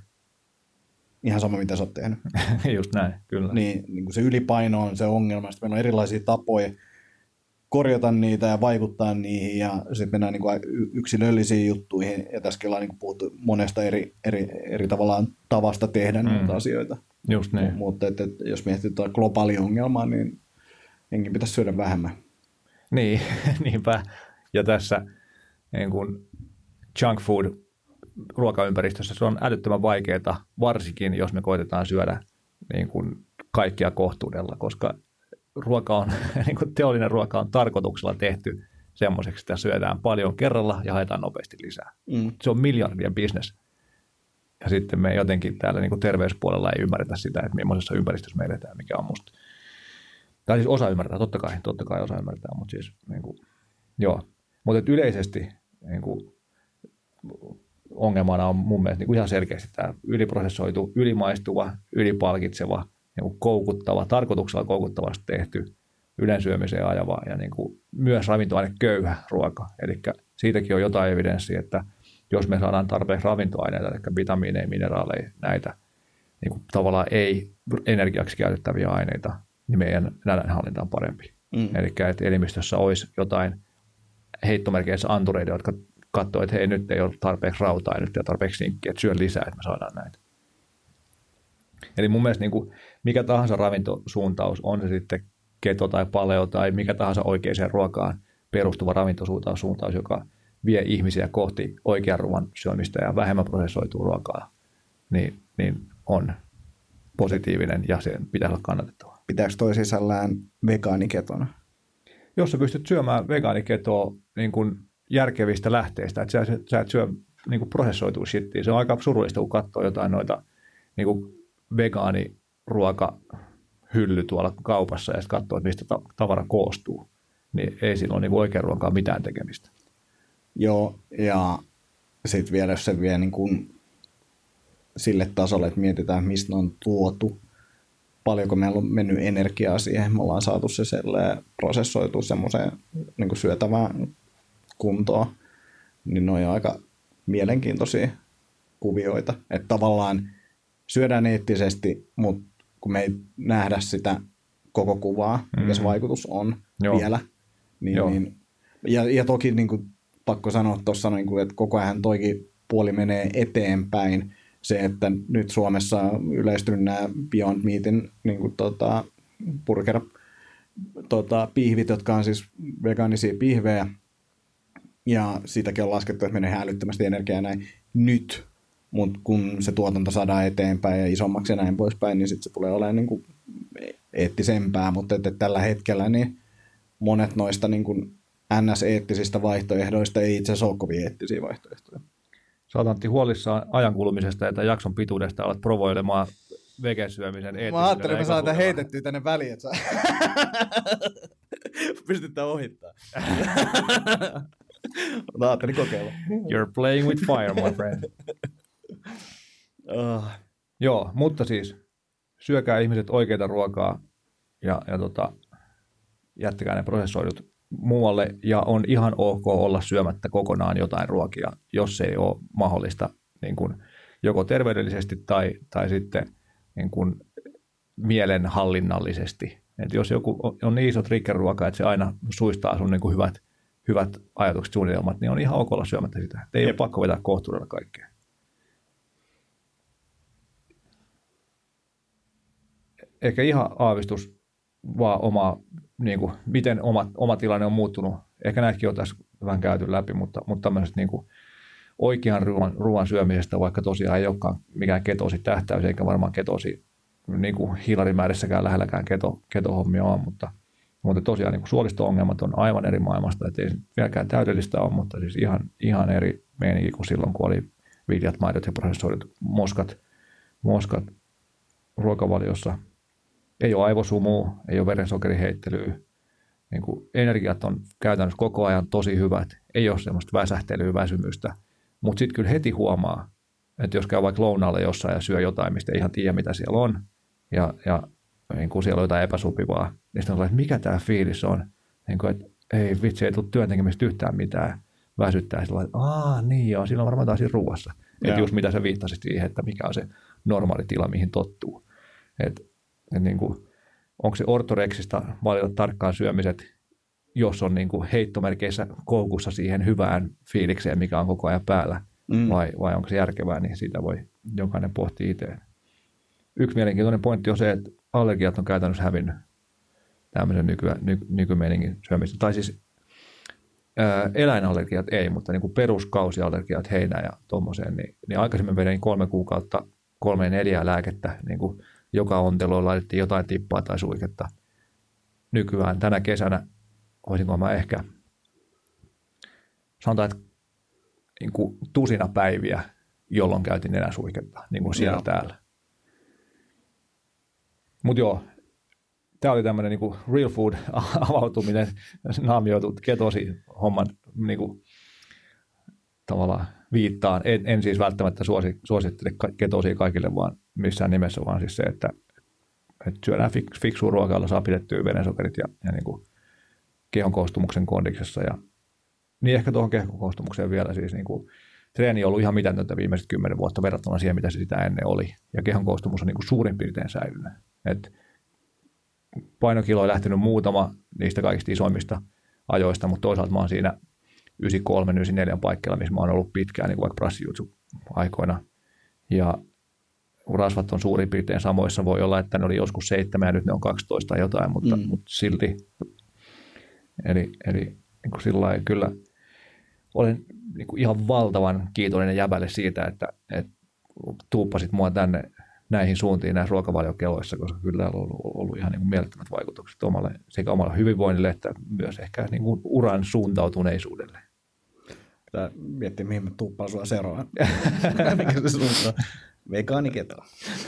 [SPEAKER 1] Ihan sama, mitä sä oot tehnyt.
[SPEAKER 2] Just näin, kyllä.
[SPEAKER 1] Niin kuin se ylipaino on se ongelma. Sitten meillä on erilaisia tapoja korjata niitä ja vaikuttaa niihin. Ja sitten mennään niin kuin yksilöllisiin juttuihin. Ja tässäkin ollaan niin kuin puhuttu monesta eri tavallaan tavasta tehdä näitä asioita.
[SPEAKER 2] Just niin.
[SPEAKER 1] Mutta jos miettii tuota globaalia ongelmaa, niin henki pitäisi syödä vähemmän.
[SPEAKER 2] Niin, niinpä. Ja tässä niin kuin junk food ruokaympäristössä se on älyttömän vaikeaa, varsinkin jos me koitetaan syödä niin kuin kaikkia kohtuudella, koska ruoka on, niin kuin teollinen ruoka on tarkoituksella tehty semmoiseksi, että syödään paljon kerralla ja haetaan nopeasti lisää. Se on miljardien bisnes. Ja sitten me jotenkin täällä niin kuin terveyspuolella ei ymmärretä sitä, että millaisessa ympäristössä me eletään, mikä on musta. Tai siis osa ymmärtää, totta kai osa ymmärtää, mutta siis niin kuin, joo. Mutta yleisesti niin kuin, ongelmana on mun mielestä niin kuin ihan selkeästi tämä yliprosessoitu, ylimaistuva, ylipalkitseva, niin kuin koukuttava, tarkoituksella koukuttavasti tehty, ylensyömiseen ajava ja niin kuin myös ravintoaine köyhä ruoka. Eli siitäkin on jotain evidenssiä, että jos me saadaan tarpeeksi ravintoaineita, eli vitamiineja, mineraaleja, näitä niin kuin tavallaan ei energiaksi käytettäviä aineita, niin meidän nälänhallinta on parempi. Eli että elimistössä olisi jotain heittomerkeissä antureita, jotka katsoo, että hei, nyt ei ole tarpeeksi rautaa, nyt ei ole tarpeeksi sinkkiä, että syö lisää, että me saadaan näitä. Eli mun mielestä niin kuin mikä tahansa ravintosuuntaus, on se sitten keto tai paleo tai mikä tahansa oikeaan ruokaan perustuva ravintosuuntaus, joka vie ihmisiä kohti oikean ruoan syömistä ja vähemmän prosessoitua ruokaa, niin on positiivinen ja se pitää olla kannatettavaa.
[SPEAKER 1] Pitääkö toi sisällään vegaaniketona?
[SPEAKER 2] Jos sä pystyt syömään vegaaniketoa niin kuin järkevistä lähteistä, että sä et syö niin kuin prosessoitua shittiä. Se on aika surullista, kun katsoo jotain noita niin kuin vegaaniruokahylly tuolla kaupassa ja sitten katsoo, että mistä tavara koostuu. Niin ei sillä ole niin kuin oikean ruokaan mitään tekemistä.
[SPEAKER 1] Joo, ja sitten vielä jos se vie niin kuin sille tasolle, että mietitään, mistä ne on tuotu, paljonko meillä on mennyt energiaa siihen, me ollaan saatu se prosessoitu semmoiseen niin kuin syötävään kuntoon, niin ne on jo aika mielenkiintoisia kuvioita. Että tavallaan syödään eettisesti, mutta kun me ei nähdä sitä koko kuvaa, mikä se vaikutus on vielä, niin ja toki niin kuin, pakko sanoa tuossa, niin kuin, että koko ajan toikin puoli menee eteenpäin. Se, että nyt Suomessa on yleistynyt nämä Beyond Meatin niin kuin, burger-pihvit, jotka on siis vegaanisia pihvejä. Ja siitäkin on laskettu, että menee älyttömästi energiaa näin nyt. Mutta kun se tuotanto saadaan eteenpäin ja isommaksi ja näin poispäin, niin sitten se tulee olemaan niin kuin eettisempää. Mutta että tällä hetkellä niin monet noista niin kuin NS-eettisistä vaihtoehdoista ei itse asiassa ole kovin eettisiä vaihtoehtoja.
[SPEAKER 2] Sä oot Antti huolissaan ajankulumisesta ja tämän jakson pituudesta alat provoilemaan vegesyömisen eettisyyden.
[SPEAKER 1] Mä ajattelin, että me saadaan heitettyä tänne väliin, että pystytään ohittaa. Mä ajattelin kokeilla.
[SPEAKER 2] You're playing with fire, my friend. Joo, mutta siis syökää ihmiset oikeita ruokaa ja jättäkää ne prosessoidut muualle, ja on ihan ok olla syömättä kokonaan jotain ruokia, jos se ei ole mahdollista niin kuin joko terveydellisesti tai sitten niin kuin mielenhallinnallisesti. Et jos joku on niin iso trigger-ruoka, että se aina suistaa sun niin kuin hyvät ajatukset, suunnitelmat, niin on ihan ok olla syömättä sitä. Et ei ole pakko vetää kohtuudella kaikkea. Ehkä ihan aavistus vaan niin kuin, miten oma tilanne on muuttunut. Ehkä näitäkin on tässä vähän käyty läpi, mutta tämmöisestä niin kuin oikean ruoan syömisestä, vaikka tosiaan ei olekaan mikään ketoosi tähtäys, eikä varmaan ketoosi niin kuin hiilarimäärissäkään lähelläkään ketohommia on, mutta tosiaan niin kuin suolisto-ongelmat on aivan eri maailmasta, ettei se vieläkään täydellistä ole, mutta siis ihan eri meininki kuin silloin, kun oli viljat, maidot ja prosessoidut moskat ruokavaliossa. Ei ole aivosumua, ei ole verensokeriheittelyä. Niin kuin energiat on käytännössä koko ajan tosi hyvät. Ei ole semmoista väsähtelyä, väsymystä. Mutta sitten kyllä heti huomaa, että jos käy vaikka lounaalla jossain ja syö jotain, mistä ei ihan tiedä, mitä siellä on, ja niin kuin siellä on jotain epäsopivaa, niin sitten on että mikä tämä fiilis on. Niin kuin, että ei vitsi, ei tule työntekemistä yhtään mitään. Väsyttää sillä että niin joo, silloin on varmaan taas siinä ruuassa. Että just mitä sä viittasit siihen, että mikä on se normaali tila, mihin tottuu. Että niin kuin, onko se ortoreksista valita tarkkaan syömiset, jos on niin kuin heittomerkeissä koukussa siihen hyvään fiilikseen, mikä on koko ajan päällä, vai onko se järkevää, niin siitä voi jokainen pohtia itse. Yksi mielenkiintoinen pointti on se, että allergiat on käytännössä hävinnyt tämmöisen nykymeiningin syömistä. Tai siis eläinallergiat ei, mutta niin kuin peruskausiallergiat heinään ja tuommoiseen, niin aikaisemmin vedin 3 kuukautta 3-4 lääkettä, niin kuin joka onteluun laitettiin jotain tippaa tai suiketta. Nykyään tänä kesänä olisinko mä ehkä, sanotaan, että niin kuin tusina päiviä, jolloin käytin nenäsuiketta, niin kuin siellä täällä. Mutta joo, tämä oli tämmöinen niin kuin real food avautuminen, naamioitu ketosi homman niin kuin, tavallaan viittaan. En siis välttämättä suosittele ketosia kaikille, vaan missään nimessä, vaan siis se, että syödään fiksua ruokaa, jolla saa pidettyä verensokerit ja niin kuin kehon koostumuksen kondiksessa. Ja niin ehkä tuohon kehon koostumukseen vielä siis niin kuin, treeni on ollut ihan mitätöntä viimeiset 10 vuotta verrattuna siihen, mitä se sitä ennen oli. Ja kehon koostumus on niin kuin suurin piirtein säilynyt. Et painokilo on lähtenyt muutama niistä kaikista isoimmista ajoista, mutta toisaalta mä oon siinä 93-94 paikkeilla, missä mä oon ollut pitkään, niin kuin vaikka brassijutsu aikoina. Ja rasvat on suurin piirtein samoissa. Voi olla, että ne oli joskus 7 ja nyt ne on 12 tai jotain, mutta silti. Eli niin kuin sillä lailla kyllä olen niin kuin ihan valtavan kiitollinen jäbälle siitä, että tuuppasit mua tänne näihin suuntiin näissä ruokavaliokeloissa, koska kyllä on ollut ihan niin kuin mielettömät vaikutukset sekä omalle hyvinvoinnille että myös ehkä niin kuin uran suuntautuneisuudelle.
[SPEAKER 1] Pitää miettiä, mihin me tuuppaan sua seuraavaan. Mikä se suunta on? Vegaaniketo.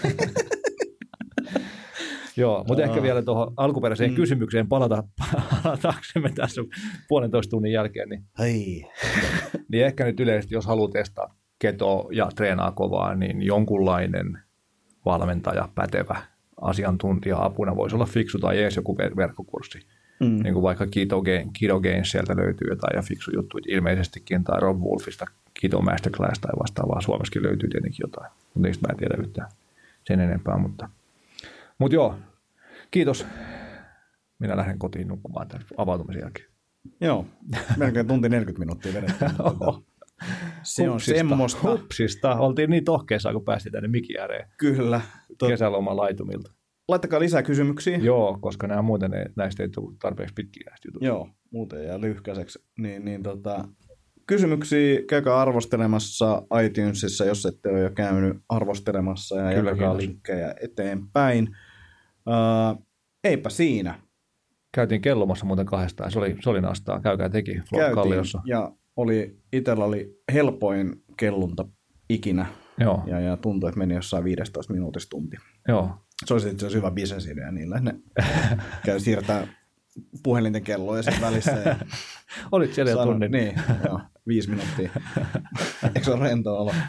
[SPEAKER 2] Joo, mutta ehkä vielä tuohon alkuperäiseen kysymykseen palataksemme tässä 1,5 tunnin jälkeen. Niin ehkä nyt yleisesti, jos haluaa testaa ketoa ja treenaa kovaa, niin jonkunlainen valmentaja, pätevä asiantuntija apuna voisi olla fiksu tai edes joku verkkokurssi. Niin kuin vaikka Keto Gains sieltä löytyy jotain ja fiksu juttu ilmeisestikin, tai Rob Wolfista Keto Masterclass tai vastaavaa. Suomessakin löytyy tietenkin jotain, mutta niistä mä en tiedä yhtään sen enempää. Mutta joo, kiitos. Minä lähden kotiin nukkumaan tämän avautumisen jälkeen.
[SPEAKER 1] Joo, melkein tunti 40 minuuttia vedetään. Se on semmoista.
[SPEAKER 2] Hupsista. Oltiin niin tohkeessa, kun päästiin tänne mikin ääreen.
[SPEAKER 1] Kyllä.
[SPEAKER 2] Kesäloma laitumilta.
[SPEAKER 1] Laittakaa lisää kysymyksiä.
[SPEAKER 2] Joo, koska nämä muuten näistä ei tule tarpeeksi pitkiä näistä jutut.
[SPEAKER 1] Joo, muuten jää lyhkäiseksi. Kysymyksiä käykää arvostelemassa iTunesissa, jos ette ole jo käynyt arvostelemassa, ja jakakaa linkkejä eteenpäin. Eipä siinä.
[SPEAKER 2] Käytiin kellomassa muuten 2. Se oli nastaa. Käykää teki Float Kalliossa.
[SPEAKER 1] Ja itsellä oli helpoin kellunta ikinä.
[SPEAKER 2] Joo.
[SPEAKER 1] Ja tuntui, että meni jossain 15 minuutista tunti.
[SPEAKER 2] Joo.
[SPEAKER 1] Se olisi itse asiassa hyvä business-idea niille. Ne käy siirtää puhelinten kelloja sen välissä. Ja
[SPEAKER 2] olit siellä jo tunnin.
[SPEAKER 1] Niin, joo, 5 minuuttia. Eikö se ole rentoa olla?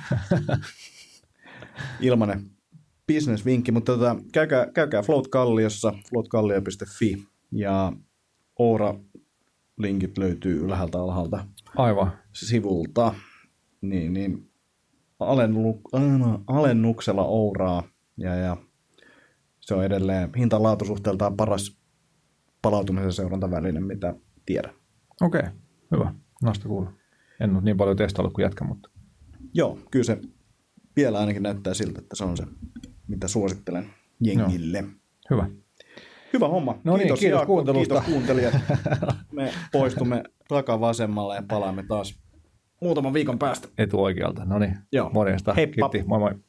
[SPEAKER 1] Ilmanen business-vinkki, mutta käykää Float Kalliossa, floatkallio.fi, ja Oura-linkit löytyy ylhäältä alhaalta.
[SPEAKER 2] Aivan.
[SPEAKER 1] Sivulta. Niin alennuksella Ouraa, ja se on edelleen hinta-laatusuhteeltaan paras palautumisen seurantaväline, mitä tiedän.
[SPEAKER 2] Okei, hyvä. Noista kuulla. En ole niin paljon testaillut kuin jätkä, mutta...
[SPEAKER 1] Joo, kyllä se vielä ainakin näyttää siltä, että se on se, mitä suosittelen jengille.
[SPEAKER 2] Joo. Hyvä.
[SPEAKER 1] Hyvä homma.
[SPEAKER 2] No
[SPEAKER 1] kiitos
[SPEAKER 2] kiitos
[SPEAKER 1] Jaakko,
[SPEAKER 2] kuuntelusta.
[SPEAKER 1] Kiitos kuuntelijat. Me poistumme takavasemmalle ja palaamme taas muutaman viikon päästä.
[SPEAKER 2] Etuoikealta. No niin,
[SPEAKER 1] Joo.
[SPEAKER 2] morjesta.
[SPEAKER 1] Heippa.
[SPEAKER 2] Kiitti. Moi moi.